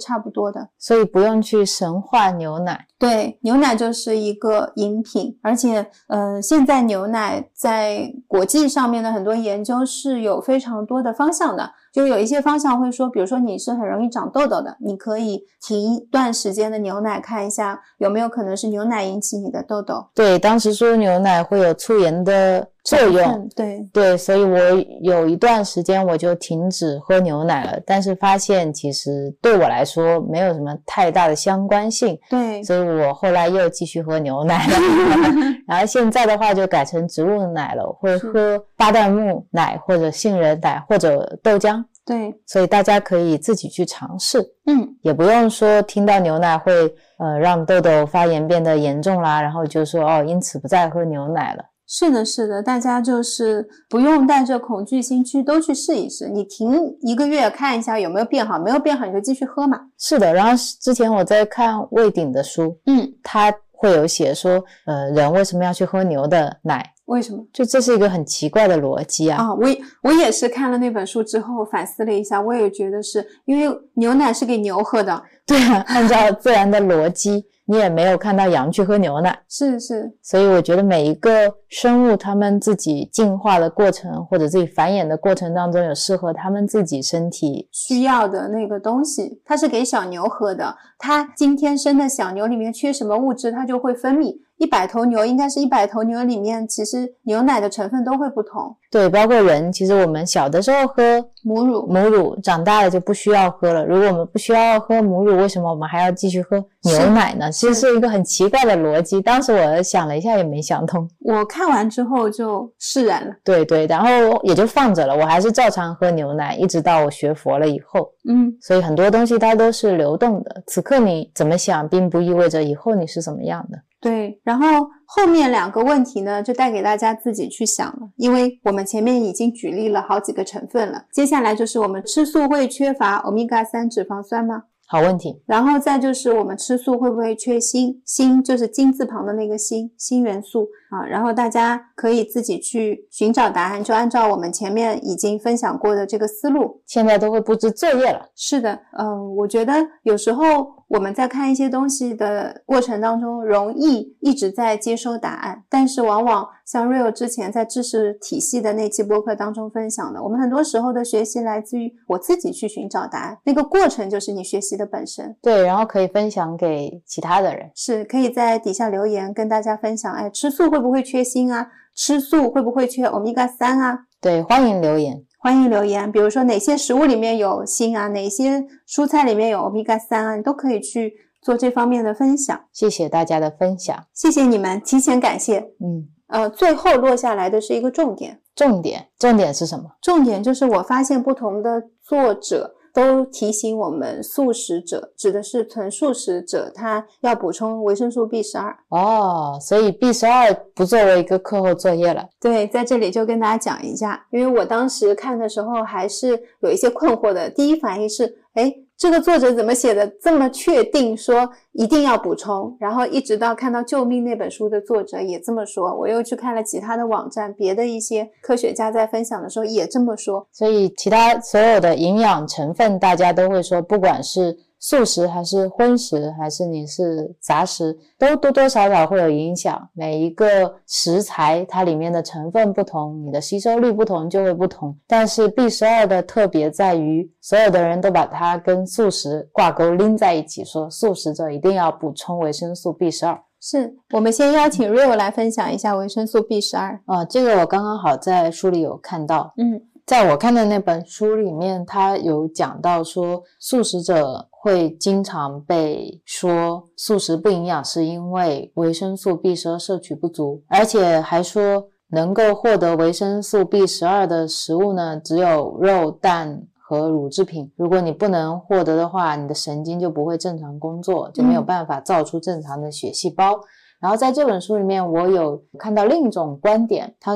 差不多的。 所以不用去神化牛奶。 对，牛奶就是一个饮品，而且呃，现在牛奶在国际上面的很多研究是有非常多的方向的，就有一些方向会说，比如说你是很容易长痘痘的，你可以停一段时间的牛奶，看一下有没有可能是牛奶引起你的痘痘。 对，当时说牛奶会有促炎的作用， 对对，所以我有一段时间我就停止喝牛奶了，但是发现其实对我来说没有什么太大的相关性， 对， 所以我后来又继续喝牛奶了然后现在的话就改成植物奶了，会喝巴旦木奶或者杏仁奶或者豆浆。 对， 所以大家可以自己去尝试， 嗯， 也不用说听到牛奶会呃让痘痘发炎变得严重啦，然后就说哦因此不再喝牛奶了。 是的是的，大家就是不用带着恐惧心去都去试一试，你停一个月看一下有没有变好，没有变好你就继续喝嘛。 是的，然后之前我在看魏鼎的书， 嗯， 他会有写说呃人为什么要去喝牛的奶， 为什么？ 就这是一个很奇怪的逻辑啊！ 啊，我我也是看了那本书之后反思了一下，我也觉得是因为牛奶是给牛喝的。 对啊，按照自然的逻辑，你也没有看到羊去喝牛奶。 是是， 所以我觉得每一个生物它们自己进化的过程或者自己繁衍的过程当中有适合它们自己身体需要的那个东西，它是给小牛喝的，它今天生的小牛里面缺什么物质它就会分泌，一百头牛应该是一百头牛里面其实牛奶的成分都会不同。 对，包括人，其实我们小的时候喝母乳母乳，长大了就不需要喝了。如果我们不需要喝母乳，为什么我们还要继续喝牛奶呢？其实是一个很奇怪的逻辑，当时我想了一下也没想通。 我看完之后就释然了。 对对，然后也就放着了，我还是照常喝牛奶，一直到我学佛了以后。 嗯， 所以很多东西它都是流动的，此刻你怎么想并不意味着以后你是怎么样的。 对，然后后面两个问题呢就带给大家自己去想了，因为我们前面已经举例了好几个成分了，接下来就是我们吃素会缺乏欧米伽三脂肪酸吗？ 好问题。 然后再就是我们吃素会不会缺锌？锌就是金字旁的那个锌，锌元素啊。然后大家可以自己去寻找答案，就按照我们前面已经分享过的这个思路。 现在都会布置作业了。 是的，嗯、呃，我觉得有时候我们在看一些东西的过程当中，容易一直在接收答案，但是往往像 Rio 之前在知识体系的那期播客当中分享的，我们很多时候的学习来自于我自己去寻找答案，那个过程就是你学习的本身。 对，然后可以分享给其他的人， 是可以在底下留言跟大家分享，哎，吃素会不会缺锌啊？吃素会不会缺欧米伽三啊？ 对，欢迎留言。 欢迎留言，比如说哪些食物里面有锌啊，哪些蔬菜里面有欧米伽三啊，你都可以去做这方面的分享。 谢谢大家的分享， 谢谢你们，提前感谢。 嗯， 呃，最后落下来的是一个重点。 重点，重点是什么？ 重点就是我发现不同的作者都提醒我们，素食者指的是纯素食者，他要补充维生素 B 十二。 哦，所以 B 十二 不作为一个课后作业了。 对，在这里就跟大家讲一下，因为我当时看的时候还是有一些困惑的。第一反应是，诶，这个作者怎么写的这么确定说一定要补充，然后一直到看到《救命》那本书的作者也这么说，我又去看了其他的网站，别的一些科学家在分享的时候也这么说。 所以其他所有的营养成分大家都会说，不管是素食还是荤食还是你是杂食，都多多少少会有影响。每一个食材它里面的成分不同，你的吸收率不同就会不同。但是 B 十二 的特别在于，所有的人都把它跟素食挂钩拎在一起，说素食者一定要补充维生素 B 十二。 是，我们先邀请 Rio 来分享一下维生素 B 十二。 哦，这个我刚刚好在书里有看到。 嗯， 在我看的那本书里面，他有讲到说，素食者会经常被说素食不营养，是因为维生素 B 十二 摄取不足，而且还说能够获得维生素 B 十二 的食物呢，只有肉、蛋和乳制品。如果你不能获得的话，你的神经就不会正常工作，就没有办法造出正常的血细胞。然后在这本书里面，我有看到另一种观点，他说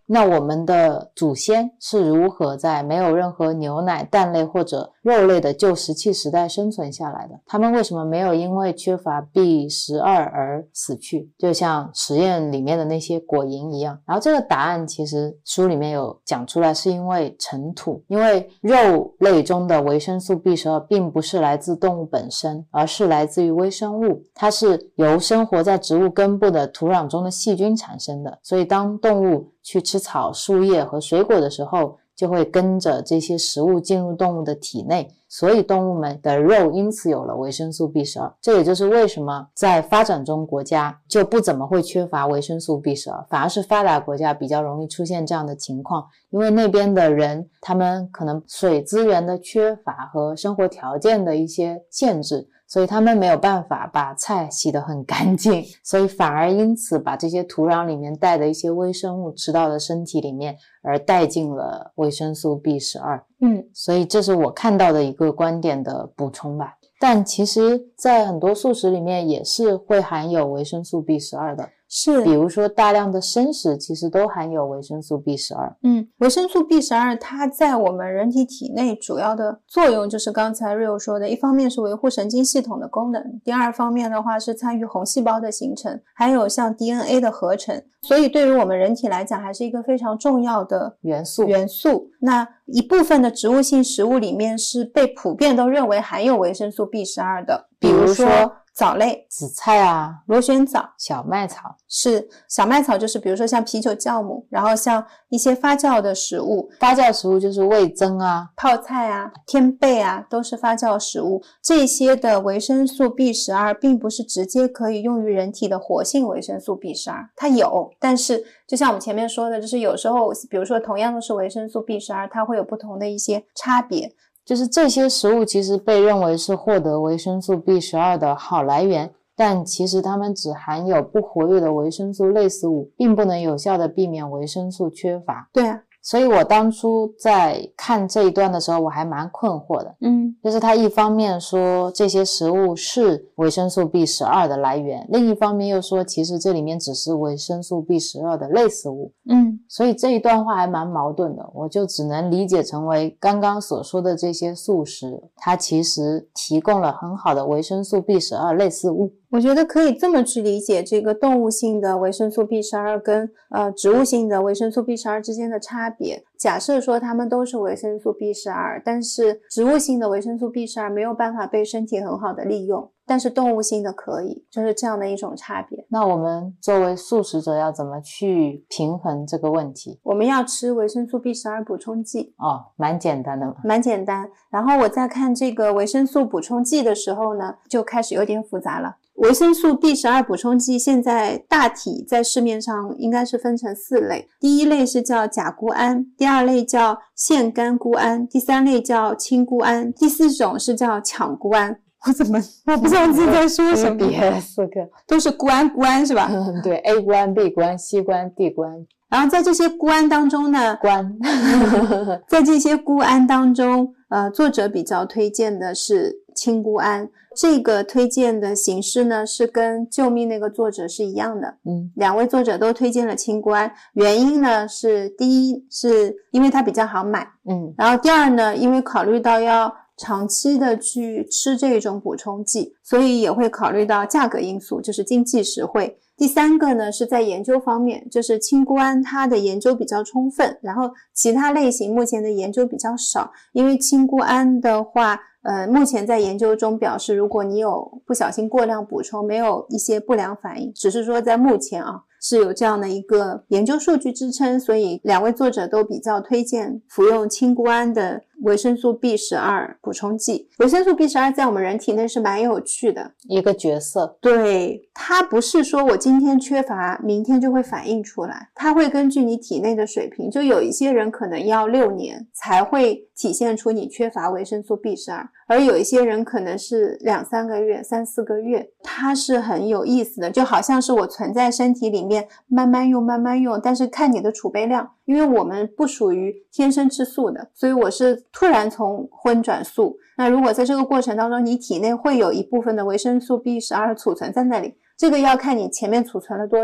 那我们的祖先是如何在没有任何牛奶、蛋类或者肉类的旧石器时代生存下来的？他们为什么没有因为缺乏 B 十二 而死去，就像实验里面的那些果蝇一样？然后这个答案其实书里面有讲出来，是因为尘土，因为肉类中的维生素 B 十二 并不是来自动物本身，而是来自于微生物，它是由生活在植物根部的土壤中的细菌产生的。所以当动物去吃草、树叶和水果的时候，就会跟着这些食物进入动物的体内，所以动物们的肉因此有了维生素 B 十二。 这也就是为什么在发展中国家就不怎么会缺乏维生素 B 十二， 反而是发达国家比较容易出现这样的情况，因为那边的人他们可能水资源的缺乏和生活条件的一些限制，所以他们没有办法把菜洗得很干净，所以反而因此把这些土壤里面带的一些微生物吃到了身体里面，而带进了维生素 B 十二。 嗯， 所以这是我看到的一个观点的补充吧。但其实在很多素食里面也是会含有维生素 B 十二 的， 是， 比如说大量的生食其实都含有维生素 B 十二。 嗯，维生素 B 十二 它在我们人体体内主要的作用就是刚才 Rio 说的，一方面是维护神经系统的功能，第二方面的话是参与红细胞的形成，还有像 D N A 的合成，所以对于我们人体来讲还是一个非常重要的元素元素。那一部分的植物性食物里面是被普遍都认为含有维生素 B 十二 的，比如说藻类、 紫菜啊、 螺旋藻、 小麦草。 是，小麦草就是比如说像啤酒酵母，然后像一些发酵的食物， 发酵食物就是味噌啊、 泡菜啊、天贝啊，都是发酵食物。这些的维生素 B 十二 并不是直接可以用于人体的活性维生素 B 十二， 它有，但是就像我们前面说的，就是有时候比如说同样都是维生素 B 十二， 它会有不同的一些差别。 就是这些食物其实被认为是获得维生素 B 十二 的好来源，但其实它们只含有不活跃的维生素类似物，并不能有效地避免维生素缺乏。 对啊， 所以我当初在看这一段的时候我还蛮困惑的， 嗯， 就是他一方面说这些食物是维生素 B 十二 的来源，另一方面又说其实这里面只是维生素 B 十二 的类似物， 嗯， 所以这一段话还蛮矛盾的，我就只能理解成为刚刚所说的这些素食它其实提供了很好的维生素 B 十二 类似物。 我觉得可以这么去理解这个动物性的维生素 B 十二 跟呃植物性的维生素 B 十二 之间的差别。假设说它们都是维生素 B 十二， 但是植物性的维生素 B 十二 没有办法被身体很好的利用，但是动物性的可以，就是这样的一种差别。 那我们作为素食者要怎么去平衡这个问题？ 我们要吃维生素 B 十二 补充剂。 哦，蛮简单的嘛。 蛮简单。然后我在看这个维生素补充剂的时候呢，就开始有点复杂了。维生素 B 十二 补充剂现在大体在市面上应该是分成四类，第一类是叫甲钴胺，第二类叫腺苷钴胺，第三类叫氢钴胺，第四种是叫羟钴胺。我怎么我不知道自己在说什么， 别四个都是钴胺钴胺是吧？ 对 A 钴胺 B 钴胺 C 钴胺 D 钴胺。 然后在这些钴胺当中呢， 钴胺在这些钴胺当中呃，作者比较推荐的是氢钴胺。这个推荐的形式呢是跟救命那个作者是一样的， 嗯， 两位作者都推荐了氢钴胺，原因呢是第一是因为它比较好买， 嗯， 然后第二呢因为考虑到要长期的去吃这种补充剂，所以也会考虑到价格因素，就是经济实惠。第三个呢是在研究方面，就是氢钴胺它的研究比较充分，然后其他类型目前的研究比较少，因为氢钴胺的话呃，目前在研究中表示，如果你有不小心过量补充，没有一些不良反应，只是说在目前啊是有这样的一个研究数据支撑，所以两位作者都比较推荐服用氢钴胺的维生素 B 十二 补充剂。维生素 B 十二 在我们人体内是蛮有趣的一个角色， 对，它不是说我今天缺乏明天就会反映出来，它会根据你体内的水平，就有一些人可能要六年才会体现出你缺乏维生素 B 十二，而有一些人可能是两三个月三四个月。它是很有意思的，就好像是我存在身体里面慢慢用慢慢用，但是看你的储备量，因为我们不属于天生吃素的，所以我是突然从荤转素，那如果在这个过程当中你体内会有一部分的维生素 B 十二 储存在那里，这个要看你前面储存了多少，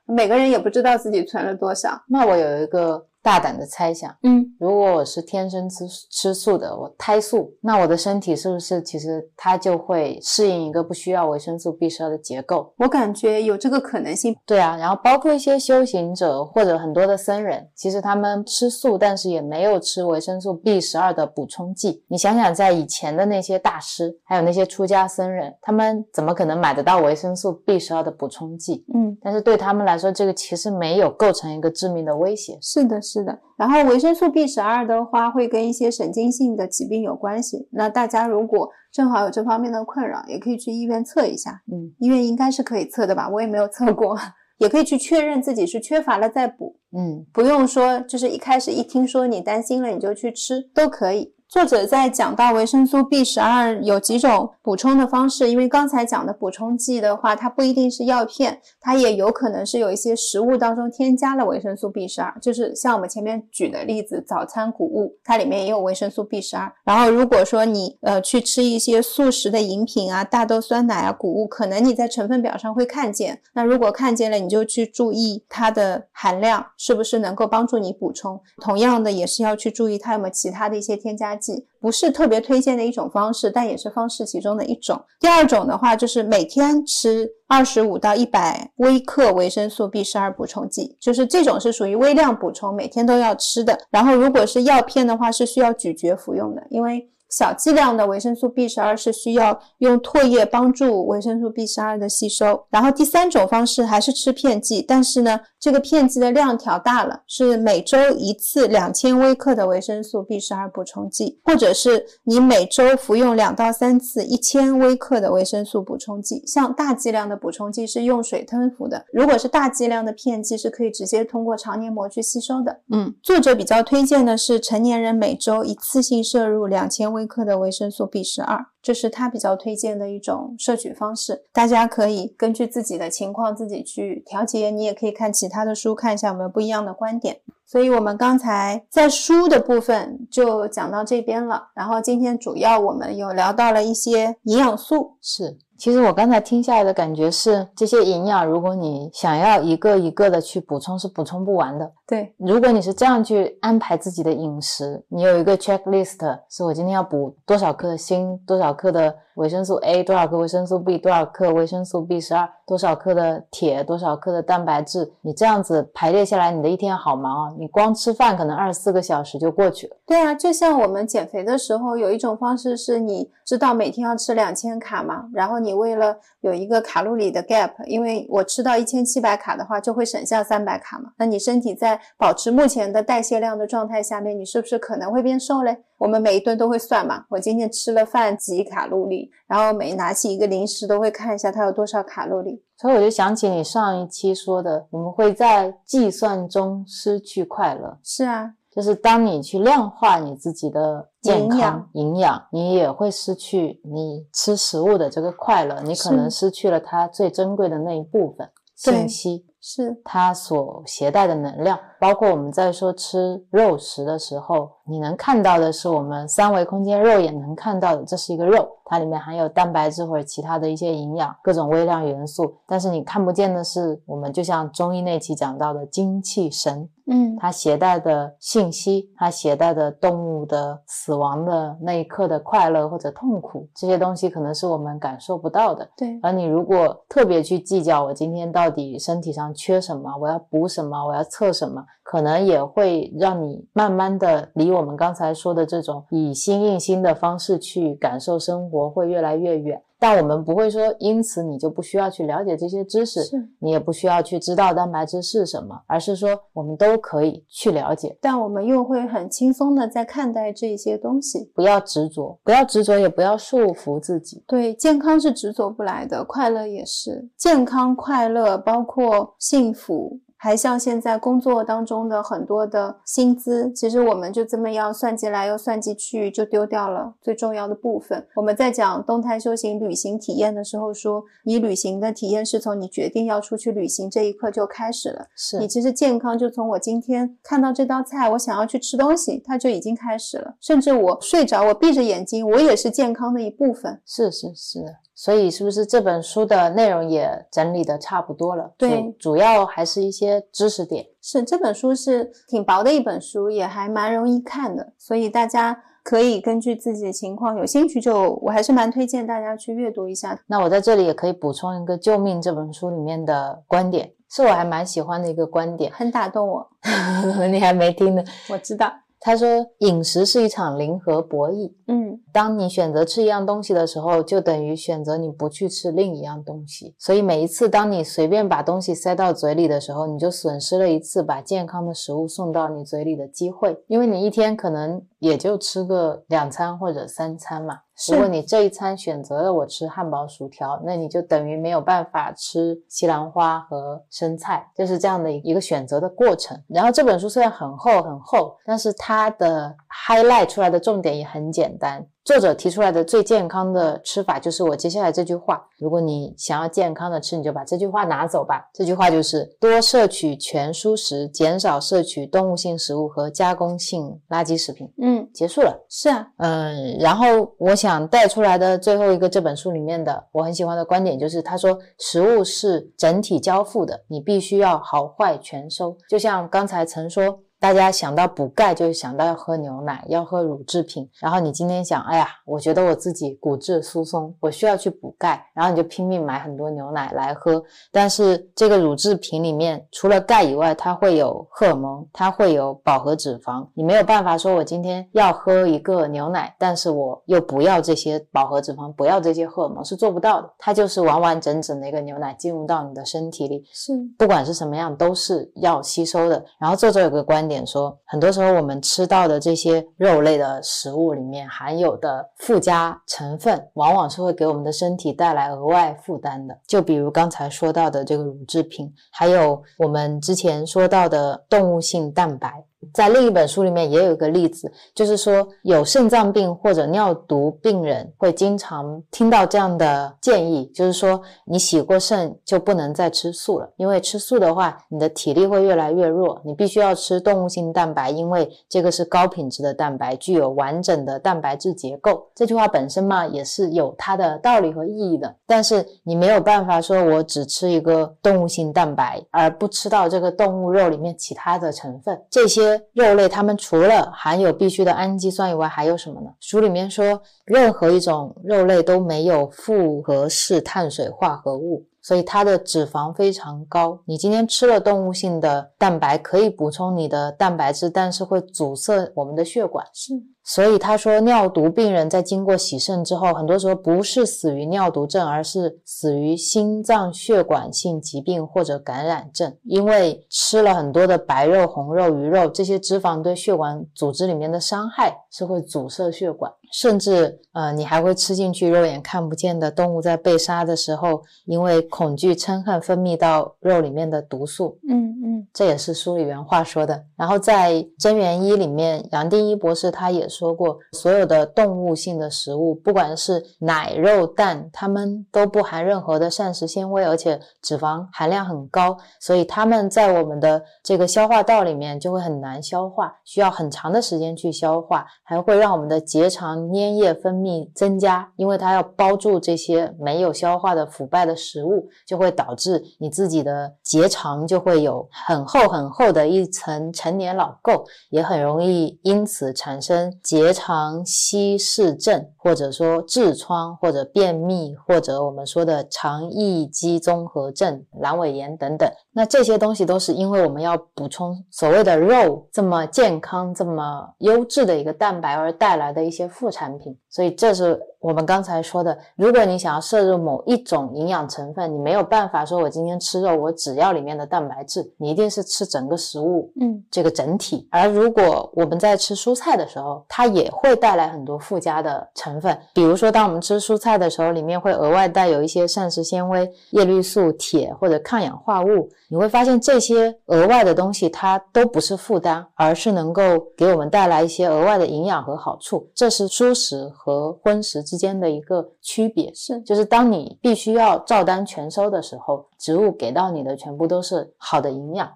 每个人也不知道自己存了多少。 那我有一个大胆的猜想， 嗯， 如果我是天生吃吃素的，我胎素，那我的身体是不是其实它就会适应一个不需要维生素 B 十二 的结构？ 我感觉有这个可能性。 对啊，然后包括一些修行者或者很多的僧人，其实他们吃素，但是也没有吃维生素 B 十二 的补充剂。你想想，在以前的那些大师，还有那些出家僧人，他们怎么可能买得到维生素 B 十二 的补充剂？ 嗯， 但是对他们来说，这个其实没有构成一个致命的威胁。 是的，是的。然后维生素 B 十二 的话会跟一些神经性的疾病有关系，那大家如果正好有这方面的困扰，也可以去医院测一下。 嗯， 医院应该是可以测的吧，我也没有测过，也可以去确认自己是缺乏了再补。 嗯， 不用说就是一开始一听说你担心了你就去吃，都可以。作者在讲到维生素 B 十二 有几种补充的方式，因为刚才讲的补充剂的话，它不一定是药片，它也有可能是有一些食物当中添加了维生素 B 十二， 就是像我们前面举的例子，早餐谷物它里面也有维生素 B 十二。 然后如果说你呃去吃一些素食的饮品啊，大豆酸奶啊，谷物，可能你在成分表上会看见，那如果看见了你就去注意它的含量是不是能够帮助你补充，同样的也是要去注意它有没有其他的一些添加剂，不是特别推荐的一种方式，但也是方式其中的一种。第二种的话就是每天吃二十五到一百微克维生素 B 十二 补充剂，就是这种是属于微量补充，每天都要吃的。然后如果是药片的话是需要咀嚼服用的，因为小剂量的维生素 B 十二 是需要用唾液帮助维生素 B 十二 的吸收。然后第三种方式还是吃片剂，但是呢这个片剂的量调大了，是每周一次两千微克的维生素 B 十二 补充剂，或者是你每周服用两到三次一千微克的维生素补充剂。像大剂量的补充剂是用水吞服的，如果是大剂量的片剂是可以直接通过肠黏膜去吸收的。嗯，作者比较推荐的是成年人每周一次性摄入两千微克的维生素 B 十二， 这是他比较推荐的一种摄取方式，大家可以根据自己的情况自己去调节，你也可以看其他的书看一下有没有不一样的观点。所以我们刚才在书的部分就讲到这边了，然后今天主要我们有聊到了一些营养素。 是，其实我刚才听下来的感觉是，这些营养如果你想要一个一个的去补充是补充不完的。 对， 如果你是这样去安排自己的饮食，你有一个 checklist， 是我今天要补多少克的锌，多少克的维生素 A， 多少克维生素 B， 多少克维生素 B 十二， 多少克的铁，多少克的蛋白质，你这样子排列下来，你的一天好忙啊，你光吃饭可能二十四个小时就过去了。 对啊，就像我们减肥的时候有一种方式是你知道每天要吃两千卡嘛，然后你为了有一个卡路里的 gap， 因为我吃到一千七百卡的话就会省下三百卡嘛，那你身体在保持目前的代谢量的状态下面，你是不是可能会变瘦嘞？我们每一顿都会算嘛，我今天吃了饭几卡路里，然后每拿起一个零食都会看一下它有多少卡路里。 所以我就想起你上一期说的，我们会在计算中失去快乐。 是啊， 就是当你去量化你自己的健康营养营养，你也会失去你吃食物的这个快乐，你可能失去了它最珍贵的那一部分信息， 是它所携带的能量。包括我们在说吃肉食的时候，你能看到的是我们三维空间肉眼能看到的，这是一个肉，它里面含有蛋白质或者其他的一些营养，各种微量元素，但是你看不见的是我们就像中医那期讲到的精气神， 嗯， 它携带的信息，它携带的动物的死亡的那一刻的快乐或者痛苦，这些东西可能是我们感受不到的。 对， 而你如果特别去计较我今天到底身体上缺什么，我要补什么，我要测什么，可能也会让你慢慢的离我们刚才说的这种以心应心的方式去感受生活会越来越远。但我们不会说因此你就不需要去了解这些知识， 是你也不需要去知道蛋白质是什么，而是说我们都可以去了解， 但我们又会很轻松的在看待这些东西， 不要执着，不要执着也不要束缚自己。 对，健康是执着不来的，快乐也是，健康快乐包括幸福，还像现在工作当中的很多的薪资，其实我们就这么样算计来又算计去，就丢掉了最重要的部分。我们在讲动态修行旅行体验的时候说，你旅行的体验是从你决定要出去旅行这一刻就开始了， 是你其实健康就从我今天看到这道菜我想要去吃东西它就已经开始了，甚至我睡着我闭着眼睛我也是健康的一部分。 是是是， 所以是不是这本书的内容也整理的差不多了？ 对， 主主要还是一些知识点。 是，这本书是挺薄的一本书，也还蛮容易看的，所以大家可以根据自己的情况有兴趣就我还是蛮推荐大家去阅读一下。 那我在这里也可以补充一个救命这本书里面的观点，是我还蛮喜欢的一个观点， 很打动我。 你还没听呢？ 我知道。 他说饮食是一场零和博弈， 嗯， 当你选择吃一样东西的时候，就等于选择你不去吃另一样东西。所以每一次当你随便把东西塞到嘴里的时候，你就损失了一次把健康的食物送到你嘴里的机会，因为你一天可能也就吃个两餐或者三餐嘛。如果你这一餐选择了我吃汉堡薯条，那你就等于没有办法吃西兰花和生菜，就是这样的一个选择的过程。然后这本书虽然很厚很厚，但是它的 highlight 出来的重点也很简单。作者提出来的最健康的吃法就是我接下来这句话，如果你想要健康的吃，你就把这句话拿走吧。这句话就是多摄取全蔬食，减少摄取动物性食物和加工性垃圾食品。 嗯， 结束了。 是啊。 嗯，然后我想带出来的最后一个这本书里面的我很喜欢的观点就是他说食物是整体交付的，你必须要好坏全收。就像刚才曾说，大家想到补钙就想到要喝牛奶，要喝乳制品，然后你今天想，哎呀，我觉得我自己骨质疏松，我需要去补钙，然后你就拼命买很多牛奶来喝，但是这个乳制品里面除了钙以外，它会有荷尔蒙，它会有饱和脂肪，你没有办法说我今天要喝一个牛奶，但是我又不要这些饱和脂肪，不要这些荷尔蒙，是做不到的。它就是完完整整的一个牛奶进入到你的身体里， 是不管是什么样都是要吸收的。然后作者有个观点说，很多时候我们吃到的这些肉类的食物里面含有的附加成分往往是会给我们的身体带来额外负担的，就比如刚才说到的这个乳制品，还有我们之前说到的动物性蛋白。在另一本书里面也有一个例子，就是说有肾脏病或者尿毒病人会经常听到这样的建议，就是说你洗过肾就不能再吃素了，因为吃素的话你的体力会越来越弱，你必须要吃动物性蛋白，因为这个是高品质的蛋白，具有完整的蛋白质结构。这句话本身嘛也是有它的道理和意义的，但是你没有办法说我只吃一个动物性蛋白而不吃到这个动物肉里面其他的成分。这些肉类它们除了含有必需的氨基酸以外还有什么呢？书里面说任何一种肉类都没有复合式碳水化合物，所以它的脂肪非常高。你今天吃了动物性的蛋白可以补充你的蛋白质，但是会阻塞我们的血管。 是， 所以他说尿毒病人在经过洗肾之后，很多时候不是死于尿毒症，而是死于心脏血管性疾病或者感染症，因为吃了很多的白肉、红肉、鱼肉，这些脂肪对血管组织里面的伤害是会阻塞血管，甚至呃，你还会吃进去肉眼看不见的动物在被杀的时候因为恐惧嗔恨分泌到肉里面的毒素。 嗯嗯， 这也是书里原话说的。然后在真元一里面，杨定一博士他也说过，所有的动物性的食物，不管是奶肉蛋，它们都不含任何的膳食纤维，而且脂肪含量很高，所以它们在我们的这个消化道里面就会很难消化，需要很长的时间去消化，还会让我们的结肠粘液分泌增加，因为它要包住这些没有消化的腐败的食物，就会导致你自己的结肠就会有很厚很厚的一层陈年老垢，也很容易因此产生结肠稀释症，或者说痔疮，或者便秘，或者我们说的肠易激综合症、阑尾炎等等。那这些东西都是因为我们要补充所谓的肉这么健康这么优质的一个蛋白而带来的一些副产品。所以这是我们刚才说的，如果你想要摄入某一种营养成分，你没有办法说我今天吃肉我只要里面的蛋白质，你一定是吃整个食物嗯， 这个整体。而如果我们在吃蔬菜的时候，它也会带来很多附加的成分，比如说当我们吃蔬菜的时候，里面会额外带有一些膳食纤维、叶绿素、铁或者抗氧化物，你会发现这些额外的东西它都不是负担，而是能够给我们带来一些额外的营养和好处。这是蔬食和荤食之间的一个区别， 是， 就是当你必须要照单全收的时候，植物给到你的全部都是好的营养。 嗯，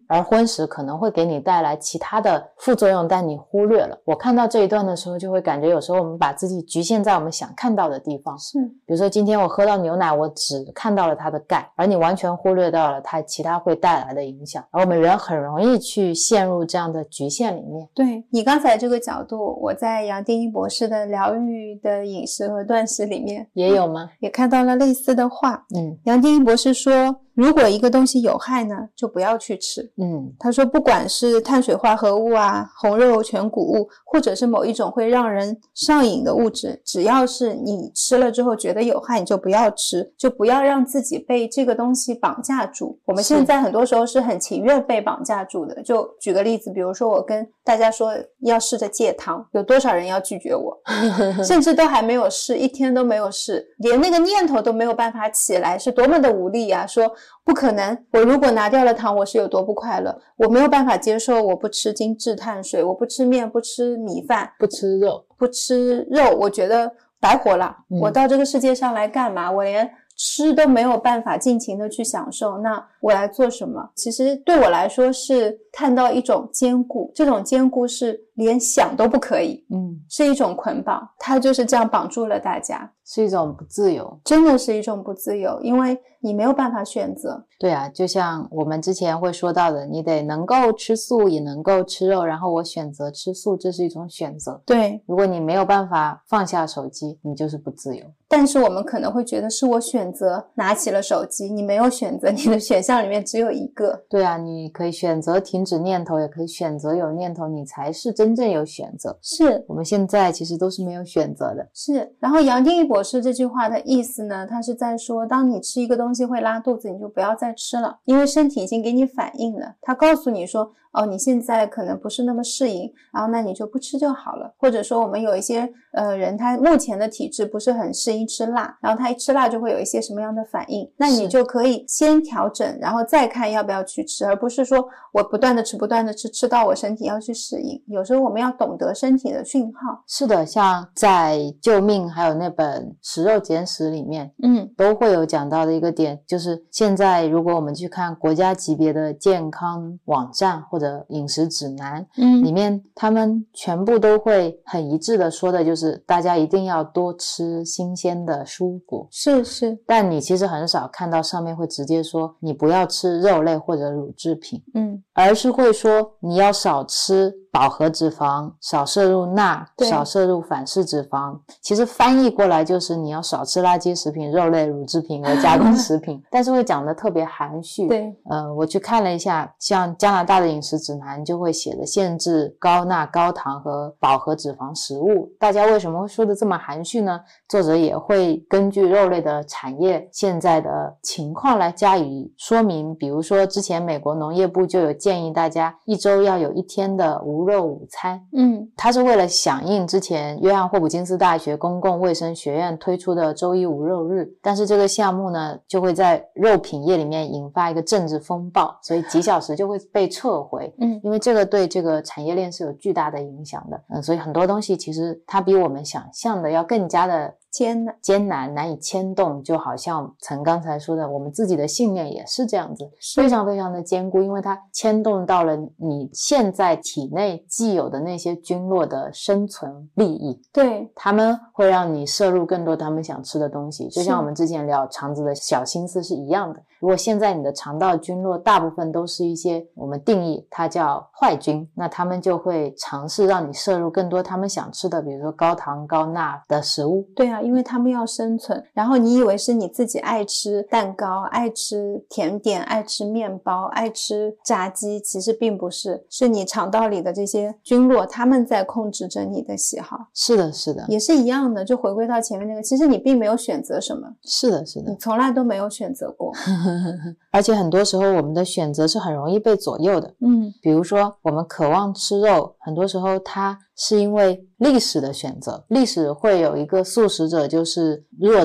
而荤食可能会给你带来其他的副作用，但你忽略了。我看到这一段的时候就会感觉有时候我们把自己局限在我们想看到的地方， 是， 比如说今天我喝到牛奶，我只看到了它的钙，而你完全忽略到了它其他会带来的影响，而我们人很容易去陷入这样的局限里面。 对，你刚才这个角度，我在杨定一博士的疗愈的饮食和断食里面也有吗？ 也看到了类似的话。 嗯， 杨定一博士说，如果一个东西有害呢，就不要去吃。 嗯， 他说不管是碳水化合物啊、红肉全谷物，或者是某一种会让人上瘾的物质，只要是你吃了之后觉得有害，你就不要吃，就不要让自己被这个东西绑架住。我们现在很多时候是很情愿被绑架住的。就举个例子，比如说我跟大家说要试着戒糖，有多少人要拒绝我甚至都还没有试，一天都没有试，连那个念头都没有办法起来，是多么的无力啊，说不可能，我如果拿掉了糖，我是有多不快乐，我没有办法接受我不吃精致碳水，我不吃面，不吃米饭， 不吃肉， 不吃肉，我觉得白活了、 嗯、 我到这个世界上来干嘛？我连吃都没有办法尽情的去享受，那我来做什么？其实对我来说是看到一种坚固，这种坚固是连想都不可以， 嗯， 是一种捆绑，它就是这样绑住了大家， 是一种不自由， 真的是一种不自由，因为你没有办法选择。 对啊，就像我们之前会说到的，你得能够吃素也能够吃肉，然后我选择吃素，这是一种选择。 对， 如果你没有办法放下手机，你就是不自由。 但是我们可能会觉得是我选择拿起了手机，你没有选择，你的选项里面只有一个。 对啊，你可以选择停止念头，也可以选择有念头，你才是真正有选择。 是， 我们现在其实都是没有选择的。 是，然后杨定一博士这句话的意思呢，他是在说，当你吃一个东西会拉肚子，你就不要再吃了，因为身体已经给你反应了，他告诉你说，哦，你现在可能不是那么适应，然后那你就不吃就好了。或者说我们有一些呃人，他目前的体质不是很适应吃辣，然后他一吃辣就会有一些什么样的反应，那你就可以先调整，然后再看要不要去吃，而不是说我不断的吃不断的吃，吃到我身体要去适应。有时候我们要懂得身体的讯号。 是的，像在救命还有那本食肉简史里面嗯， 都会有讲到的一个点，就是现在如果我们去看国家级别的健康网站或者饮食指南， 嗯， 里面他们全部都会很一致的说的就是大家一定要多吃新鲜的蔬果。 是是， 但你其实很少看到上面会直接说你不要吃肉类或者乳制品， 嗯， 而是会说你要少吃饱和脂肪，少摄入钠，少摄入反式脂肪。其实翻译过来就是你要少吃垃圾食品、肉类、乳制品和加工食品但是会讲得特别含蓄。 对， 呃，我去看了一下，像加拿大的饮食指南就会写的限制高钠、高糖和饱和脂肪食物。大家为什么会说的这么含蓄呢？作者也会根据肉类的产业现在的情况来加以说明。比如说之前美国农业部就有建议大家一周要有一天的无肉午餐， 嗯， 它是为了响应之前约翰霍普金斯大学公共卫生学院推出的周一无肉日，但是这个项目呢就会在肉品业里面引发一个政治风暴，所以几小时就会被撤回。 嗯， 因为这个对这个产业链是有巨大的影响的。嗯，所以很多东西其实它比我们想象的要更加的艰难艰难难以牵动，就好像曾刚才说的我们自己的信念也是这样子，非常非常的坚固，因为它牵动到了你现在体内既有的那些菌落的生存利益。 对， 他们会让你摄入更多他们想吃的东西，就像我们之前聊肠子的小心思是一样的。如果现在你的肠道菌落大部分都是一些我们定义它叫坏菌，那他们就会尝试让你摄入更多他们想吃的，比如说高糖高钠的食物。 对啊，因为他们要生存，然后你以为是你自己爱吃蛋糕，爱吃甜点，爱吃面包，爱吃炸鸡，其实并不是，是你肠道里的这些菌落他们在控制着你的喜好。 是的是的， 也是一样的，就回归到前面那个，其实你并没有选择什么。 是的是的， 你从来都没有选择过而且很多时候我们的选择是很容易被左右的。 嗯， 比如说我们渴望吃肉，很多时候它是因为历史的选择，历史会有一个素食者就是弱者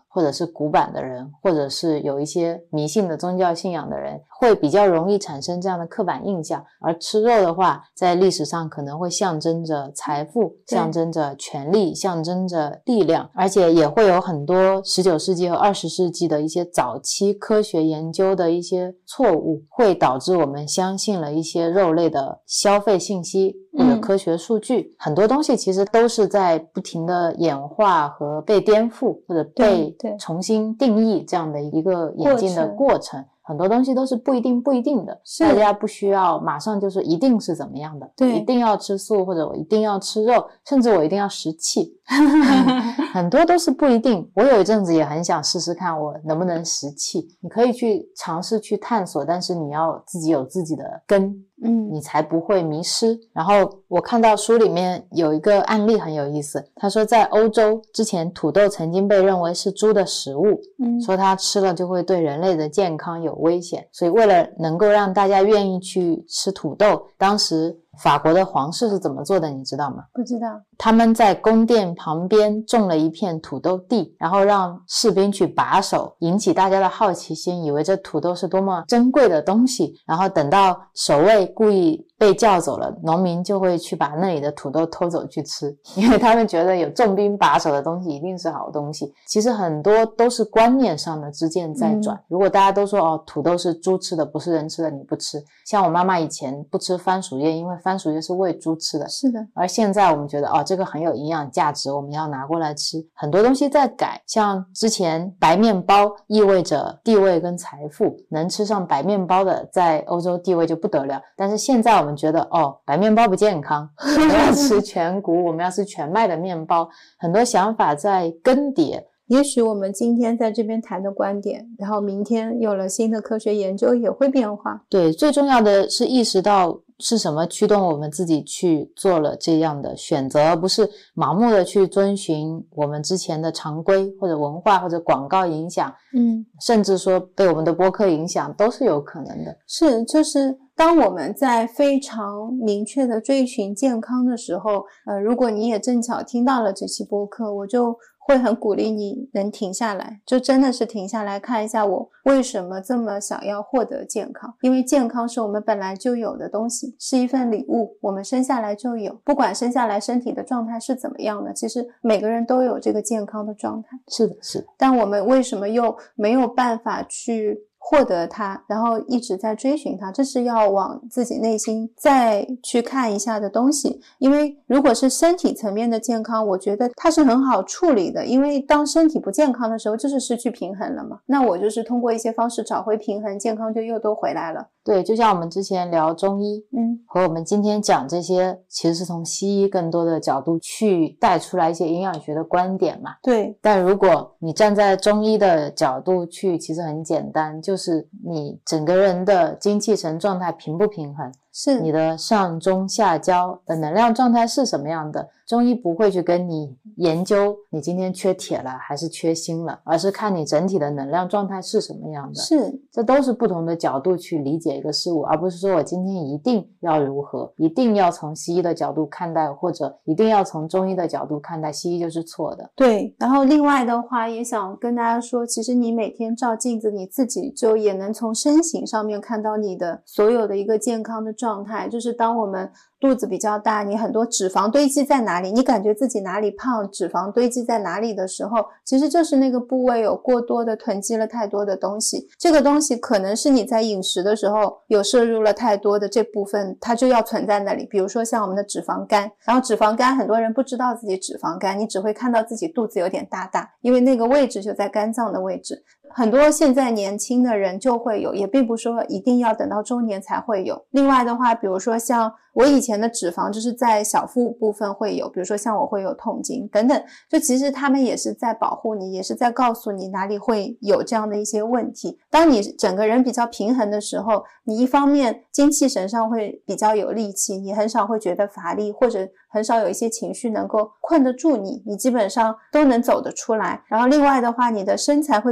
或者是古板的人，或者是有一些迷信的宗教信仰的人，会比较容易产生这样的刻板印象。而吃肉的话，在历史上可能会象征着财富，象征着权力，象征着力量，而且也会有很多十九世纪和二十世纪的一些早期科学研究的一些错误，会导致我们相信了一些肉类的消费信息或者科学数据、嗯、很多东西其实都是在不停的演化和被颠覆或者被重新定义这样的一个演进的过程，很多东西都是不一定不一定的，大家不需要马上就说一定是怎么样的， 对， 一定要吃素或者我一定要吃肉，甚至我一定要食气很多都是不一定。我有一阵子也很想试试看我能不能食气，你可以去尝试去探索，但是你要自己有自己的根，嗯，你才不会迷失。然后我看到书里面有一个案例很有意思，他说在欧洲之前土豆曾经被认为是猪的食物，嗯，说它吃了就会对人类的健康有危险，所以为了能够让大家愿意去吃土豆，当时法国的皇室是怎么做的你知道吗？ 不知道。 他们在宫殿旁边种了一片土豆地，然后让士兵去把守，引起大家的好奇心，以为这土豆是多么珍贵的东西，然后等到守卫故意被叫走了，农民就会去把那里的土豆偷走去吃，因为他们觉得有重兵把守的东西一定是好东西。其实很多都是观念上的之间在转、嗯、如果大家都说哦，土豆是猪吃的不是人吃的，你不吃，像我妈妈以前不吃番薯叶，因为番薯叶是喂猪吃的， 是的。 而现在我们觉得哦，这个很有营养价值，我们要拿过来吃，很多东西在改。像之前白面包意味着地位跟财富，能吃上白面包的在欧洲地位就不得了，但是现在我们觉得哦，白面包不健康，我们要吃全谷我们要吃全麦的面包，很多想法在更迭。 也许我们今天在这边谈的观点，然后明天有了新的科学研究也会变化。 对，最重要的是意识到是什么驱动我们自己去做了这样的选择，而不是盲目的去遵循我们之前的常规或者文化或者广告影响，嗯，甚至说被我们的播客影响都是有可能的。 是，就是当我们在非常明确的追寻健康的时候，呃，如果你也正巧听到了这期播客，我就会很鼓励你能停下来，就真的是停下来看一下我为什么这么想要获得健康。因为健康是我们本来就有的东西，是一份礼物，我们生下来就有，不管生下来身体的状态是怎么样的，其实每个人都有这个健康的状态。 是的，是的。 但我们为什么又没有办法去获得它，然后一直在追寻它，这是要往自己内心再去看一下的东西。因为如果是身体层面的健康，我觉得它是很好处理的，因为当身体不健康的时候就是失去平衡了嘛，那我就是通过一些方式找回平衡，健康就又都回来了。 对，就像我们之前聊中医，嗯，和我们今天讲这些其实是从西医更多的角度去带出来一些营养学的观点嘛。 对， 但如果你站在中医的角度去，其实很简单，就是你整个人的精气神状态平不平衡， 是你的上中下焦的能量状态是什么样的。中医不会去跟你研究你今天缺铁了还是缺锌了，而是看你整体的能量状态是什么样的。 是， 这都是不同的角度去理解一个事物，而不是说我今天一定要如何，一定要从西医的角度看待，或者一定要从中医的角度看待，西医就是错的。 对，然后另外的话也想跟大家说，其实你每天照镜子，你自己就也能从身形上面看到你的所有的一个健康的状态。就是当我们肚子比较大，你很多脂肪堆积在哪里，你感觉自己哪里胖，脂肪堆积在哪里的时候，其实就是那个部位有过多的囤积了太多的东西。这个东西可能是你在饮食的时候有摄入了太多的这部分，它就要存在那里。比如说像我们的脂肪肝，然后脂肪肝很多人不知道自己脂肪肝，你只会看到自己肚子有点大大，因为那个位置就在肝脏的位置。很多现在年轻的人就会有，也并不说一定要等到中年才会有。另外的话，比如说像我以前的脂肪就是在小腹部分会有，比如说像我会有痛经等等，就其实他们也是在保护你，也是在告诉你哪里会有这样的一些问题。当你整个人比较平衡的时候，你一方面精气神上会比较有力气，你很少会觉得乏力，或者很少有一些情绪能够困得住你，你基本上都能走得出来。然后另外的话，你的身材会比较的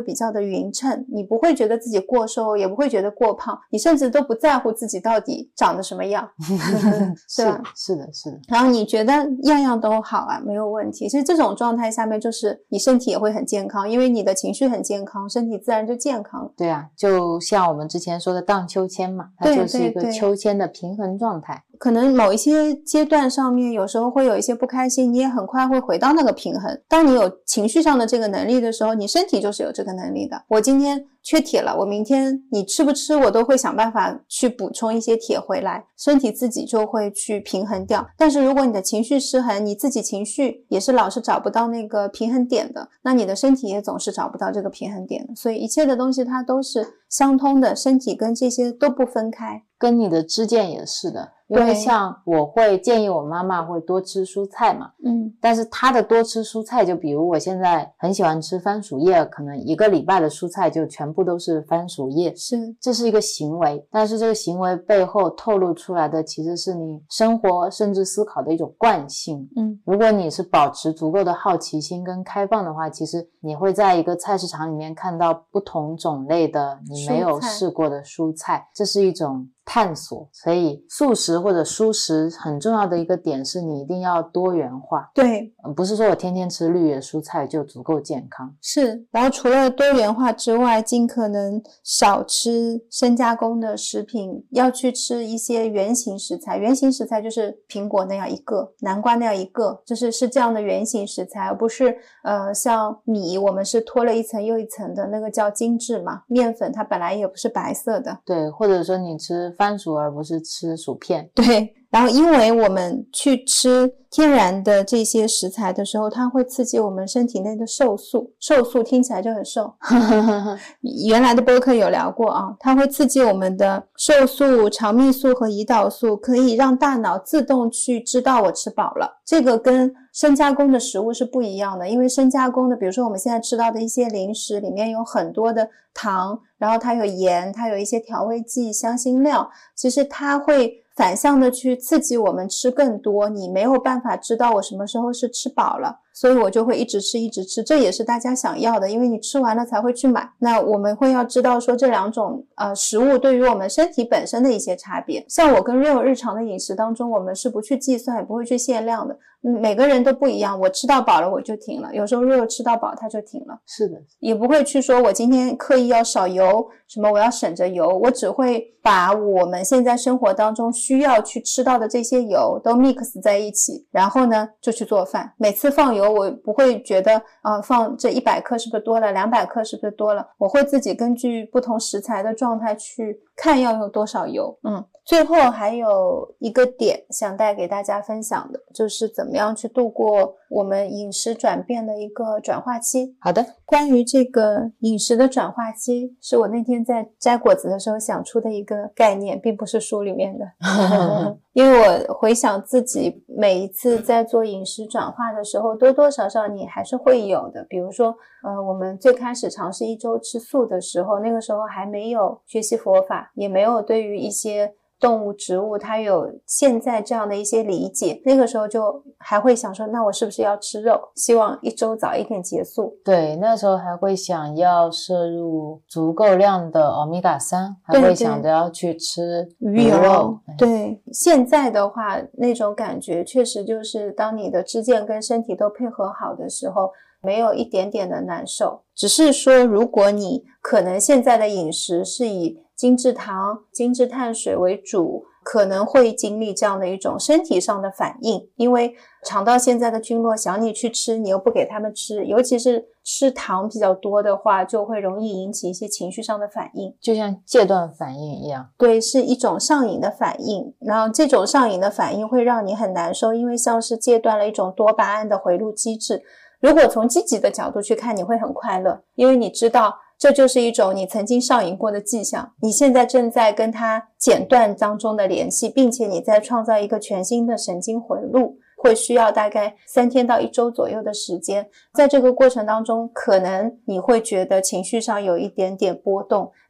匀称，你不会觉得自己过瘦，也不会觉得过胖，你甚至都不在乎自己到底长得什么样是吧？ 是的是的。 然后你觉得样样都好啊，没有问题。其实这种状态下面就是你身体也会很健康，因为你的情绪很健康，身体自然就健康。 对啊，就像我们之前说的荡秋千嘛，它就是一个秋千的平衡状态。 可能某一些阶段上面有时候会有一些不开心，你也很快会回到那个平衡。当你有情绪上的这个能力的时候，你身体就是有这个能力的。我今天缺铁了，我明天你吃不吃我都会想办法去补充一些铁回来，身体自己就会去平衡掉。但是如果你的情绪失衡，你自己情绪也是老是找不到那个平衡点的，那你的身体也总是找不到这个平衡点的。所以一切的东西它都是相通的，身体跟这些都不分开。 跟你的支箭也是的，因为像我会建议我妈妈会多吃蔬菜嘛， 嗯， 但是她的多吃蔬菜，就比如我现在很喜欢吃番薯叶，可能一个礼拜的蔬菜就全部都是番薯叶， 是， 这是一个行为，但是这个行为背后透露出来的其实是你生活甚至思考的一种惯性。 嗯， 如果你是保持足够的好奇心跟开放的话，其实你会在一个菜市场里面看到不同种类的你没有试过的蔬菜，这是一种探索。所以素食或者蔬食很重要的一个点是你一定要多元化。 对， 不是说我天天吃绿叶蔬菜就足够健康。 是，然后除了多元化之外，尽可能少吃深加工的食品，要去吃一些原型食材。原型食材就是苹果那样一个，南瓜那样一个，就是是这样的原型食材，而不是呃像米我们是脱了一层又一层的，那个叫精致嘛，面粉它本来也不是白色的。 对，或者说你吃番薯而不是吃薯片。 对，然后因为我们去吃天然的这些食材的时候，它会刺激我们身体内的瘦素，瘦素听起来就很瘦原来的播客有聊过啊，它会刺激我们的瘦素、肠泌素和胰岛素，可以让大脑自动去知道我吃饱了。这个跟深加工的食物是不一样的，因为深加工的比如说我们现在吃到的一些零食里面有很多的糖，然后它有盐，它有一些调味剂、香辛料，其实它会反向的去刺激我们吃更多，你没有办法知道我什么时候是吃饱了，所以我就会一直吃一直吃，这也是大家想要的，因为你吃完了才会去买。那我们会要知道说这两种呃食物对于我们身体本身的一些差别。像我跟 Rio 日常的饮食当中，我们是不去计算也不会去限量的，嗯，每个人都不一样，我吃到饱了我就停了，有时候 Rio 吃到饱他就停了。 是的， 也不会去说我今天刻意要少油，什么我要省着油，我只会把我们现在生活当中需要去吃到的这些油都 mix 在一起，然后呢就去做饭。每次放油我不会觉得呃，放这一百克是不是多了，两百克是不是多了，我会自己根据不同食材的状态去看要用多少油。嗯，最后还有一个点想带给大家分享的，就是怎么样去度过我们饮食转变的一个转化期。 好的， 关于这个饮食的转化期，是我那天在摘果子的时候想出的一个概念，并不是书里面的因为我回想自己每一次在做饮食转化的时候，多多少少你还是会有的。比如说呃，我们最开始尝试一周吃素的时候，那个时候还没有学习佛法，也没有对于一些动物植物它有现在这样的一些理解，那个时候就还会想说那我是不是要吃肉，希望一周早一点结束。 对，那时候还会想要摄入足够量的欧米伽三，还会想着要去吃鱼肉。 对，现在的话那种感觉确实就是当你的肢腱跟身体都配合好的时候，没有一点点的难受。只是说如果你可能现在的饮食是以精制糖、精制碳水为主，可能会经历这样的一种身体上的反应，因为肠道现在的菌落想你去吃，你又不给他们吃，尤其是吃糖比较多的话，就会容易引起一些情绪上的反应， 就像戒断反应一样。 对，是一种上瘾的反应，然后这种上瘾的反应会让你很难受，因为像是戒断了一种多巴胺的回路机制。如果从积极的角度去看，你会很快乐，因为你知道这就是一种你曾经上瘾过的迹象，你现在正在跟它剪断当中的联系，并且你在创造一个全新的神经回路，会需要大概三天到一周左右的时间。在这个过程当中，可能你会觉得情绪上有一点点波动，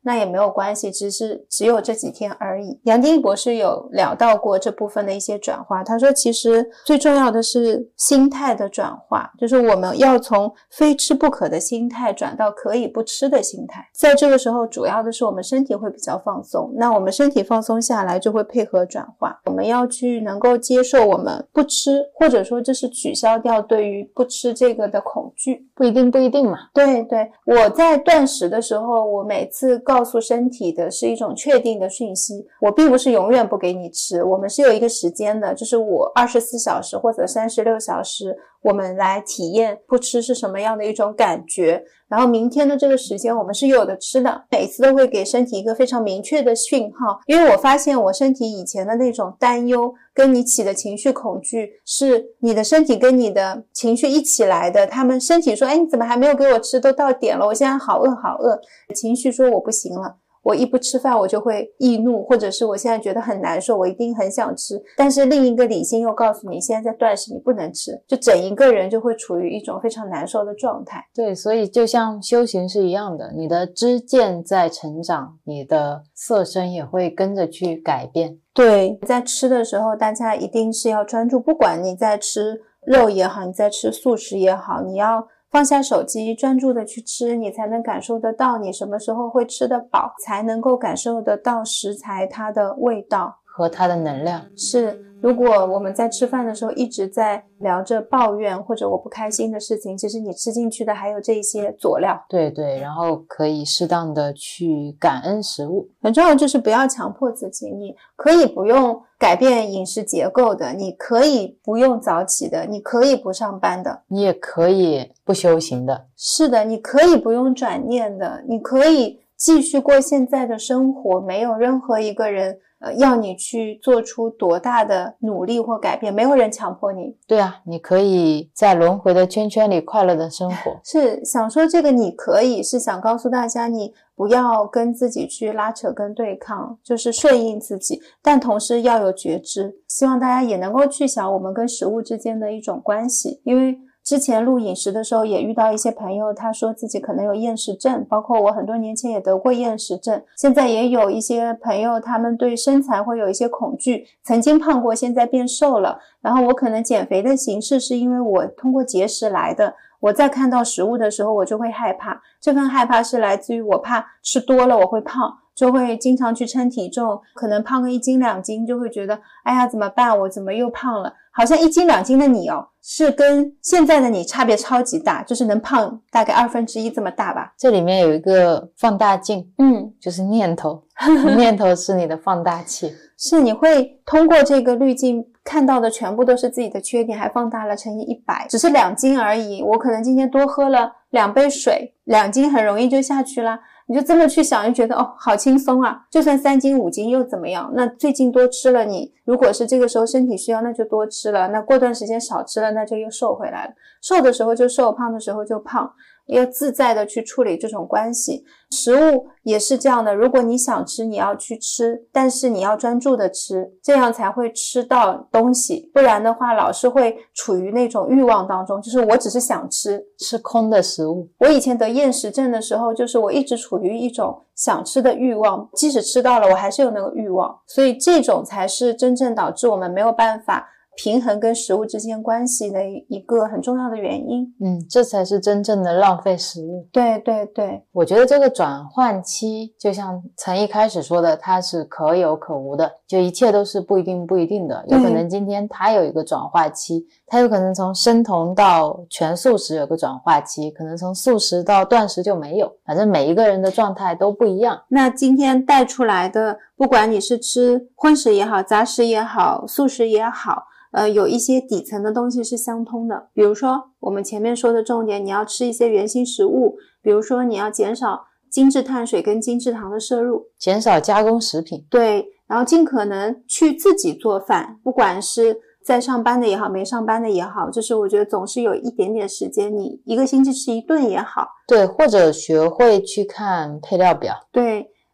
那也没有关系，只是只有这几天而已。杨定一博士有聊到过这部分的一些转化，他说其实最重要的是心态的转化，就是我们要从非吃不可的心态转到可以不吃的心态。在这个时候主要的是我们身体会比较放松，那我们身体放松下来就会配合转化。我们要去能够接受我们不吃，或者说这是取消掉对于不吃这个的恐惧。 不一定不一定嘛。 对对，我在断食的时候，我每次告诉身体的是一种确定的讯息，我并不是永远不给你吃，我们是有一个时间的，就是我二十四小时或者三十六小时，我们来体验不吃是什么样的一种感觉，然后明天的这个时间我们是有的吃的，每次都会给身体一个非常明确的讯号。因为我发现我身体以前的那种担忧跟你起的情绪恐惧，是你的身体跟你的情绪一起来的。他们身体说，哎，你怎么还没有给我吃，都到点了，我现在好饿好饿。情绪说我不行了，我一不吃饭我就会易怒，或者是我现在觉得很难受，我一定很想吃，但是另一个理性又告诉你现在在断食，你不能吃，就整一个人就会处于一种非常难受的状态。 对，所以就像修行是一样的，你的知见在成长，你的色身也会跟着去改变。 对，在吃的时候大家一定是要专注，不管你在吃肉也好，你在吃素食也好，你要放下手机，专注的去吃，你才能感受得到你什么时候会吃得饱，才能够感受得到食材它的味道和它的能量。 是，如果我们在吃饭的时候一直在聊着抱怨或者我不开心的事情，其实你吃进去的还有这些佐料。 对对，然后可以适当的去感恩食物。 很重要就是不要强迫自己，你可以不用改变饮食结构的，你可以不用早起的，你可以不上班的， 你也可以不修行的。 是的，你可以不用转念的，你可以继续过现在的生活，没有任何一个人呃，要你去做出多大的努力或改变，没有人强迫你。 对啊，你可以在轮回的圈圈里快乐的生活。 是想说这个你可以，是想告诉大家你不要跟自己去拉扯跟对抗，就是顺应自己，但同时要有觉知。希望大家也能够去想我们跟食物之间的一种关系，因为之前录饮食的时候也遇到一些朋友，他说自己可能有厌食症，包括我很多年前也得过厌食症，现在也有一些朋友他们对身材会有一些恐惧，曾经胖过现在变瘦了，然后我可能减肥的形式是因为我通过节食来的，我在看到食物的时候我就会害怕，这份害怕是来自于我怕吃多了我会胖，就会经常去称体重，可能胖个一斤两斤就会觉得哎呀怎么办，我怎么又胖了，好像一斤两斤的你哦，是跟现在的你差别超级大，就是能胖大概二分之一这么大吧。 这里面有一个放大镜， 嗯， 就是念头念头是你的放大器。 是，你会通过这个滤镜看到的全部都是自己的缺点，还放大了乘以一百，只是两斤而已，我可能今天多喝了两杯水，两斤很容易就下去了，你就这么去想就觉得哦好轻松啊，就算三斤五斤又怎么样，那最近多吃了，你如果是这个时候身体需要那就多吃了，那过段时间少吃了那就又瘦回来了，瘦的时候就瘦，胖的时候就胖，要自在的去处理这种关系。食物也是这样的，如果你想吃你要去吃，但是你要专注的吃，这样才会吃到东西，不然的话老是会处于那种欲望当中，就是我只是想吃吃空的食物。 我以前得厌食症的时候，就是我一直处于一种想吃的欲望，即使吃到了我还是有那个欲望，所以这种才是真正导致我们没有办法平衡跟食物之间关系的一个很重要的原因。 嗯，这才是真正的浪费食物。 对对对， 我觉得这个转换期就像曾一开始说的，它是可有可无的，就一切都是不一定不一定的，有可能今天它有一个转化期，它有可能从生酮到全素食有个转化期，可能从素食到断食就没有，反正每一个人的状态都不一样。 那今天带出来的，不管你是吃荤食也好，杂食也好，素食也好，呃，有一些底层的东西是相通的，比如说我们前面说的重点，你要吃一些原型食物，比如说你要减少精致碳水跟精致糖的摄入， 减少加工食品， 对，然后尽可能去自己做饭，不管是在上班的也好，没上班的也好，就是我觉得总是有一点点时间，你一个星期吃一顿也好， 对，或者学会去看配料表， 对，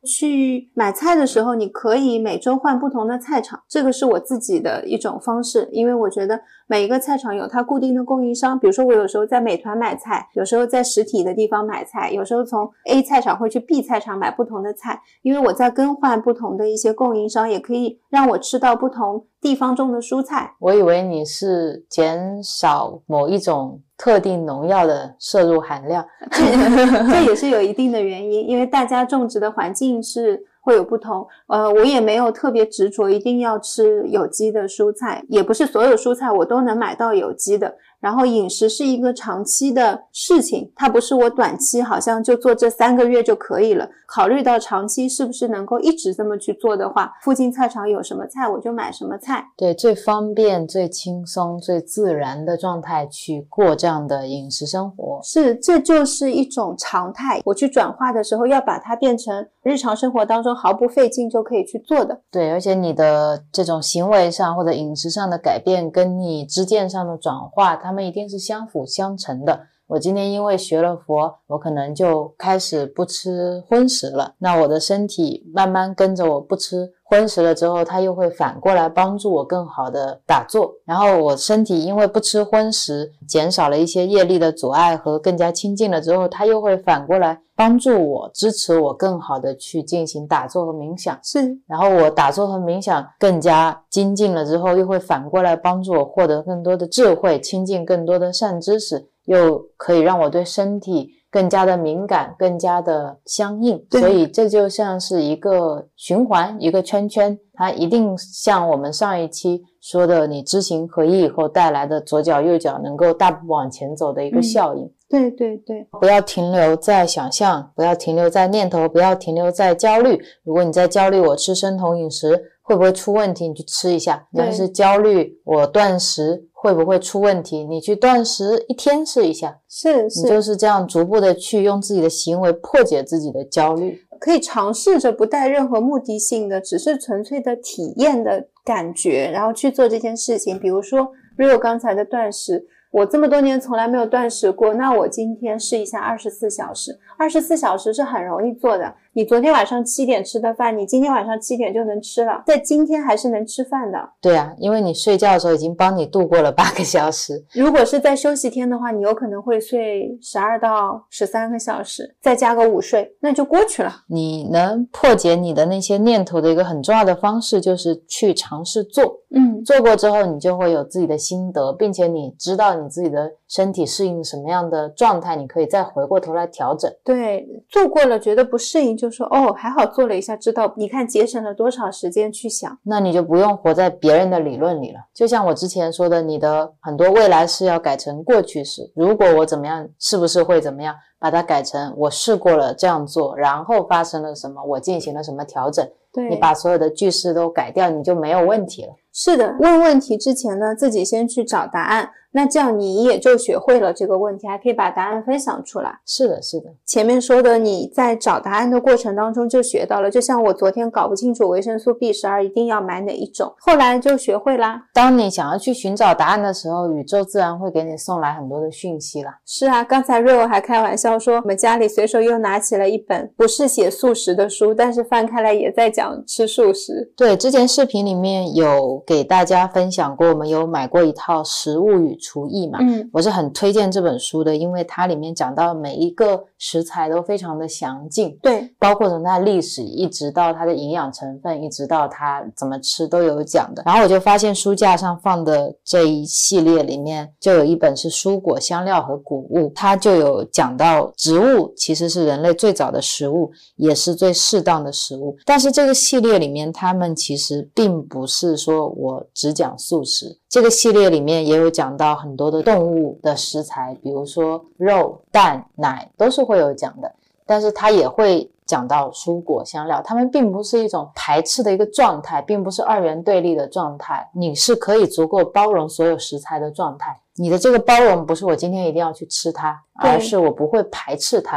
去买菜的时候，你可以每周换不同的菜场，这个是我自己的一种方式，因为我觉得每一个菜场有它固定的供应商，比如说我有时候在美团买菜，有时候在实体的地方买菜，有时候从 A 菜场会去 B 菜场买不同的菜，因为我在更换不同的一些供应商，也可以让我吃到不同地方种的蔬菜。 我以为你是减少某一种特定农药的摄入含量这, 这也是有一定的原因，因为大家种植的环境是会有不同，呃，我也没有特别执着一定要吃有机的蔬菜，也不是所有蔬菜我都能买到有机的。然后饮食是一个长期的事情，它不是我短期好像就做这三个月就可以了。考虑到长期是不是能够一直这么去做的话，附近菜场有什么菜我就买什么菜。 对，最方便、最轻松、最自然的状态去过这样的饮食生活。 是，这就是一种常态。我去转化的时候，要把它变成日常生活当中毫不费劲就可以去做的。 对，而且你的这种行为上或者饮食上的改变，跟你知见上的转化，它们一定是相辅相成的。我今天因为学了佛，我可能就开始不吃荤食了，那我的身体慢慢跟着我不吃荤食了之后，它又会反过来帮助我更好的打坐，然后我身体因为不吃荤食，减少了一些业力的阻碍和更加清净了之后，它又会反过来帮助我，支持我更好的去进行打坐和冥想。 是， 然后我打坐和冥想更加精进了之后，又会反过来帮助我获得更多的智慧，亲近更多的善知识，又可以让我对身体更加的敏感，更加的相应。所以这就像是一个循环，一个圈圈，它一定像我们上一期说的，你知行合一以后带来的左脚右脚能够大步往前走的一个效应。 嗯，对对对， 不要停留在想象，不要停留在念头，不要停留在焦虑。如果你在焦虑我吃生酮饮食会不会出问题，你去吃一下。你要是焦虑我断食会不会出问题，你去断食一天试一下。 是是， 你就是这样逐步的去用自己的行为破解自己的焦虑。 可以尝试着不带任何目的性的，只是纯粹的体验的感觉，然后去做这件事情。比如说 Rio 刚才的断食，我这么多年从来没有断食过，那我今天试一下二十四小时。二十四小时是很容易做的，你昨天晚上七点吃的饭，你今天晚上七点就能吃了，在今天还是能吃饭的。 对啊，因为你睡觉的时候已经帮你度过了八个小时。 如果是在休息天的话，你有可能会睡十二到十三个小时，再加个午睡，那就过去了。 你能破解你的那些念头的一个很重要的方式就是去尝试做。 嗯， 做过之后你就会有自己的心得，并且你知道你自己的身体适应什么样的状态，你可以再回过头来调整。 对，做过了觉得不适应就说哦，还好做了一下，知道你看节省了多少时间去想， 那你就不用活在别人的理论里了。就像我之前说的，你的很多未来式要改成过去式，如果我怎么样是不是会怎么样，把它改成我试过了这样做，然后发生了什么，我进行了什么调整。 对， 你把所有的句式都改掉，你就没有问题了。 是的，问问题之前呢，自己先去找答案，那这样你也就学会了这个问题，还可以把答案分享出来。 是的，是的。 前面说的你在找答案的过程当中就学到了，就像我昨天搞不清楚维生素 B 十二 一定要买哪一种，后来就学会啦。 当你想要去寻找答案的时候，宇宙自然会给你送来很多的讯息啦。 是啊，刚才 Rio 还开玩笑说我们家里随手又拿起了一本不是写素食的书，但是翻开来也在讲吃素食。 对，之前视频里面有给大家分享过，我们有买过一套食物与厨艺嘛， 嗯， 我是很推荐这本书的，因为它里面讲到每一个食材都非常的详尽， 对， 包括从它的历史一直到它的营养成分，一直到它怎么吃都有讲的。然后我就发现书架上放的这一系列里面就有一本是蔬果、香料和谷物，它就有讲到植物其实是人类最早的食物，也是最适当的食物。但是这个系列里面他们其实并不是说我只讲素食，这个系列里面也有讲到很多的动物的食材，比如说肉、蛋、奶都是会有讲的，但是它也会讲到蔬果、香料，它们并不是一种排斥的一个状态，并不是二元对立的状态，你是可以足够包容所有食材的状态。你的这个包容不是我今天一定要去吃它，而是我不会排斥它。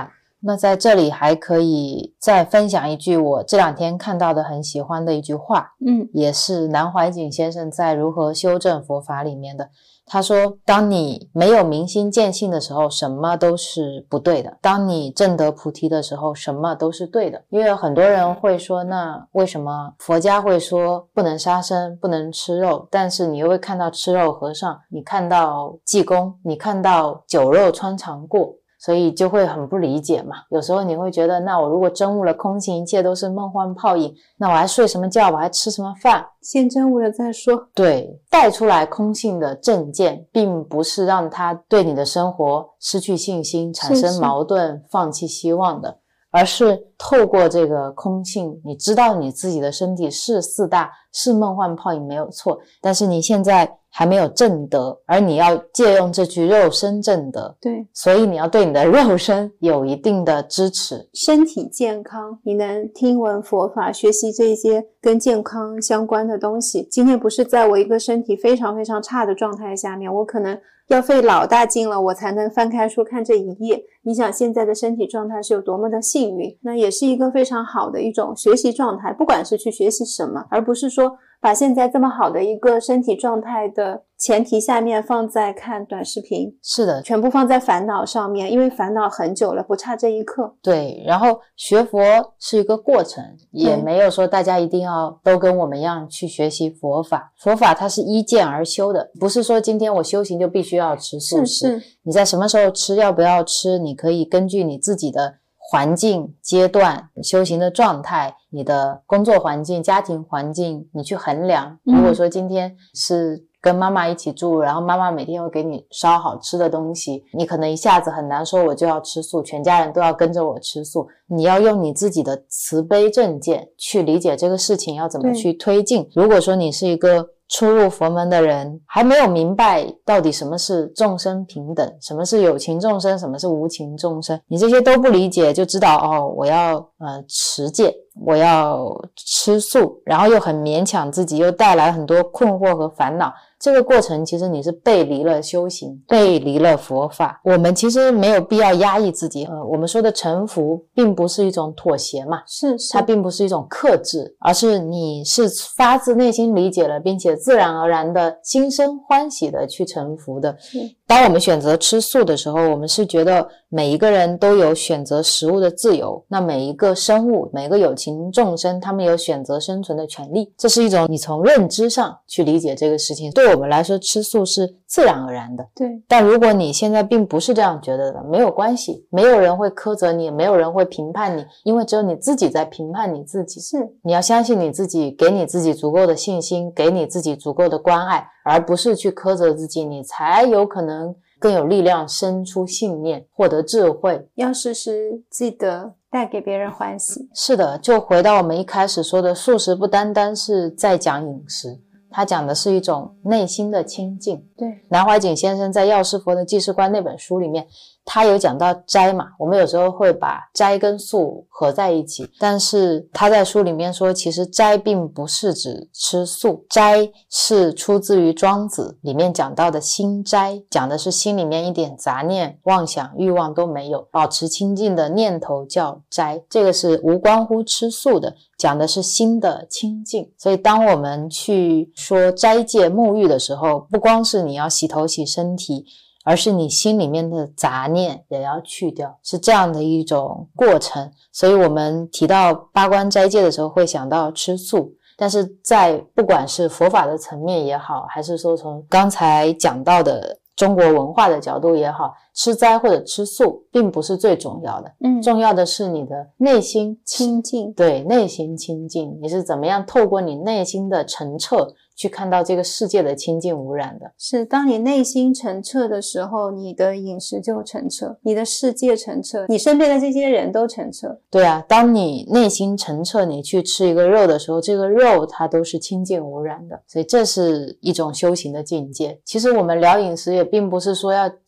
那在这里还可以再分享一句我这两天看到的很喜欢的一句话， 嗯， 也是南怀瑾先生在如何修正佛法里面的。他说，当你没有明心见性的时候，什么都是不对的，当你证得菩提的时候，什么都是对的。因为很多人会说，那为什么佛家会说不能杀生，不能吃肉，但是你又会看到吃肉和尚，你看到济公，你看到酒肉穿肠过，所以就会很不理解嘛。有时候你会觉得，那我如果真悟了空性，一切都是梦幻泡影，那我还睡什么觉，我还吃什么饭？ 先真悟了再说。 对，带出来空性的正见，并不是让他对你的生活失去信心，产生矛盾，放弃希望的，而是透过这个空性，你知道你自己的身体是四大，是梦幻泡影没有错，但是你现在还没有证得，而你要借用这具肉身证得， 对， 所以你要对你的肉身有一定的支持。 身体健康，你能听闻佛法，学习这些跟健康相关的东西。今天不是在我一个身体非常非常差的状态下面，我可能要费老大劲了，我才能翻开书看这一页。你想现在的身体状态是有多么的幸运，那也是一个非常好的一种学习状态，不管是去学习什么，而不是说把现在这么好的一个身体状态的前提下面放在看短视频， 是的， 全部放在烦恼上面，因为烦恼很久了，不差这一刻。 对，然后学佛是一个过程，也没有说大家一定要都跟我们一样去学习佛法。佛法它是依见而修的，不是说今天我修行就必须要吃素食， 是是， 你在什么时候吃，要不要吃，你可以根据你自己的环境、阶段、修行的状态，你的工作环境、家庭环境，你去衡量。如果说今天是跟妈妈一起住，然后妈妈每天会给你烧好吃的东西，你可能一下子很难说我就要吃素，全家人都要跟着我吃素。你要用你自己的慈悲正见去理解这个事情要怎么去推进。如果说你是一个初入佛门的人，还没有明白到底什么是众生平等，什么是有情众生，什么是无情众生，你这些都不理解，就知道哦，我要呃持戒，我要吃素，然后又很勉强自己，又带来很多困惑和烦恼。这个过程其实你是背离了修行，背离了佛法。我们其实没有必要压抑自己，呃，我们说的臣服并不是一种妥协嘛， 是是， 它并不是一种克制，而是你是发自内心理解了，并且自然而然的心生欢喜的去臣服的。当我们选择吃素的时候，我们是觉得每一个人都有选择食物的自由，那每一个生物，每个有情众生，他们有选择生存的权利。这是一种你从认知上去理解这个事情，对我们来说吃素是自然而然的。 对， 但如果你现在并不是这样觉得的，没有关系，没有人会苛责你，没有人会评判你，因为只有你自己在评判你自己。 是， 你要相信你自己，给你自己足够的信心，给你自己足够的关爱，而不是去苛责自己，你才有可能更有力量生出信念，获得智慧。 要时时记得带给别人欢喜。 是的，就回到我们一开始说的，素食不单单是在讲饮食，它讲的是一种内心的清净。 对， 南怀瑾先生在《药师佛的济世观》那本书里面，他有讲到斋嘛，我们有时候会把斋跟素合在一起，但是他在书里面说，其实斋并不是指吃素，斋是出自于庄子里面讲到的心斋，讲的是心里面一点杂念、妄想、欲望都没有，保持清净的念头叫斋，这个是无关乎吃素的，讲的是心的清净。所以当我们去说斋戒沐浴的时候，不光是你要洗头洗身体，而是你心里面的杂念也要去掉，是这样的一种过程。所以我们提到八关斋戒的时候会想到吃素，但是在不管是佛法的层面也好，还是说从刚才讲到的中国文化的角度也好，吃斋或者吃素并不是最重要的， 嗯， 重要的是你的内心清净。 对，内心清净，你是怎么样透过你内心的澄澈去看到这个世界的清净无染的。 是，当你内心澄澈的时候，你的饮食就澄澈，你的世界澄澈，你身边的这些人都澄澈。 对啊，当你内心澄澈，你去吃一个肉的时候，这个肉它都是清净无染的，所以这是一种修行的境界。其实我们聊饮食也并不是说要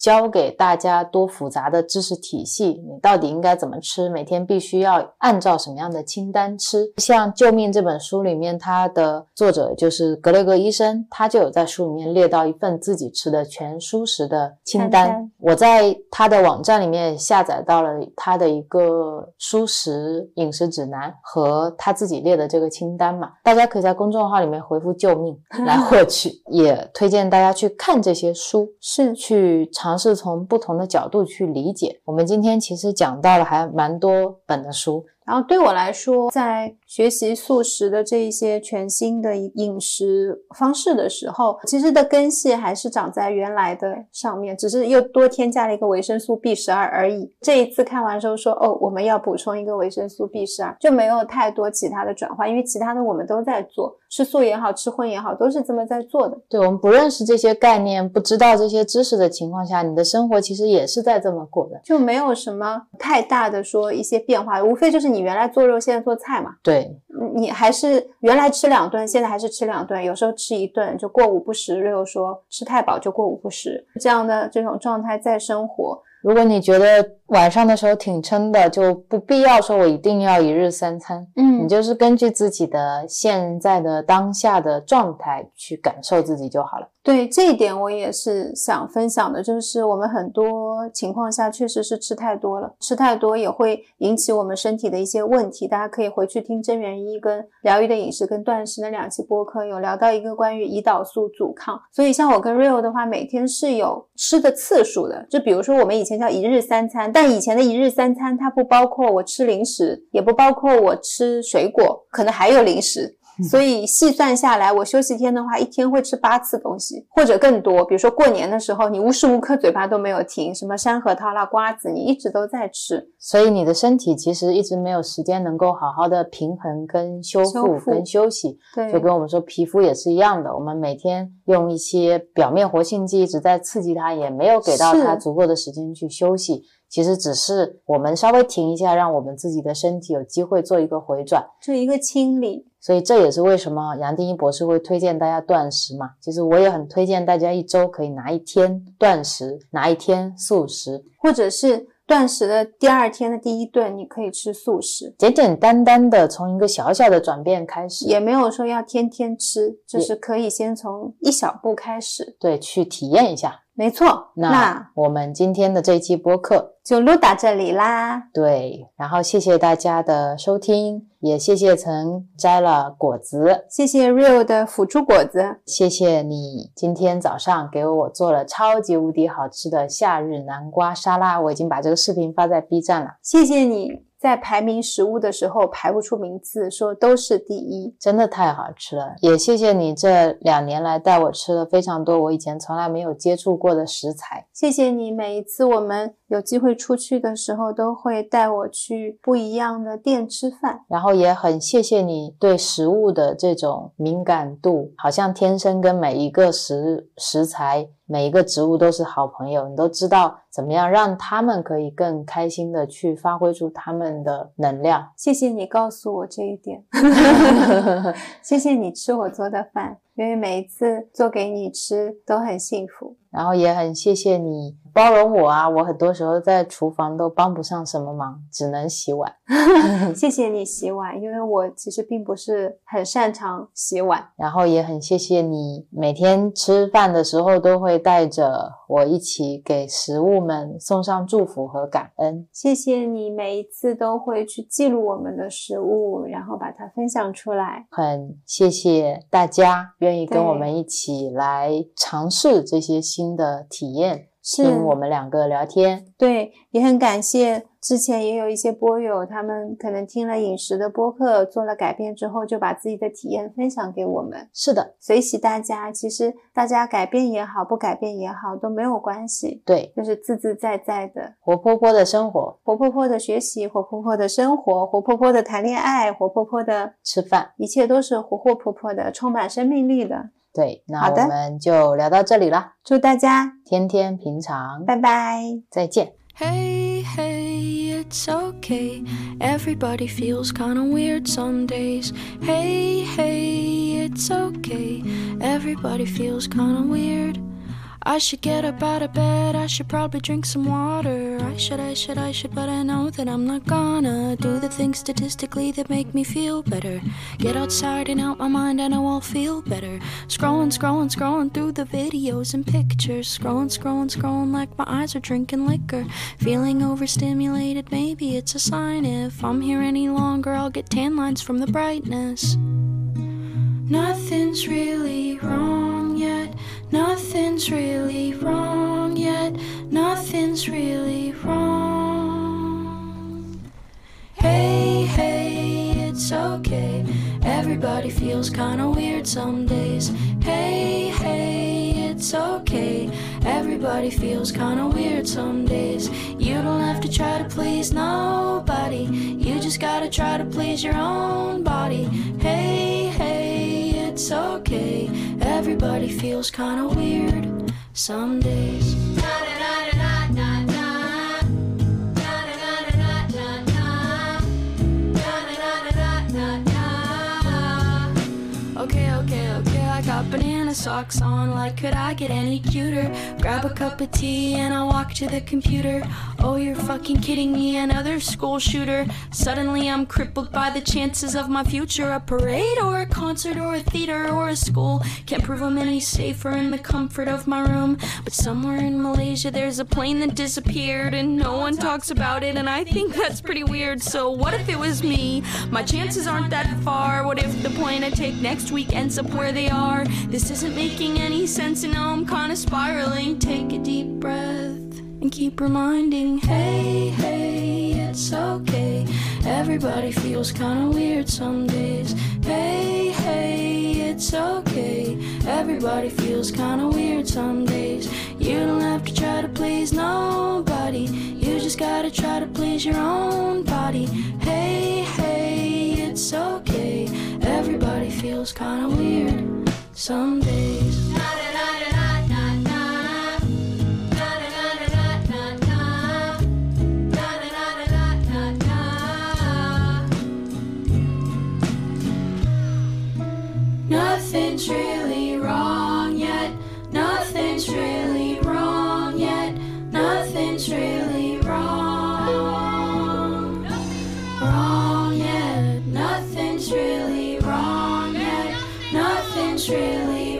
教给大家多复杂的知识体系，你到底应该怎么吃，每天必须要按照什么样的清单吃。像《救命》这本书里面，它的作者就是格雷格医生，他就有在书里面列到一份自己吃的全蔬食的清单。我在他的网站里面下载到了他的一个蔬食饮食指南和他自己列的这个清单嘛，大家可以在公众号里面回复救命来获取也推荐大家去看这些书，是去尝试从不同的角度去理解。我们今天其实讲到了还蛮多本的书， 然后对我来说，在学习素食的这一些全新的饮食方式的时候，其实的根系还是长在原来的上面，只是又多添加了一个维生素 B 十二 而已。这一次看完之后说，哦，我们要补充一个维生素 B 十二，就没有太多其他的转化，因为其他的我们都在做，吃素也好，吃荤也好，都是这么在做的。 对，我们不认识这些概念，不知道这些知识的情况下，你的生活其实也是在这么过的， 就没有什么太大的说一些变化，无非就是你原来做肉，现在做菜嘛。 对， 你还是原来吃两顿，现在还是吃两顿，有时候吃一顿就过午不食，又说吃太饱就过午不食，这样的这种状态在生活。 如果你觉得晚上的时候挺撑的，就不必要说我一定要一日三餐，嗯，你就是根据自己的现在的当下的状态去感受自己就好了。 对，这一点我也是想分享的，就是我们很多情况下确实是吃太多了，吃太多也会引起我们身体的一些问题。大家可以回去听真元一跟疗愈的饮食跟断食那两期播客，有聊到一个关于胰岛素阻抗。所以像我跟 Rio 的话，每天是有吃的次数的，就比如说我们以前叫一日三餐，但以前的一日三餐它不包括我吃零食，也不包括我吃水果，可能还有零食，所以细算下来，我休息天的话一天会吃八次东西或者更多。比如说过年的时候，你无时无刻嘴巴都没有停，什么山核桃啦瓜子你一直都在吃， 所以你的身体其实一直没有时间能够好好的平衡跟修复, 修复跟休息。 对， 就跟我们说皮肤也是一样的，我们每天用一些表面活性剂一直在刺激它，也没有给到它足够的时间去休息，其实只是我们稍微停一下，让我们自己的身体有机会做一个回转， 做一个清理。 所以这也是为什么杨定一博士会推荐大家断食嘛。其实我也很推荐大家一周可以拿一天断食，拿一天素食， 或者是断食的第二天的第一顿你可以吃素食， 简简单单的从一个小小的转变开始， 也没有说要天天吃，就是可以先从一小步开始， 对，去体验一下。 没错， 那, 那我们今天的这一期播客就录到这里啦。 对，然后谢谢大家的收听，也谢谢曾摘了果子， 谢谢 Rio 的腐竹果子， 谢谢你今天早上给我做了超级无敌好吃的夏日南瓜沙拉，我已经把这个视频发在 B 站了。 谢谢你在排名食物的时候排不出名次，说都是第一， 真的太好吃了。也谢谢你这两年来带我吃了非常多我以前从来没有接触过的食材。 谢谢你每一次我们有机会出去的时候都会带我去不一样的店吃饭， 然后也很谢谢你对食物的这种敏感度，好像天生跟每一个食食材每一个植物都是好朋友，你都知道怎么样让他们可以更开心的去发挥出他们的能量。 谢谢你告诉我这一点谢谢你吃我做的饭，因为每一次做给你吃都很幸福。 然后也很谢谢你包容我啊，我很多时候在厨房都帮不上什么忙，只能洗碗谢谢你洗碗，因为我其实并不是很擅长洗碗。 然后也很谢谢你每天吃饭的时候都会带着我一起给食物们送上祝福和感恩。 谢谢你每一次都会去记录我们的食物，然后把它分享出来。 很谢谢大家愿意跟我们一起来尝试这些新的体验，听我们两个聊天。 对，也很感谢之前也有一些播友，他们可能听了饮食的播客做了改变之后就把自己的体验分享给我们。 是的， 随喜大家，其实大家改变也好不改变也好都没有关系， 对， 就是自自在在的活泼泼的生活， 活泼泼的学习，活泼泼的生活，活泼泼的谈恋爱，活泼泼的吃饭， 一切都是活活泼泼的充满生命力的。 对，那我们就聊到这里啦， 祝大家天天平常， 拜拜， 再见。 Hey, hey, it's okay. Everybody feels kinda weird some days. Hey, hey, it's okay. Everybody feels kinda weird. I should get up out of bed, I should probably drink some water. I should, I should, I should, but I know that I'm not gonna do the things statistically that make me feel better. Get outside and out my mind, I know I'll feel better. Scrolling, scrolling, scrolling through the videos and pictures. Scrolling, scrolling, scrolling like my eyes are drinking liquor. Feeling overstimulated, maybe it's a sign. If I'm here any longer, I'll get tan lines from the brightness. Nothing's really wrong yet. Nothing's really wrong yet. Nothing's really wrong. Hey, hey, it's okay. Everybody feels kinda weird some days. Hey, hey, it's okay. Everybody feels kinda weird some days. You don't have to try to please nobody. You just gotta try to please your own body. Hey, hey, it's okay. Everybody feels kinda weird some days. Okay, okay, okay, I got banana socks on, like could I get any cuter? Grab a cup of tea and I walk to the computer. Oh, you're fucking kidding me, another school shooter. Suddenly I'm crippled by the chances of my future. A parade or a concert or a theater or a school. Can't prove I'm any safer in the comfort of my room. But somewhere in Malaysia there's a plane that disappeared and no one talks about it, and I think that's pretty weird. So what if it was me? My chances aren't that far. What if the plane I take next week ends up where they are? This isn't making any sense and now I'm kinda spiraling. Take a deep breath and keep reminding, hey, hey, it's okay. Everybody feels kinda weird some days. Hey, hey, it's okay. Everybody feels kinda weird some days. You don't have to try to please nobody. You just gotta try to please your own body. Hey, hey, it's okay. Everybody feels kinda weird some days. Nothing's really wrong yet. Nothing's really wrong yet. Nothing's really wrong. Wrong yet. Nothing's really wrong yet. Nothing's really